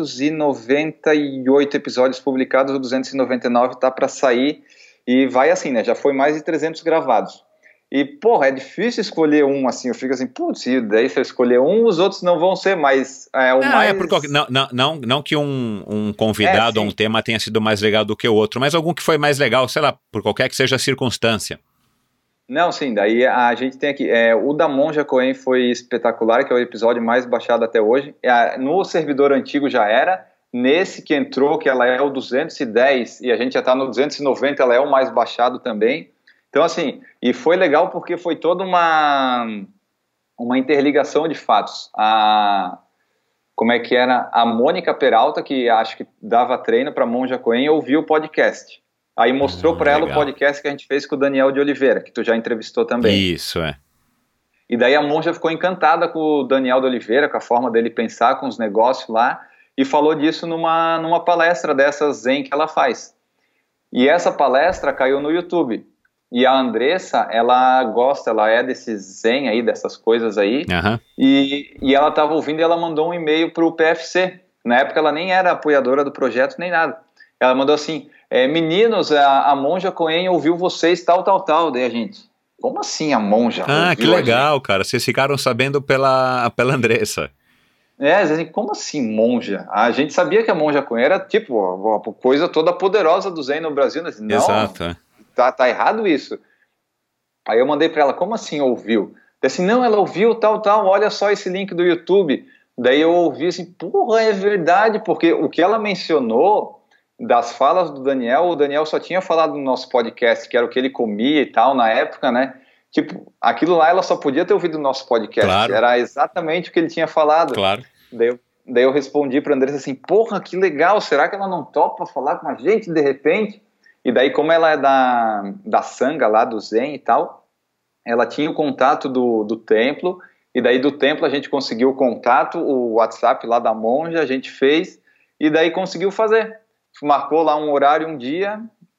298 episódios publicados, o 299 está para sair e vai assim, né? Já foi mais de 300 gravados. E, porra, é difícil escolher um, assim, eu fico assim, putz, daí se eu escolher um, os outros não vão ser mais...
Não que um convidado ou um tema tenha sido mais legal do que o outro, mas algum que foi mais legal, sei lá, por qualquer que seja a circunstância.
Não, sim, daí a gente tem aqui, o da Monja Coen foi espetacular, que é o episódio mais baixado até hoje. No servidor antigo já era, nesse que entrou, que ela é o 210, e a gente já está no 290, ela é o mais baixado também. Então, assim, e foi legal porque foi toda uma interligação de fatos. Como é que era? A Mônica Peralta, que acho que dava treino para Monja Coen, ouviu o podcast. Aí mostrou para ela o podcast que a gente fez com o Daniel de Oliveira, que tu já entrevistou também.
Isso,
E daí a Monja ficou encantada com o Daniel de Oliveira, com a forma dele pensar, com os negócios lá, e falou disso numa palestra dessas Zen que ela faz. E essa palestra caiu no YouTube. E a Andressa, ela é desses Zen aí, dessas coisas aí, e ela estava ouvindo e ela mandou um e-mail para o PFC. Na época ela nem era apoiadora do projeto, nem nada. Ela mandou assim... meninos, a Monja Coen ouviu vocês, tal. Daí a gente, como assim a Monja?
Que legal, cara, vocês ficaram sabendo pela Andressa.
Assim, como assim Monja? A gente sabia que a Monja Coen era tipo a coisa toda poderosa do Zen no Brasil, né? Não,
exato.
Tá errado isso. Aí eu mandei pra ela, como assim ouviu? Daí assim, não, ela ouviu tal, olha só esse link do YouTube. Daí eu ouvi assim, porra, é verdade, porque o que ela mencionou das falas do Daniel, o Daniel só tinha falado no nosso podcast, que era o que ele comia e tal, na época, né? Tipo, aquilo lá ela só podia ter ouvido no nosso podcast.
Claro.
Era exatamente o que ele tinha falado.
Claro.
Daí eu respondi pra Andressa assim, porra, que legal, será que ela não topa falar com a gente de repente? E daí, como ela é da Sangha lá, do Zen e tal, ela tinha o contato do templo, e daí do templo a gente conseguiu o contato, o WhatsApp lá da monja, a gente fez, e daí conseguiu fazer. Marcou lá um horário, um dia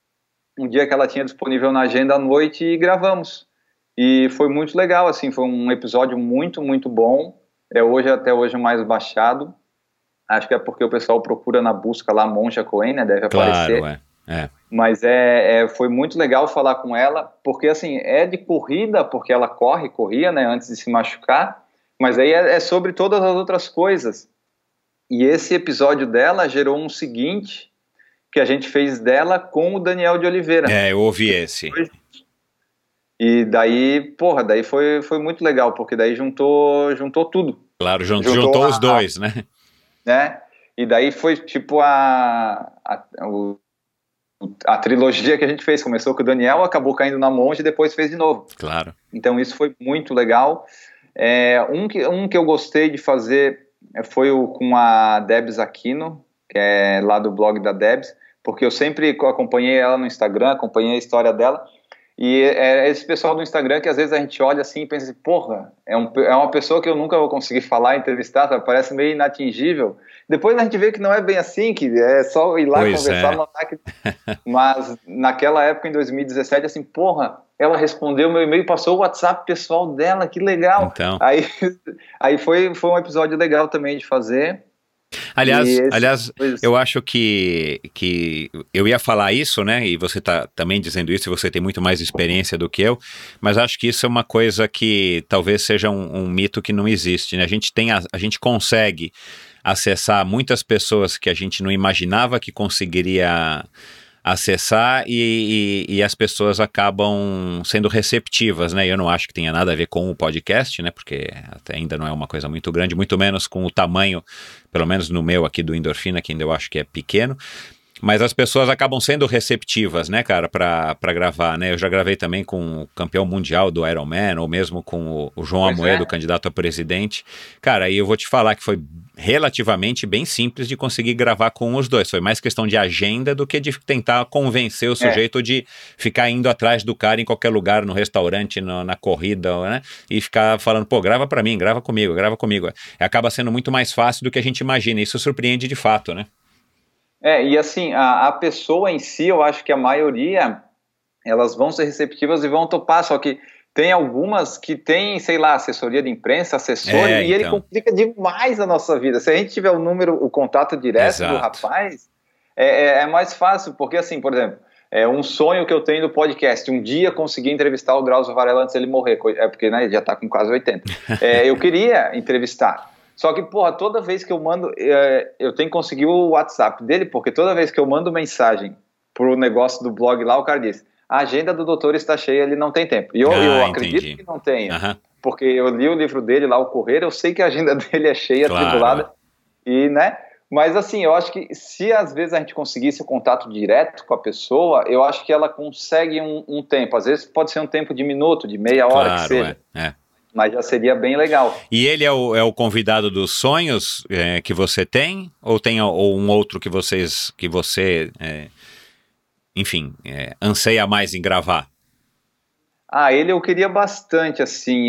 que ela tinha disponível na agenda à noite e gravamos. E foi muito legal, assim, foi um episódio muito, muito bom. Até hoje o mais baixado. Acho que é porque o pessoal procura na busca lá Monja Coen, né? Deve aparecer.
Claro,
Mas foi muito legal falar com ela, porque assim, é de corrida, porque ela corria, né, antes de se machucar, mas aí é sobre todas as outras coisas. E esse episódio dela gerou um seguinte, que a gente fez dela com o Daniel de Oliveira.
Eu ouvi esse.
E daí, daí foi muito legal, porque daí juntou tudo.
Claro, juntou os dois, né?
E daí foi tipo a trilogia que a gente fez, começou com o Daniel, acabou caindo na monja e depois fez de novo.
Claro.
Então isso foi muito legal. Um que eu gostei de fazer foi com a Debs Aquino, que é lá do blog da Debs, porque eu sempre acompanhei ela no Instagram, acompanhei a história dela, e é esse pessoal do Instagram que às vezes a gente olha assim e pensa assim, porra, é uma pessoa que eu nunca vou conseguir falar, entrevistar, sabe? Parece meio inatingível. Depois a gente vê que não é bem assim, que é só ir lá conversar, mandar que... Mas naquela época, em 2017, assim, porra, ela respondeu meu e-mail, passou o WhatsApp pessoal dela, que legal.
Então.
Aí foi um episódio legal também de fazer.
Aliás, eu acho que eu ia falar isso, né? E você tá também dizendo isso, e você tem muito mais experiência do que eu, mas acho que isso é uma coisa que talvez seja um mito que não existe, né? A gente consegue acessar muitas pessoas que a gente não imaginava que conseguiria acessar e as pessoas acabam sendo receptivas, né? Eu não acho que tenha nada a ver com o podcast, né? Porque até ainda não é uma coisa muito grande, muito menos com o tamanho, pelo menos no meu aqui do Endorfina, que ainda eu acho que é pequeno. Mas as pessoas acabam sendo receptivas, né, cara, pra gravar, né? Eu já gravei também com o campeão mundial do Ironman, ou mesmo com o João Amoedo, candidato a presidente. Cara, aí eu vou te falar que foi relativamente bem simples de conseguir gravar com os dois. Foi mais questão de agenda do que de tentar convencer o sujeito de ficar indo atrás do cara em qualquer lugar, no restaurante, na corrida, né? E ficar falando, pô, grava pra mim, grava comigo. Acaba sendo muito mais fácil do que a gente imagina. Isso surpreende de fato, né?
E assim, a pessoa em si, eu acho que a maioria, elas vão ser receptivas e vão topar, só que tem algumas que tem, sei lá, assessoria de imprensa, assessor, e ele complica demais a nossa vida. Se a gente tiver o contato direto do rapaz, é mais fácil, porque assim, por exemplo, um sonho que eu tenho do podcast, um dia conseguir entrevistar o Drauzio Varela antes dele morrer, porque né, ele já tá com quase 80. Eu queria entrevistar. Só que, porra, toda vez que eu mando, eu tenho que conseguir o WhatsApp dele, porque toda vez que eu mando mensagem pro negócio do blog lá, o cara diz, a agenda do doutor está cheia, ele não tem tempo. E eu acredito que não tenha, porque eu li o livro dele lá, O Correr, eu sei que a agenda dele é cheia, atribulada, e, né, mas assim, eu acho que se às vezes a gente conseguisse o contato direto com a pessoa, eu acho que ela consegue um tempo, às vezes pode ser um tempo de minuto, de meia hora, que seja. Mas já seria bem legal. E
ele é o convidado dos sonhos que você tem? Ou tem um outro que você anseia mais em gravar?
Ele eu queria bastante, assim.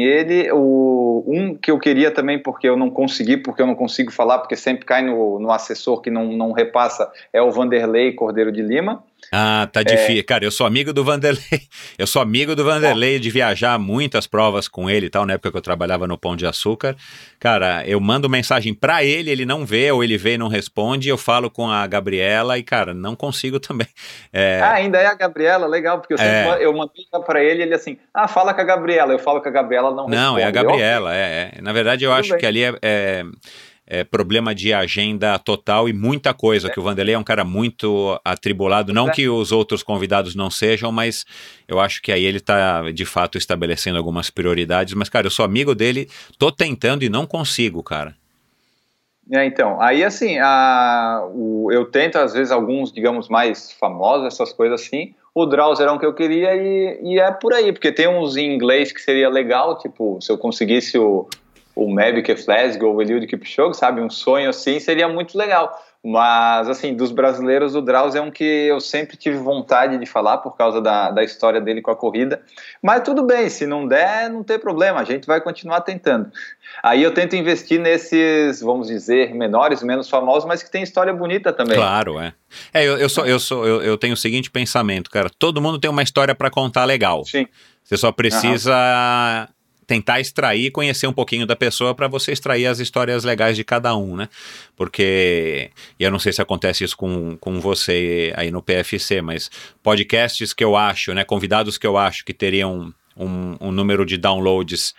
Um que eu queria também, porque eu não consigo falar, porque sempre cai no assessor que não repassa, é o Vanderlei Cordeiro de Lima.
Tá difícil. Cara, eu sou amigo do Vanderlei, de viajar muitas provas com ele e tal, na época que eu trabalhava no Pão de Açúcar. Cara, eu mando mensagem pra ele não vê, ou ele vê e não responde, eu falo com a Gabriela e, cara, não consigo também.
Ainda é a Gabriela? Legal, porque eu mandei pra ele assim, fala com a Gabriela, eu falo com a Gabriela, não responde.
Não, é a Gabriela, Na verdade, eu acho que ali é problema de agenda total e muita coisa, que o Vanderlei é um cara muito atribulado, não que os outros convidados não sejam, mas eu acho que aí ele tá, de fato, estabelecendo algumas prioridades, mas, cara, eu sou amigo dele, tô tentando e não consigo, cara.
Então, aí assim, eu tento, às vezes, alguns, digamos, mais famosos, essas coisas assim, o Drauzio era um que eu queria e é por aí, porque tem uns em inglês que seria legal, tipo, se eu conseguisse o Mavic Glasgow, o Eliud Kipchoge, sabe, um sonho assim, seria muito legal. Mas, assim, dos brasileiros, o Drauzio é um que eu sempre tive vontade de falar por causa da história dele com a corrida. Mas tudo bem, se não der, não tem problema, a gente vai continuar tentando. Aí eu tento investir nesses, vamos dizer, menores, menos famosos, mas que tem história bonita também.
Claro, eu tenho o seguinte pensamento, cara, todo mundo tem uma história para contar legal.
Sim.
Você só precisa tentar extrair, conhecer um pouquinho da pessoa para você extrair as histórias legais de cada um, né? Porque, e eu não sei se acontece isso com você aí no PFC, mas podcasts que eu acho, né, convidados que eu acho que teriam um número de downloads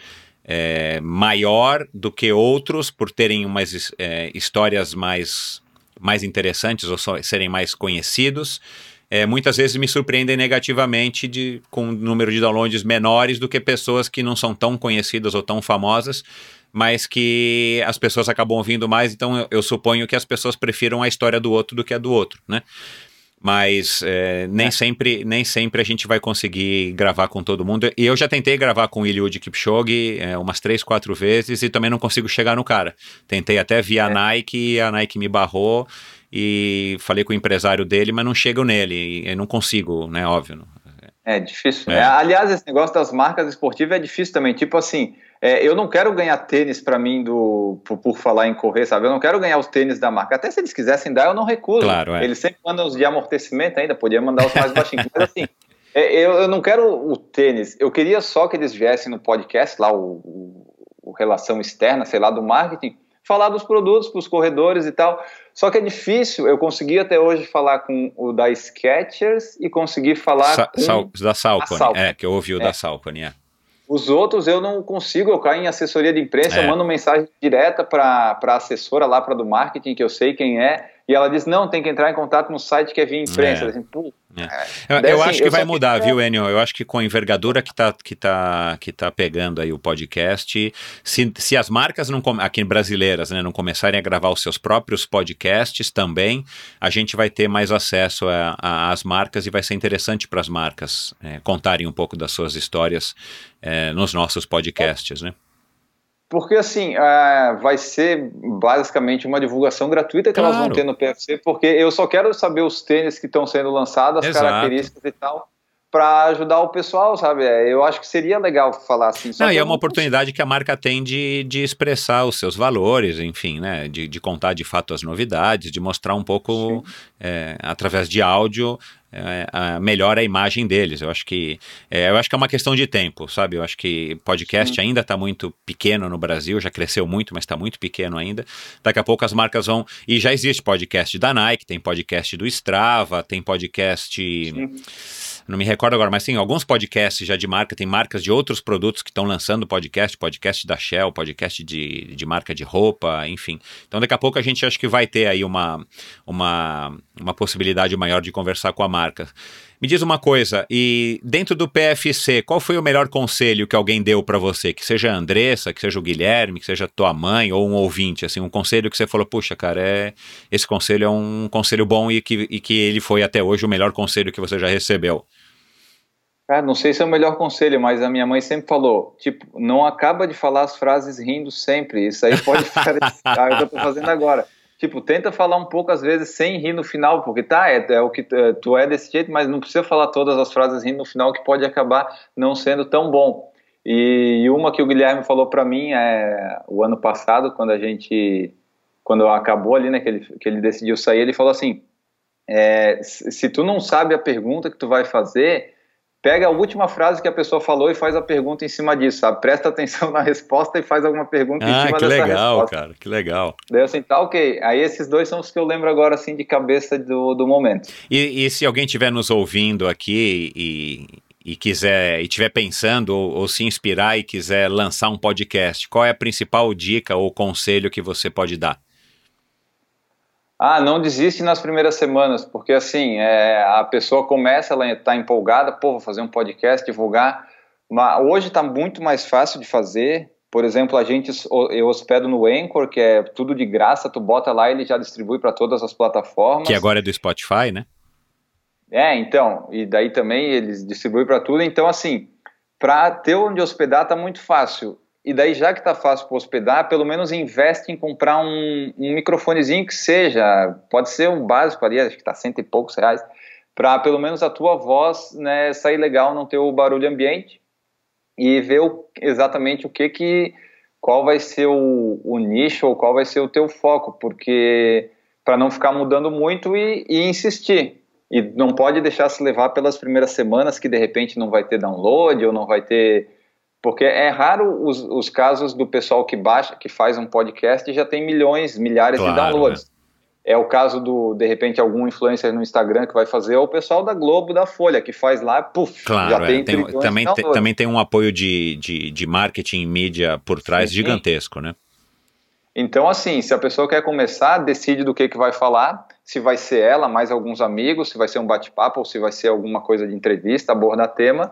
maior do que outros, por terem umas histórias mais interessantes ou serem mais conhecidos, muitas vezes me surpreendem negativamente com um número de downloads menores do que pessoas que não são tão conhecidas ou tão famosas, mas que as pessoas acabam ouvindo mais, então eu suponho que as pessoas prefiram a história do outro do que a do outro, né? Mas nem sempre a gente vai conseguir gravar com todo mundo. E eu já tentei gravar com o Eliud Kipchoge umas 3, 4 vezes e também não consigo chegar no cara. Tentei até via Nike, a Nike me barrou e falei com o empresário dele, mas não chego nele. E eu não consigo, né? Óbvio.
É difícil. Aliás, esse negócio das marcas esportivas é difícil também. Tipo assim, eu não quero ganhar tênis pra mim por falar em correr, sabe? Eu não quero ganhar os tênis da marca. Até se eles quisessem dar, eu não recuso. Claro, Eles sempre mandam os de amortecimento ainda, podia mandar os mais baixinhos. Mas assim, eu não quero o tênis. Eu queria só que eles viessem no podcast, lá o Relação Externa, sei lá, do marketing, falar dos produtos para os corredores e tal. Só que é difícil, eu consegui até hoje falar com o da Skechers e consegui falar com
da Saucony, que eu ouvi o da Saucony,
Os outros eu não consigo, eu caio em assessoria de imprensa, eu mando mensagem direta para a assessora lá, para do marketing, que eu sei quem é, E ela disse, não, tem que entrar em contato no site que é via imprensa. Assim,
eu acho que vai mudar, viu, Enio? Eu acho que com a envergadura que tá pegando aí o podcast, se as marcas aqui brasileiras, né, não começarem a gravar os seus próprios podcasts também, a gente vai ter mais acesso às marcas e vai ser interessante para as marcas contarem um pouco das suas histórias nos nossos podcasts, né?
Porque assim, vai ser basicamente uma divulgação gratuita que elas vão ter no PFC, porque eu só quero saber os tênis que estão sendo lançados, as características e tal, para ajudar o pessoal, sabe? Eu acho que seria legal falar assim.
Não, e é uma oportunidade que a marca tem de expressar os seus valores, enfim, né? De contar de fato as novidades, de mostrar um pouco, através de áudio, melhor a imagem deles. Eu acho que é uma questão de tempo, sabe? Eu acho que podcast ainda está muito pequeno no Brasil, já cresceu muito, mas está muito pequeno ainda. Daqui a pouco as marcas vão... E já existe podcast da Nike, tem podcast do Strava, tem podcast... Não me recordo agora, mas tem alguns podcasts já de marca, tem marcas de outros produtos que estão lançando podcast da Shell, podcast de marca de roupa, enfim. Então daqui a pouco a gente acha que vai ter aí uma possibilidade maior de conversar com a marca. Me diz uma coisa, e dentro do PFC, qual foi o melhor conselho que alguém deu para você? Que seja a Andressa, que seja o Guilherme, que seja a tua mãe ou um ouvinte, assim, um conselho que você falou, puxa, cara, esse conselho é um conselho bom e que ele foi até hoje o melhor conselho que você já recebeu.
Cara, não sei se é o melhor conselho, mas a minha mãe sempre falou, tipo, não acaba de falar as frases rindo sempre, isso aí pode ficar... é o que eu tô fazendo agora. Tipo, tenta falar um pouco às vezes sem rir no final, porque é o que tu é desse jeito, mas não precisa falar todas as frases rindo no final, que pode acabar não sendo tão bom. E uma que o Guilherme falou pra mim o ano passado, quando acabou ali, né, que ele decidiu sair, ele falou assim, se tu não sabe a pergunta que tu vai fazer... Pega a última frase que a pessoa falou e faz a pergunta em cima disso, sabe? Presta atenção na resposta e faz alguma pergunta em cima dessa resposta. Ah, que legal,
cara, que legal.
Daí assim, tá ok. Aí esses dois são os que eu lembro agora, assim, de cabeça do momento.
E se alguém estiver nos ouvindo aqui e quiser, e estiver pensando ou se inspirar e quiser lançar um podcast, qual é a principal dica ou conselho que você pode dar?
Não desiste nas primeiras semanas, porque assim, a pessoa começa, ela está empolgada, vou fazer um podcast, divulgar, mas hoje está muito mais fácil de fazer. Por exemplo, eu hospedo no Anchor, que é tudo de graça, tu bota lá e ele já distribui para todas as plataformas.
Que agora é do Spotify, né?
Então, e daí também eles distribuem para tudo, então assim, para ter onde hospedar tá muito fácil. E daí, já que tá fácil para hospedar, pelo menos investe em comprar um microfonezinho que seja, pode ser um básico ali, acho que tá R$100 e poucos, para pelo menos a tua voz, né, sair legal, não ter o barulho ambiente, e ver exatamente qual vai ser o nicho, ou qual vai ser o teu foco, porque para não ficar mudando muito e insistir. E não pode deixar se levar pelas primeiras semanas que de repente não vai ter download, ou não vai ter... Porque é raro os casos do pessoal que faz um podcast e já tem milhares de downloads. É o caso de repente, algum influencer no Instagram que vai fazer, ou o pessoal da Globo, da Folha, que faz lá, já tem
também tem um apoio de marketing e mídia por trás gigantesco, né?
Então, assim, se a pessoa quer começar, decide do que vai falar, se vai ser ela, mais alguns amigos, se vai ser um bate-papo, ou se vai ser alguma coisa de entrevista, abordar tema,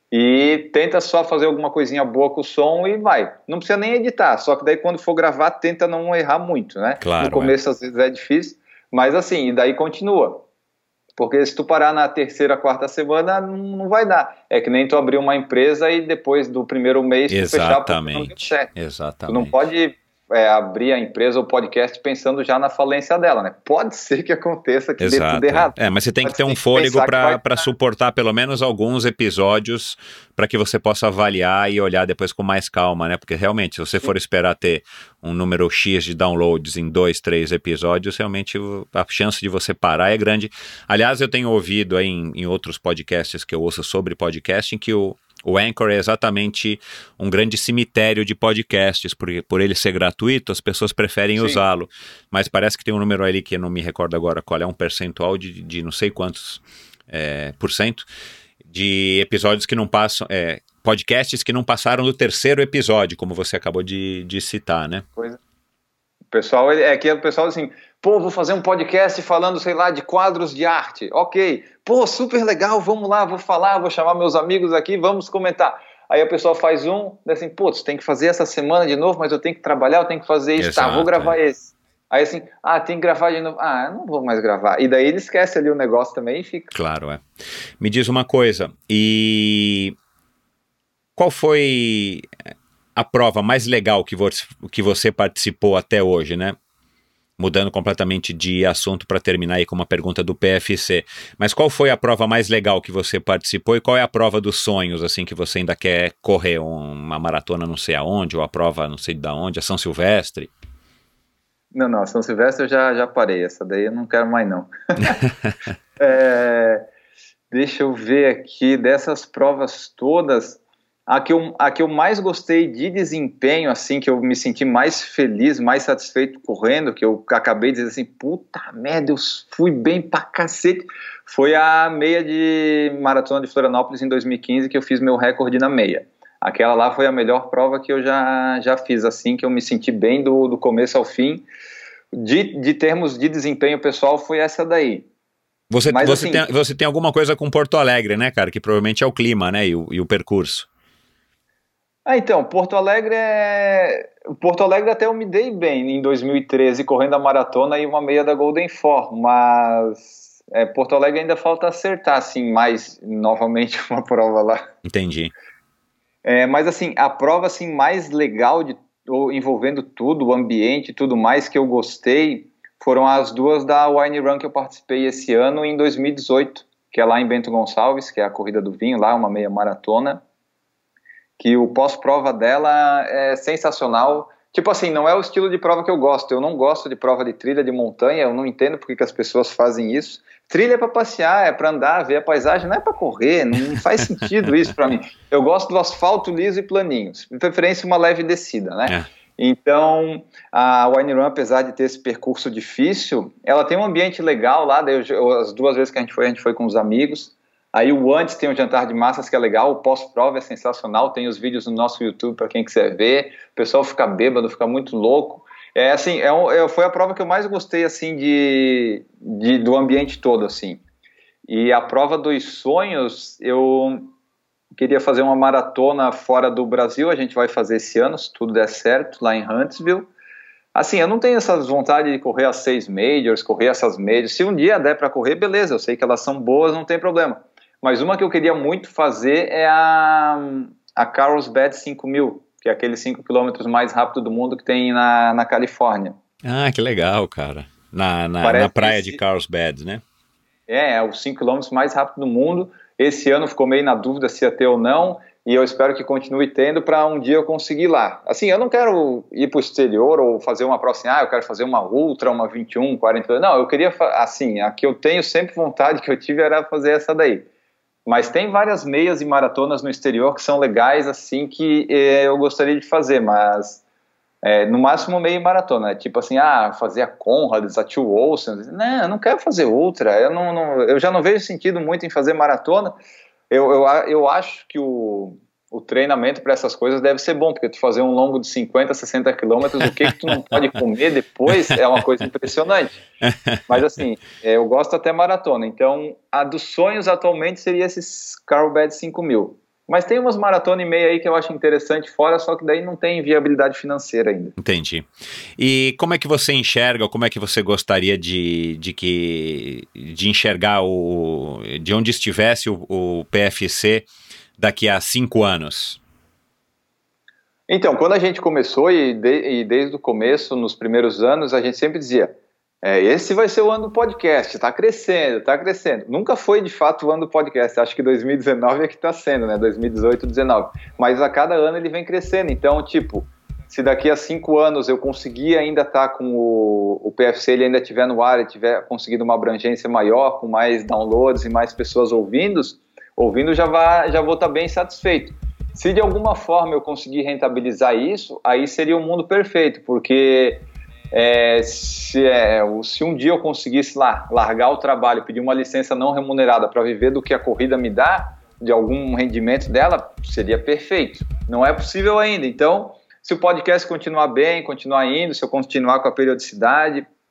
e tenta só fazer alguma coisinha boa com o som e vai. Não precisa nem editar, só que daí quando for gravar, tenta não errar muito, né?
Claro,
no começo às vezes é difícil, mas assim, e daí continua. Porque se tu parar na terceira, quarta semana, não vai dar. É que nem tu abrir uma empresa e depois do primeiro mês tu fechar porque não deu certo.
Exatamente.
Tu não pode abrir a empresa ou podcast pensando já na falência dela, né? Pode ser que aconteça que dê tudo errado.
Mas você tem que ter um fôlego para suportar pelo menos alguns episódios para que você possa avaliar e olhar depois com mais calma, né? Porque realmente, se você for esperar ter um número X de downloads em 2, 3 episódios, realmente a chance de você parar é grande. Aliás, eu tenho ouvido aí em outros podcasts que eu ouço sobre podcasting que o Anchor é exatamente um grande cemitério de podcasts, porque por ele ser gratuito, as pessoas preferem usá-lo. Mas parece que tem um número ali que eu não me recordo agora qual é, um percentual de não sei quantos por cento de episódios que não passam, podcasts que não passaram do terceiro episódio, como você acabou de citar, né?
Pois é. O pessoal, o pessoal assim, Pô, vou fazer um podcast falando, sei lá, de quadros de arte. Ok. Pô, super legal, vamos lá, vou falar, vou chamar meus amigos aqui, vamos comentar. Aí a pessoa faz assim, pô, tu tem que fazer essa semana de novo, mas eu tenho que trabalhar, eu tenho que fazer isso.
Exato,
tá, vou gravar esse. Aí assim, tem que gravar de novo. Eu não vou mais gravar. E daí ele esquece ali o negócio também e fica.
Claro, é. Me diz uma coisa, e qual foi a prova mais legal que você participou até hoje, né? Mudando completamente de assunto para terminar aí com uma pergunta do PFC. Mas qual foi a prova mais legal que você participou e qual é a prova dos sonhos, assim, que você ainda quer correr? Uma maratona não sei aonde, ou a prova não sei de onde, a São Silvestre?
Não, São Silvestre eu já parei. Essa daí eu não quero mais, não. Deixa eu ver aqui, dessas provas todas... A que eu mais gostei de desempenho, assim, que eu me senti mais feliz, mais satisfeito correndo, que eu acabei de dizer assim, puta merda, eu fui bem pra cacete, foi a meia de maratona de Florianópolis em 2015, que eu fiz meu recorde na meia. Aquela lá foi a melhor prova que eu já fiz, assim, que eu me senti bem do começo ao fim. De termos de desempenho pessoal, foi essa daí.
Você tem alguma coisa com Porto Alegre, né, cara? Que provavelmente é o clima, né, e o percurso.
Então, Porto Alegre até eu me dei bem em 2013, correndo a maratona e uma meia da Golden Four, mas Porto Alegre ainda falta acertar, assim, mais novamente uma prova lá.
Entendi.
Mas, assim, a prova, assim, mais legal, envolvendo tudo, o ambiente e tudo mais, que eu gostei, foram as duas da Wine Run que eu participei esse ano, em 2018, que é lá em Bento Gonçalves, que é a Corrida do Vinho, lá, uma meia maratona, que o pós-prova dela é sensacional. Tipo assim, não é o estilo de prova que eu gosto. Eu não gosto de prova de trilha, de montanha, eu não entendo porque que as pessoas fazem isso. Trilha é para passear, é para andar, ver a paisagem, não é para correr, não faz sentido isso para mim. Eu gosto do asfalto liso e planinho, de preferência uma leve descida, né? Então, a Wine Run, apesar de ter esse percurso difícil, ela tem um ambiente legal lá, as duas vezes que a gente foi com os amigos. Aí o antes tem um jantar de massas que é legal, o pós-prova é sensacional, tem os vídeos no nosso YouTube para quem quiser ver, o pessoal fica bêbado, fica muito louco. Foi a prova que eu mais gostei, assim, do ambiente todo, assim. E a prova dos sonhos, eu queria fazer uma maratona fora do Brasil, a gente vai fazer esse ano, se tudo der certo, lá em Huntsville. Assim, eu não tenho essa vontade de correr as 6 majors, correr essas majors. Se um dia der para correr, beleza, eu sei que elas são boas, não tem problema. Mas uma que eu queria muito fazer é a Carlsbad 5000, que é aqueles 5 km mais rápido do mundo que tem na Califórnia.
Ah, que legal, cara. Na praia de Carlsbad, né? É
os 5 km mais rápido do mundo. Esse ano ficou meio na dúvida se ia ter ou não, e eu espero que continue tendo para um dia eu conseguir lá. Assim, eu não quero ir para o exterior ou fazer uma prova assim, eu quero fazer uma ultra, uma 21, 42. Não, eu queria, assim, a que eu tenho sempre vontade que eu tive era fazer essa daí. Mas tem várias meias e maratonas no exterior que são legais, assim, que eu gostaria de fazer, mas no máximo meia maratona. Tipo assim, fazer a Conrads, a Two Oceans. Não, eu não quero fazer ultra, eu já não vejo sentido muito em fazer maratona. Eu acho que o treinamento para essas coisas deve ser bom, porque tu fazer um longo de 50, 60 quilômetros, o que tu não pode comer depois é uma coisa impressionante. Mas assim, eu gosto até maratona, então a dos sonhos atualmente seria esses Carlsbad 5000. Mas tem umas maratona e meia aí que eu acho interessante fora, só que daí não tem viabilidade financeira ainda.
Entendi. E como é que você enxerga, ou como é que você gostaria de enxergar de onde estivesse o PFC daqui a 5 anos?
Então, quando a gente começou, e desde o começo, nos primeiros anos, a gente sempre dizia, esse vai ser o ano do podcast, tá crescendo. Nunca foi, de fato, o ano do podcast. Acho que 2019 é que tá sendo, né? 2018, 2019. Mas a cada ano ele vem crescendo. Então, tipo, se daqui a 5 anos eu conseguir ainda estar com o PFC, ele ainda estiver no ar, e tiver conseguido uma abrangência maior, com mais downloads e mais pessoas ouvindo, já vou estar bem satisfeito. Se de alguma forma eu conseguir rentabilizar isso, aí seria o mundo perfeito, porque se um dia eu conseguisse largar o trabalho, pedir uma licença não remunerada para viver do que a corrida me dá, de algum rendimento dela, seria perfeito. Não é possível ainda. Então, se o podcast continuar bem, continuar indo, se eu continuar com a periodicidade,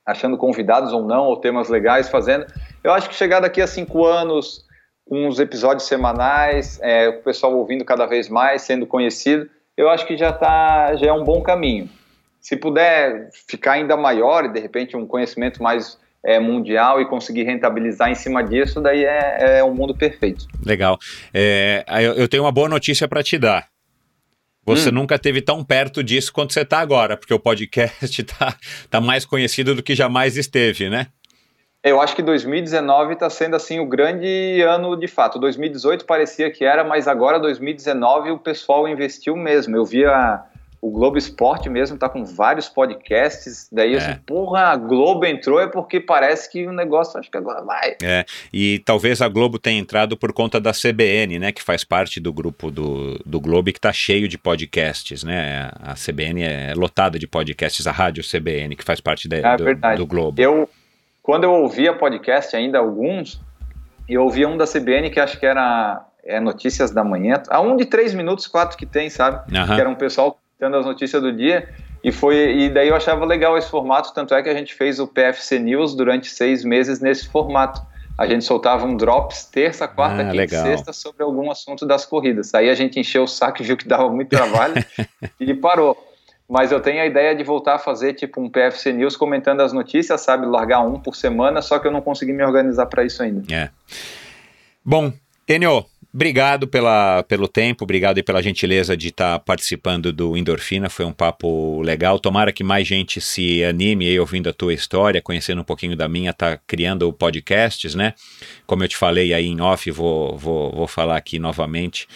achando convidados ou não, ou temas legais, fazendo. Eu acho que chegar daqui a 5 anos, com uns episódios semanais, o pessoal ouvindo cada vez mais, sendo conhecido, eu acho que já é um bom caminho. Se puder ficar ainda maior e, de repente, um conhecimento mais mundial e conseguir rentabilizar em cima disso, daí é um mundo perfeito.
Legal. Eu tenho uma boa notícia para te dar. Você nunca esteve tão perto disso quanto você está agora, porque o podcast tá mais conhecido do que jamais esteve, né?
Eu acho que 2019 está sendo assim o grande ano de fato. 2018 parecia que era, mas agora 2019 o pessoal investiu mesmo. Eu via o Globo Esporte mesmo, tá com vários podcasts, daí eu assim, porra, a Globo entrou é porque parece que o negócio, acho que agora vai.
E talvez a Globo tenha entrado por conta da CBN, né, que faz parte do grupo do Globo e que tá cheio de podcasts, né, a CBN é lotada de podcasts, a rádio CBN, que faz parte do Globo. Quando eu ouvia podcast ainda, alguns, eu ouvia um da CBN que acho que era Notícias da Manhã, um de 3 minutos, 4 que tem, sabe, que era um pessoal dando as notícias do dia, e daí eu achava legal esse formato, tanto é que a gente fez o PFC News durante 6 meses nesse formato. A gente soltava um drops terça, quarta, quinta e sexta sobre algum assunto das corridas. Aí a gente encheu o saco e viu que dava muito trabalho e parou. Mas eu tenho a ideia de voltar a fazer tipo um PFC News comentando as notícias, sabe, largar um por semana, só que eu não consegui me organizar para isso ainda. Bom, Enio, obrigado pelo tempo, obrigado aí pela gentileza de estar participando do Endorfina, foi um papo legal, tomara que mais gente se anime aí ouvindo a tua história, conhecendo um pouquinho da minha, tá criando podcasts, né? Como eu te falei aí em off, vou falar aqui novamente,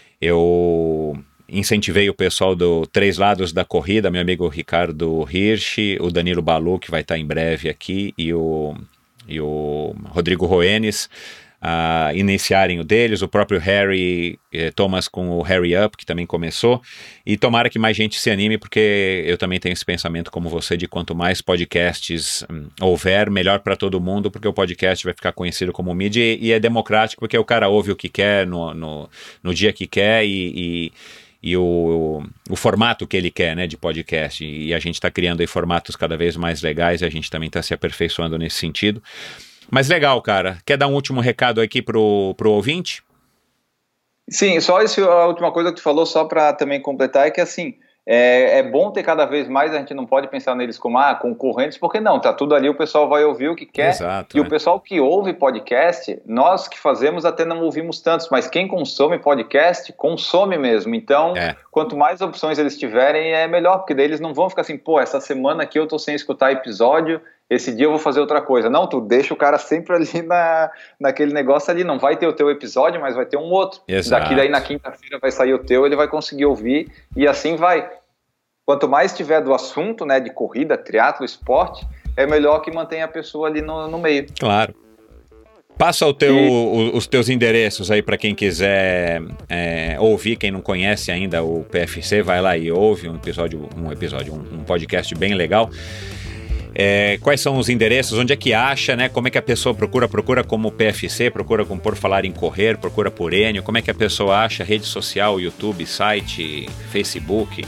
eu incentivei o pessoal do Três Lados da Corrida, meu amigo Ricardo Hirsch, o Danilo Balu, que vai estar em breve aqui, e o Rodrigo Roenes, a iniciarem o deles, o próprio Harry Thomas com o Harry Up, que também começou, e tomara que mais gente se anime, porque eu também tenho esse pensamento como você, de quanto mais podcasts houver, melhor para todo mundo, porque o podcast vai ficar conhecido como mídia e é democrático, porque o cara ouve o que quer no dia que quer e o formato que ele quer, né, de podcast, e a gente está criando aí formatos cada vez mais legais, e a gente também está se aperfeiçoando nesse sentido. Mas legal, cara. Quer dar um último recado aqui pro ouvinte?
Sim, só a última coisa que tu falou, só para também completar, é que assim, é bom ter cada vez mais, a gente não pode pensar neles como concorrentes, porque não, tá tudo ali, o pessoal vai ouvir o que quer.
Exato,
o pessoal que ouve podcast, nós que fazemos até não ouvimos tantos, mas quem consome podcast, consome mesmo. Então, quanto mais opções eles tiverem, é melhor, porque daí eles não vão ficar assim, pô, essa semana aqui eu tô sem escutar episódio, esse dia eu vou fazer outra coisa. Não, tu deixa o cara sempre ali naquele negócio ali, não vai ter o teu episódio, mas vai ter um outro.
Exato.
Daqui daí na quinta-feira vai sair o teu, ele vai conseguir ouvir, e assim vai. Quanto mais tiver do assunto, né, de corrida, triatlo, esporte, é melhor que mantenha a pessoa ali no meio.
Claro. Passa os teus endereços aí para quem quiser ouvir, quem não conhece ainda o PFC, vai lá e ouve um podcast bem legal. Quais são os endereços, onde é que acha, né? Como é que a pessoa procura como PFC, procura como Por Falar em Correr, procura por Enio, como é que a pessoa acha, rede social, YouTube, site, Facebook?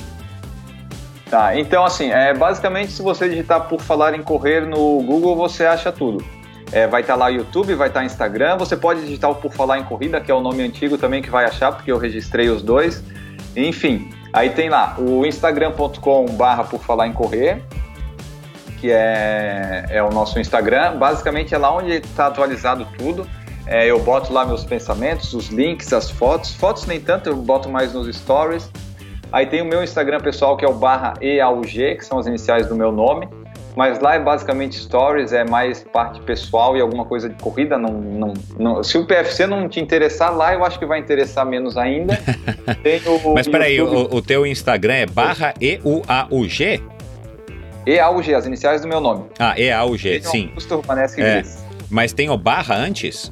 Tá, então assim, basicamente se você digitar Por Falar em Correr no Google, você acha tudo. Vai estar lá o YouTube, vai estar Instagram, você pode digitar o Por Falar em Corrida, que é o nome antigo também que vai achar, porque eu registrei os dois. Enfim, aí tem lá o instagram.com/Por Falar em Correr, que é o nosso Instagram. Basicamente é lá onde está atualizado tudo. Eu boto lá meus pensamentos, os links, as fotos nem tanto, eu boto mais nos stories. Aí tem o meu Instagram pessoal, que é o /EAUG, que são as iniciais do meu nome, mas lá é basicamente stories, é mais parte pessoal e alguma coisa de corrida. Não, se o PFC não te interessar lá, eu acho que vai interessar menos ainda.
Mas peraí, o teu Instagram é /EUAUG?
EAUG, as iniciais do meu nome.
EAUG, sim. Mas tem o barra antes?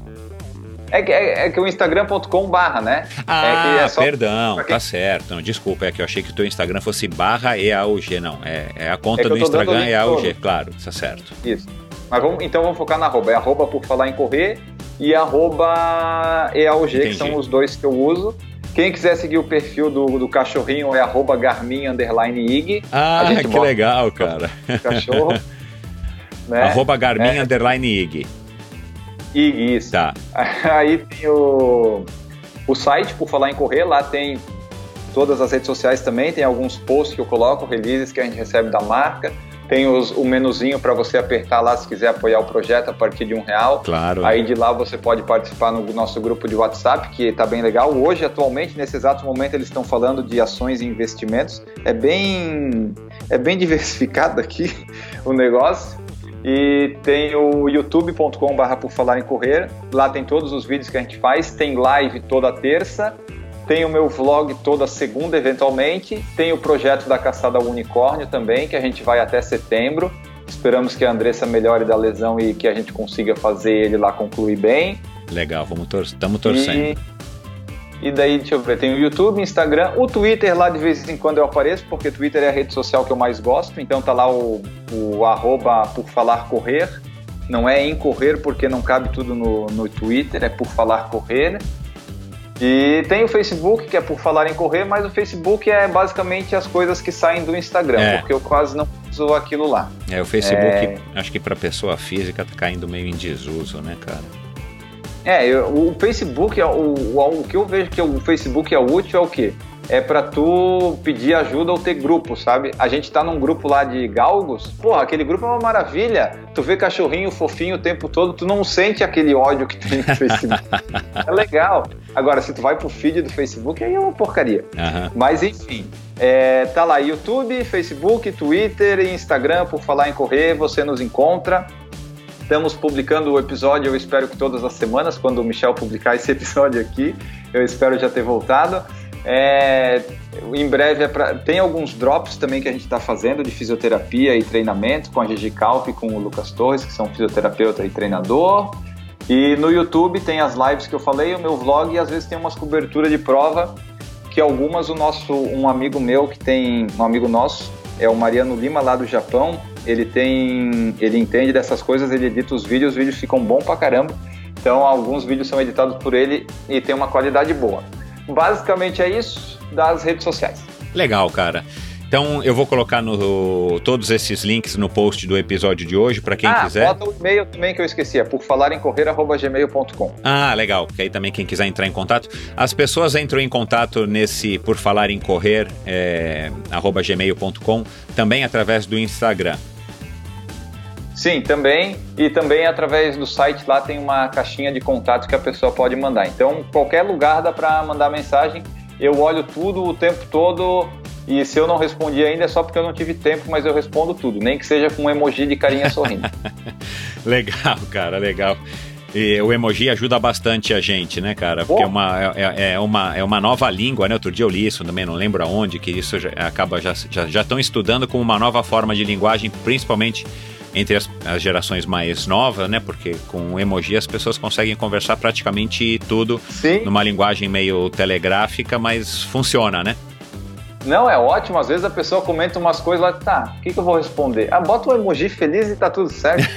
É que o Instagram.com/, né?
Perdão, tá certo. Não, desculpa, que eu achei que o teu Instagram fosse /EAUG, não. É a conta do Instagram EAUG, claro, tá certo.
Isso. Mas vamos focar na arroba. É arroba Por Falar em Correr e arroba EAUG, que são os dois que eu uso. Quem quiser seguir o perfil do cachorrinho é @Garmin_Ig.
Que legal, cara.
Cachorro. né?
@Garmin_Ig.
Isso.
Tá.
Aí tem o site, Por Falar em Correr, lá tem todas as redes sociais também, tem alguns posts que eu coloco, releases que a gente recebe da marca, tem o menuzinho para você apertar lá se quiser apoiar o projeto a partir de R$1.
Claro.
Aí de lá você pode participar no nosso grupo de WhatsApp, que está bem legal. Hoje, atualmente, nesse exato momento, eles estão falando de ações e investimentos. É bem diversificado aqui o negócio. E tem o youtube.com/, Por Falar em Correr. Lá tem todos os vídeos que a gente faz. Tem live toda terça. Tem o meu vlog toda segunda, eventualmente. Tem o projeto da Caçada ao Unicórnio também, que a gente vai até setembro. Esperamos que a Andressa melhore da lesão e que a gente consiga fazer ele lá concluir bem.
Legal, estamos torcendo.
E daí, deixa eu ver, tem o YouTube, Instagram, o Twitter, lá de vez em quando eu apareço, porque Twitter é a rede social que eu mais gosto. Então tá lá o @ Por Falar Correr. Não é em correr, porque não cabe tudo no Twitter, é Por Falar Correr. E tem o Facebook, que é Por Falar em Correr, mas o Facebook é basicamente as coisas que saem do Instagram, porque eu quase não uso aquilo lá.
O Facebook, acho que para pessoa física tá caindo meio em desuso, né, cara?
O Facebook, o que eu vejo que o Facebook é útil é o quê? É pra tu pedir ajuda ou ter grupo, sabe? A gente tá num grupo lá de galgos, porra, aquele grupo é uma maravilha. Tu vê cachorrinho fofinho o tempo todo, tu não sente aquele ódio que tem no Facebook. É legal. Agora, se tu vai pro feed do Facebook, aí é uma porcaria.
Uhum.
Mas enfim, tá lá YouTube, Facebook, Twitter e Instagram, Por Falar em Correr, você nos encontra. Estamos publicando o episódio, eu espero que todas as semanas, quando o Michel publicar esse episódio aqui, eu espero já ter voltado. Em breve tem alguns drops também que a gente está fazendo de fisioterapia e treinamento com a Gigi Calpe e com o Lucas Torres, que são fisioterapeuta e treinador. E no YouTube tem as lives que eu falei, o meu vlog, e às vezes tem umas coberturas de prova que algumas um amigo meu que tem, um amigo nosso, é o Mariano Lima lá do Japão, ele entende dessas coisas, ele edita os vídeos ficam bons pra caramba. Então alguns vídeos são editados por ele e tem uma qualidade boa. Basicamente é isso das redes sociais.
Legal, cara. Então eu vou colocar todos esses links no post do episódio de hoje para quem quiser.
Bota o e-mail também que eu esqueci, é porfalarencorrer@gmail.com.
Legal, que aí também quem quiser entrar em contato. As pessoas entram em contato nesse Por Falar em Correr @gmail.com também através do Instagram.
Sim, também. E também através do site lá tem uma caixinha de contato que a pessoa pode mandar. Então, qualquer lugar dá para mandar mensagem. Eu olho tudo o tempo todo e se eu não respondi ainda é só porque eu não tive tempo, mas eu respondo tudo. Nem que seja com um emoji de carinha sorrindo.
Legal, cara, legal. E o emoji ajuda bastante a gente, né, cara? Porque é uma nova língua, né? Outro dia eu li isso também, não lembro aonde, que isso já estão estudando como uma nova forma de linguagem, principalmente entre as gerações mais novas, né? Porque com o emoji as pessoas conseguem conversar praticamente tudo. Sim. Numa linguagem meio telegráfica, mas funciona, né?
Não, é ótimo. Às vezes a pessoa comenta umas coisas lá, tá, o que eu vou responder? Bota um emoji feliz e tá tudo certo.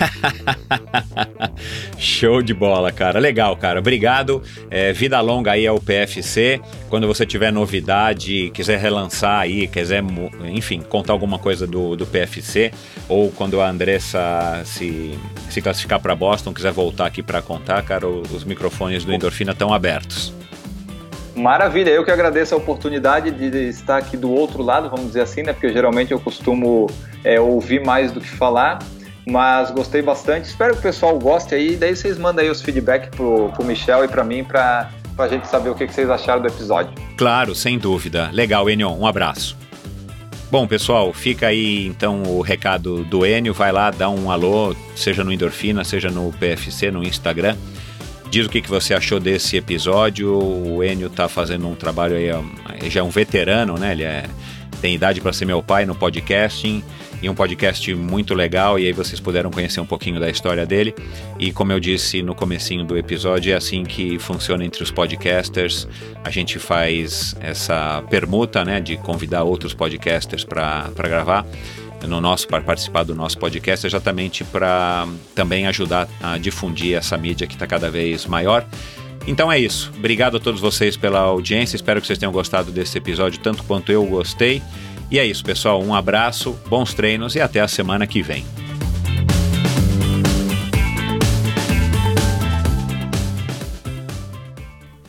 Show de bola, cara. Legal, cara. Obrigado. Vida longa aí ao PFC. Quando você tiver novidade, quiser relançar aí, quiser, enfim, contar alguma coisa do PFC, ou quando a Andressa se classificar para Boston, quiser voltar aqui para contar, cara, os microfones do Endorfina estão abertos.
Maravilha, eu que agradeço a oportunidade de estar aqui do outro lado, vamos dizer assim, né? Porque geralmente eu costumo ouvir mais do que falar, mas gostei bastante. Espero que o pessoal goste aí, daí vocês mandam aí os feedback pro Michel e para mim, pra gente saber o que vocês acharam do episódio.
Claro, sem dúvida. Legal, Enion, um abraço. Bom, pessoal, fica aí então o recado do Enio, vai lá, dá um alô, seja no Endorfina, seja no PFC, no Instagram. Diz o que você achou desse episódio. O Enio tá fazendo um trabalho aí, já é um veterano, né? Ele tem idade para ser meu pai no podcasting, e um podcast muito legal, e aí vocês puderam conhecer um pouquinho da história dele. E como eu disse no comecinho do episódio, é assim que funciona entre os podcasters. A gente faz essa permuta, né, de convidar outros podcasters para gravar para participar do nosso podcast, exatamente para também ajudar a difundir essa mídia que está cada vez maior. Então é isso. Obrigado a todos vocês pela audiência. Espero que vocês tenham gostado desse episódio tanto quanto eu gostei. E é isso, pessoal. Um abraço, bons treinos e até a semana que vem.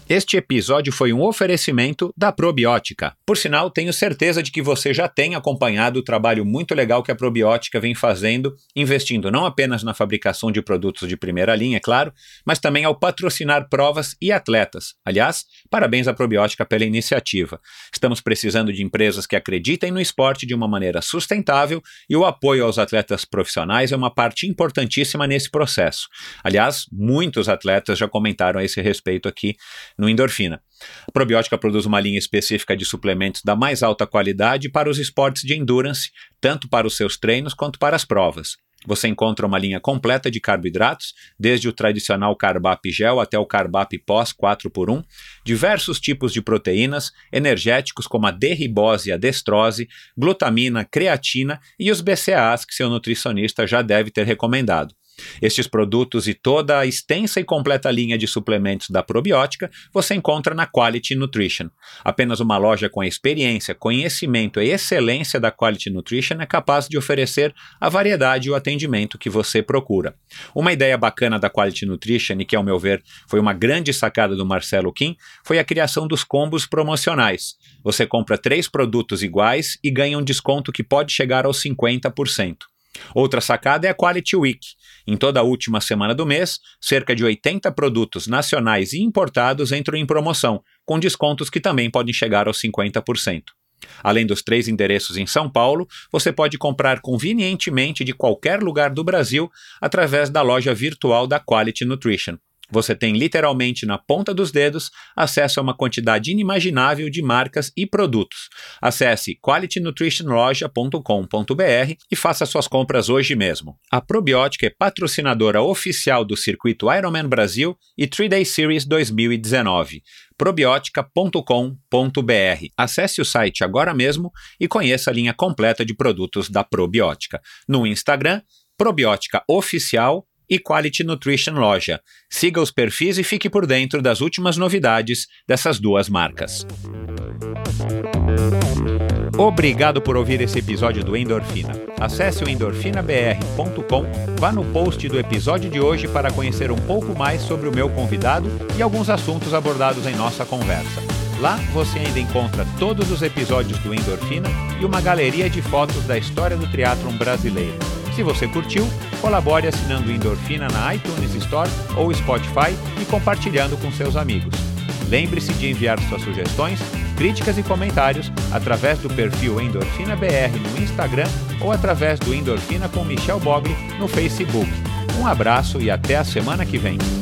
Este episódio foi um oferecimento da Probiótica. Por sinal, tenho certeza de que você já tem acompanhado o trabalho muito legal que a Probiótica vem fazendo, investindo não apenas na fabricação de produtos de primeira linha, é claro, mas também ao patrocinar provas e atletas. Aliás, parabéns à Probiótica pela iniciativa. Estamos precisando de empresas que acreditem no esporte de uma maneira sustentável e o apoio aos atletas profissionais é uma parte importantíssima nesse processo. Aliás, muitos atletas já comentaram a esse respeito aqui no Endorfina. A Probiótica produz uma linha específica de suplementos da mais alta qualidade para os esportes de endurance, tanto para os seus treinos quanto para as provas. Você encontra uma linha completa de carboidratos, desde o tradicional Carbap Gel até o Carbap Pós 4x1, diversos tipos de proteínas, energéticos como a D-ribose e a destrose, glutamina, creatina e os BCAAs que seu nutricionista já deve ter recomendado. Estes produtos e toda a extensa e completa linha de suplementos da Probiótica você encontra na Quality Nutrition. Apenas uma loja com a experiência, conhecimento e excelência da Quality Nutrition é capaz de oferecer a variedade e o atendimento que você procura. Uma ideia bacana da Quality Nutrition, e que ao meu ver foi uma grande sacada do Marcelo Kim, foi a criação dos combos promocionais. Você compra 3 produtos iguais e ganha um desconto que pode chegar aos 50%. Outra sacada é a Quality Week. Em toda a última semana do mês, cerca de 80 produtos nacionais e importados entram em promoção, com descontos que também podem chegar aos 50%. Além dos 3 endereços em São Paulo, você pode comprar convenientemente de qualquer lugar do Brasil através da loja virtual da Quality Nutrition. Você tem literalmente na ponta dos dedos acesso a uma quantidade inimaginável de marcas e produtos. Acesse qualitynutritionloja.com.br e faça suas compras hoje mesmo. A Probiótica é patrocinadora oficial do circuito Ironman Brasil e 3-Day Series 2019. probiotica.com.br. Acesse o site agora mesmo e conheça a linha completa de produtos da Probiótica. No Instagram, Probiótica Oficial e Quality Nutrition Loja. Siga os perfis e fique por dentro das últimas novidades dessas duas marcas. Obrigado por ouvir esse episódio do Endorfina. Acesse o endorfinabr.com, vá no post do episódio de hoje para conhecer um pouco mais sobre o meu convidado e alguns assuntos abordados em nossa conversa. Lá você ainda encontra todos os episódios do Endorfina e uma galeria de fotos da história do triatlon brasileiro. Se você curtiu, colabore assinando Endorfina na iTunes Store ou Spotify e compartilhando com seus amigos. Lembre-se de enviar suas sugestões, críticas e comentários através do perfil EndorfinaBR no Instagram ou através do Endorfina com Michel Bogli no Facebook. Um abraço e até a semana que vem.